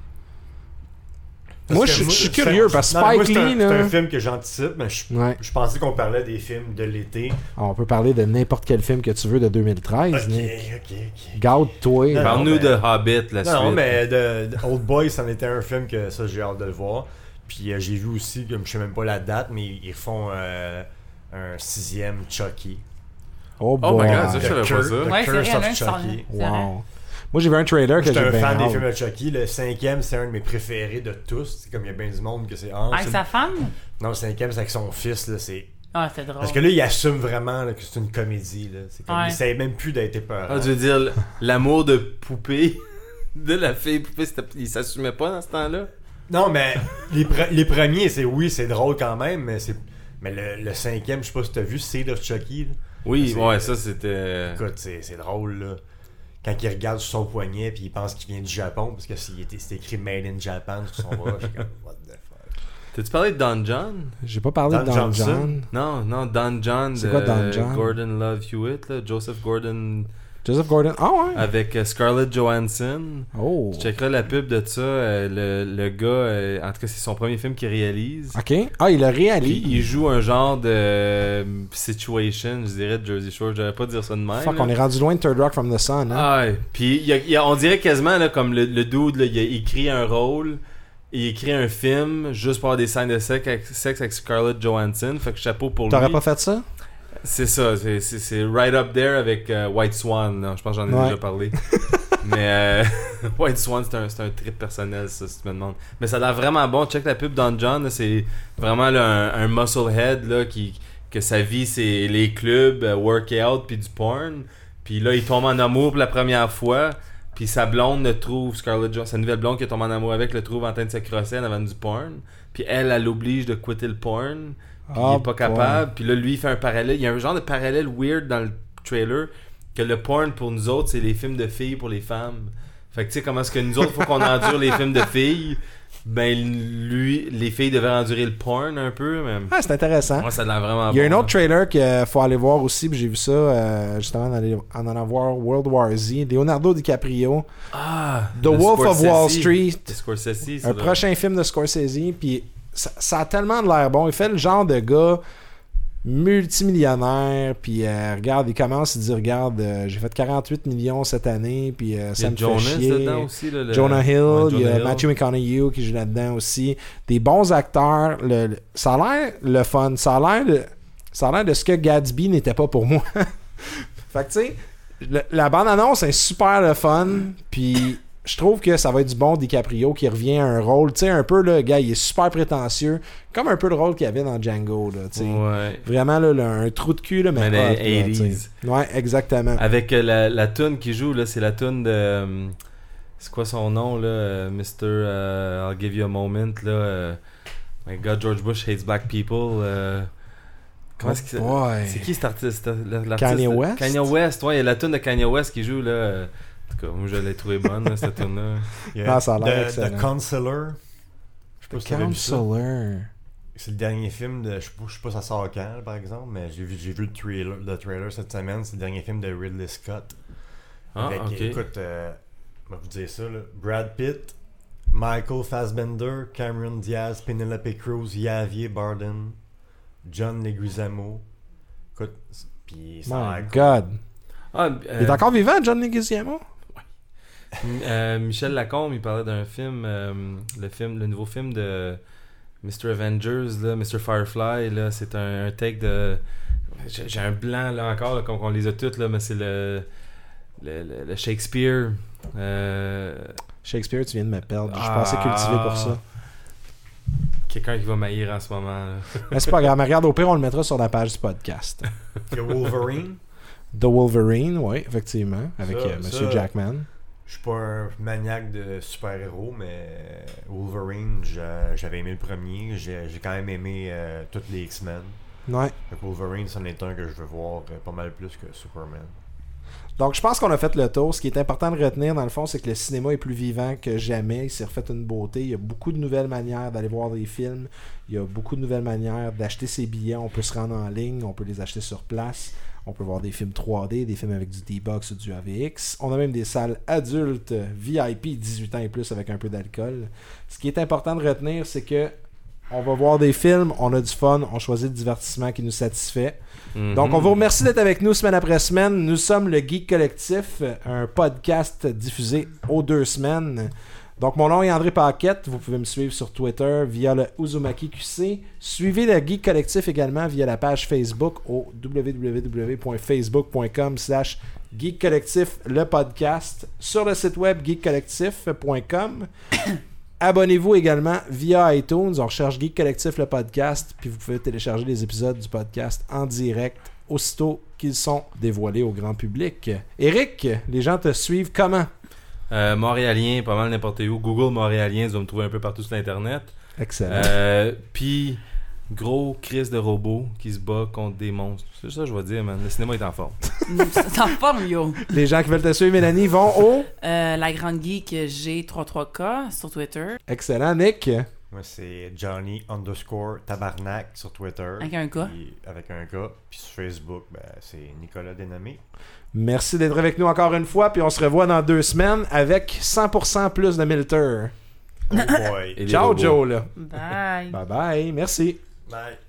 Moi, Parce que je je suis c'est- curieux parce que non, mais moi, Spike c'est un- Lee, C'est un là. film que j'anticipe, mais je, Ouais. je pensais qu'on parlait des films de l'été. Ah, on peut parler de n'importe quel film que tu veux de deux mille treize, Ok, Nick. ok, ok. Garde-toi. Non, Parle-nous mais- de Hobbit, la suite. Non, mais de, de Old Boy, c'en était un film que ça, j'ai hâte de le voir. Puis euh, j'ai vu aussi, comme je sais même pas la date, mais ils font euh, un sixième Chucky. Oh, Oh boy. my God, ça, je savais pas Cur- ça. The Ouais, c'est Curse vrai, of l'un qui sort Chucky. là. C'est vrai. Wow. Moi, j'ai vu un trailer que J'étais j'ai un bien fan des hâte. films de Chucky. Le cinquième, c'est un de mes préférés de tous. C'est comme il y a bien du monde que c'est. Ah, Avec c'est- sa femme? Non, le cinquième, c'est avec son fils. Là, c'est... Ah, c'était drôle. Parce que là, il assume vraiment là, que c'est une comédie. Là. C'est comme, Ouais. Il savait même plus d'être épeurant. Ah, tu veux dire, l'amour de poupée, de la fille poupée, c'était- il s'assumait pas dans ce temps-là? Non, mais les, pre- les premiers, c'est oui, c'est drôle quand même, mais c'est. Mais le, le cinquième, je sais pas si t'as vu, c'est de Chucky. Là. Oui, C'est- ouais, ça c'était... Écoute, c'est, c'est drôle là. Quand il regarde sur son poignet puis il pense qu'il vient du Japon parce que c'est, c'est écrit Made in Japan sur son bras, je suis comme what the fuck. T'as-tu parlé de Don John? J'ai pas parlé Don de Don Johnson. John. Non, non, Don John C'est de quoi Don John? Gordon Love Hewitt, là, Joseph Gordon Joseph Gordon. Ah ouais. avec euh, Scarlett Johansson. Oh. Tu checkeras la pub de ça, euh, le, le gars, euh, en tout cas c'est son premier film qu'il réalise. Ok. Ah, il a Puis réalisé. il joue un genre de euh, situation, je dirais, de Jersey Shore. Je devrais pas dire ça de même. Fuck, là. on est rendu loin de Third Rock from the Sun. Hein? Ah ouais. Puis il y a- il y a- on dirait quasiment là, comme le, le dude, là, il a écrit un rôle, il a écrit un film juste pour avoir des scènes de sexe avec, sexe avec Scarlett Johansson. Fait que chapeau pour lui. T'aurais pas fait ça? C'est ça, c'est, c'est, c'est right up there avec euh, White Swan. là. Je pense que j'en ai Ouais. déjà parlé. Mais euh, White Swan, c'est un, c'est un trip personnel, ça, si tu me demandes. Mais ça a l'air vraiment bon. Check la pub Don John. là, c'est vraiment là, un, un musclehead là, qui, que sa vie, c'est les clubs, euh, workout, puis du porn. Puis là, il tombe en amour pour la première fois. Puis sa blonde le trouve, Scarlett Johansson, sa nouvelle blonde qui tombe en amour avec, le trouve en train de se crosser en avant du porn. Puis elle, elle l'oblige de quitter le porn. Puis il Ah, est pas capable. Puis là, lui, il fait un parallèle. Il y a un genre de parallèle weird dans le trailer que le porn, pour nous autres, c'est les films de filles pour les femmes. Fait que tu sais, comment est-ce que nous autres, faut qu'on endure les films de filles? Ben, lui, les filles devraient endurer le porn un peu, même. Ah, c'est intéressant. Moi, ça a l'air vraiment Il y a bon, un hein. autre trailer qu'il faut aller voir aussi, puis j'ai vu ça euh, justement en allant, en allant voir World War Z. Leonardo DiCaprio, Ah! The le Wolf of Scorsese. Wall Street, Le Scorsese, ça un doit- prochain film de Scorsese, puis ça, ça a tellement de l'air bon. Il fait le genre de gars multimillionnaire, puis euh, regarde, il commence, il dit regarde, euh, j'ai fait quarante-huit millions cette année, puis euh, Il y ça a me Jonas fait chier. dedans aussi, là, le- Jonah Hill, Ouais, il y a Jonah Hill. Matthew McConaughey qui joue là-dedans aussi. Des bons acteurs. Le, le- ça a l'air le fun. Ça a l'air de, ça a l'air de ce que Gatsby n'était pas pour moi. Fait que tu sais, le- la bande-annonce est super le fun. Puis je trouve que ça va être du bon DiCaprio qui revient à un rôle. Tu sais, un peu, là, le gars, il est super prétentieux. Comme un peu le rôle qu'il avait dans Django. Là, tu sais. Ouais. Vraiment, là, là, un trou de cul, là, mais, Mais hot, les là, tu sais. eighties. Ouais, exactement. Avec euh, la, la tune qui joue, là, c'est la tune de... euh, c'est quoi son nom, là? euh, mister euh, I'll Give You a Moment, là. euh, my God, George Bush Hates Black People. euh, comment est-ce que Oh boy. c'est qui cet artiste? l'artiste Kanye West? Kanye West, ouais, il y a la tune de Kanye West qui joue, là. euh, En tout cas, moi, je l'ai trouvé bonne, là, cette tune-là. Il y a Ah, ça a l'air The- excellent. The Counselor. Je sais pas The si t'avais vu ça. Counselor. C'est le dernier film de. Je sais pas, je sais pas ça sort quand, par exemple, mais j'ai vu, j'ai vu le, trailer, le trailer cette semaine. C'est le dernier film de Ridley Scott. Ah, Avec, ok. écoute, euh, je vais vous dire ça, là. Brad Pitt, Michael Fassbender, Cameron Diaz, Penelope Cruz, Javier Bardem, John Leguizamo. Écoute, puis ça a My l'air God. Ah, euh, Il est encore vivant, John Leguizamo? euh, Michel Lacombe, il parlait d'un film, euh, le film, le nouveau film de mister Avengers, là, mister Firefly, là, c'est un, un take de... J'ai, j'ai un blanc, là, encore, là, comme on les a toutes, là, mais c'est le, le, le, le Shakespeare. Euh... Shakespeare, tu viens de me perdre. Je suis Ah. pas assez cultivé pour ça. Quelqu'un qui va maillir en ce moment, là. Mais c'est pas grave. Mais regarde, au pire, on le mettra sur la page du podcast. Il y a Wolverine. The Wolverine, oui, effectivement, avec Ça, euh, Monsieur ça, Jackman. Je suis pas un maniaque de super-héros, mais Wolverine, j'a- j'avais aimé le premier. J'ai, j'ai quand même aimé euh, toutes les X-Men. Ouais. Donc Wolverine, c'en est un que je veux voir euh, pas mal plus que Superman. Donc, je pense qu'on a fait le tour. Ce qui est important de retenir, dans le fond, c'est que le cinéma est plus vivant que jamais. Il s'est refait une beauté. Il y a beaucoup de nouvelles manières d'aller voir des films. Il y a beaucoup de nouvelles manières d'acheter ses billets. On peut se rendre en ligne. On peut les acheter sur place. On peut voir des films trois D, des films avec du D-Box ou du A V X. On a même des salles adultes V I P dix-huit ans et plus avec un peu d'alcool. Ce qui est important de retenir, c'est que on va voir des films, on a du fun, on choisit le divertissement qui nous satisfait. Mm-hmm. Donc, on vous remercie d'être avec nous semaine après semaine. Nous sommes le Geek Collectif, un podcast diffusé aux deux semaines. Donc, mon nom est André Paquette. Vous pouvez me suivre sur Twitter via le Uzumaki Q C. Suivez le Geek Collectif également via la page Facebook au w w w point facebook point com slash Geek Collectif, le podcast. Sur le site web geek collectif point com. Abonnez-vous également via iTunes. On recherche Geek Collectif, le podcast. Puis vous pouvez télécharger les épisodes du podcast en direct aussitôt qu'ils sont dévoilés au grand public. Éric, les gens te suivent comment? Euh, Montréalien, pas mal n'importe où. Google Montréalien, tu vas me trouver un peu partout sur Internet. Excellent. Euh, Puis, gros crise de robot qui se bat contre des monstres. C'est ça que je vais dire, man. Le cinéma est en forme. C'est en forme, yo. Les gens qui veulent te suivre, Mélanie, vont au... Euh, la grande geek G trente-trois K sur Twitter. Excellent. Nick? Moi, c'est Johnny underscore tabarnak sur Twitter. Avec un K. Puis, avec un K. Puis sur Facebook, ben, c'est Nicolas Dénommé. Merci d'être avec nous encore une fois. Puis on se revoit dans deux semaines avec cent pour cent plus de Milter. Oh boy. Et des Ciao, robots. Joe, là. Bye. Bye bye. Merci. Bye.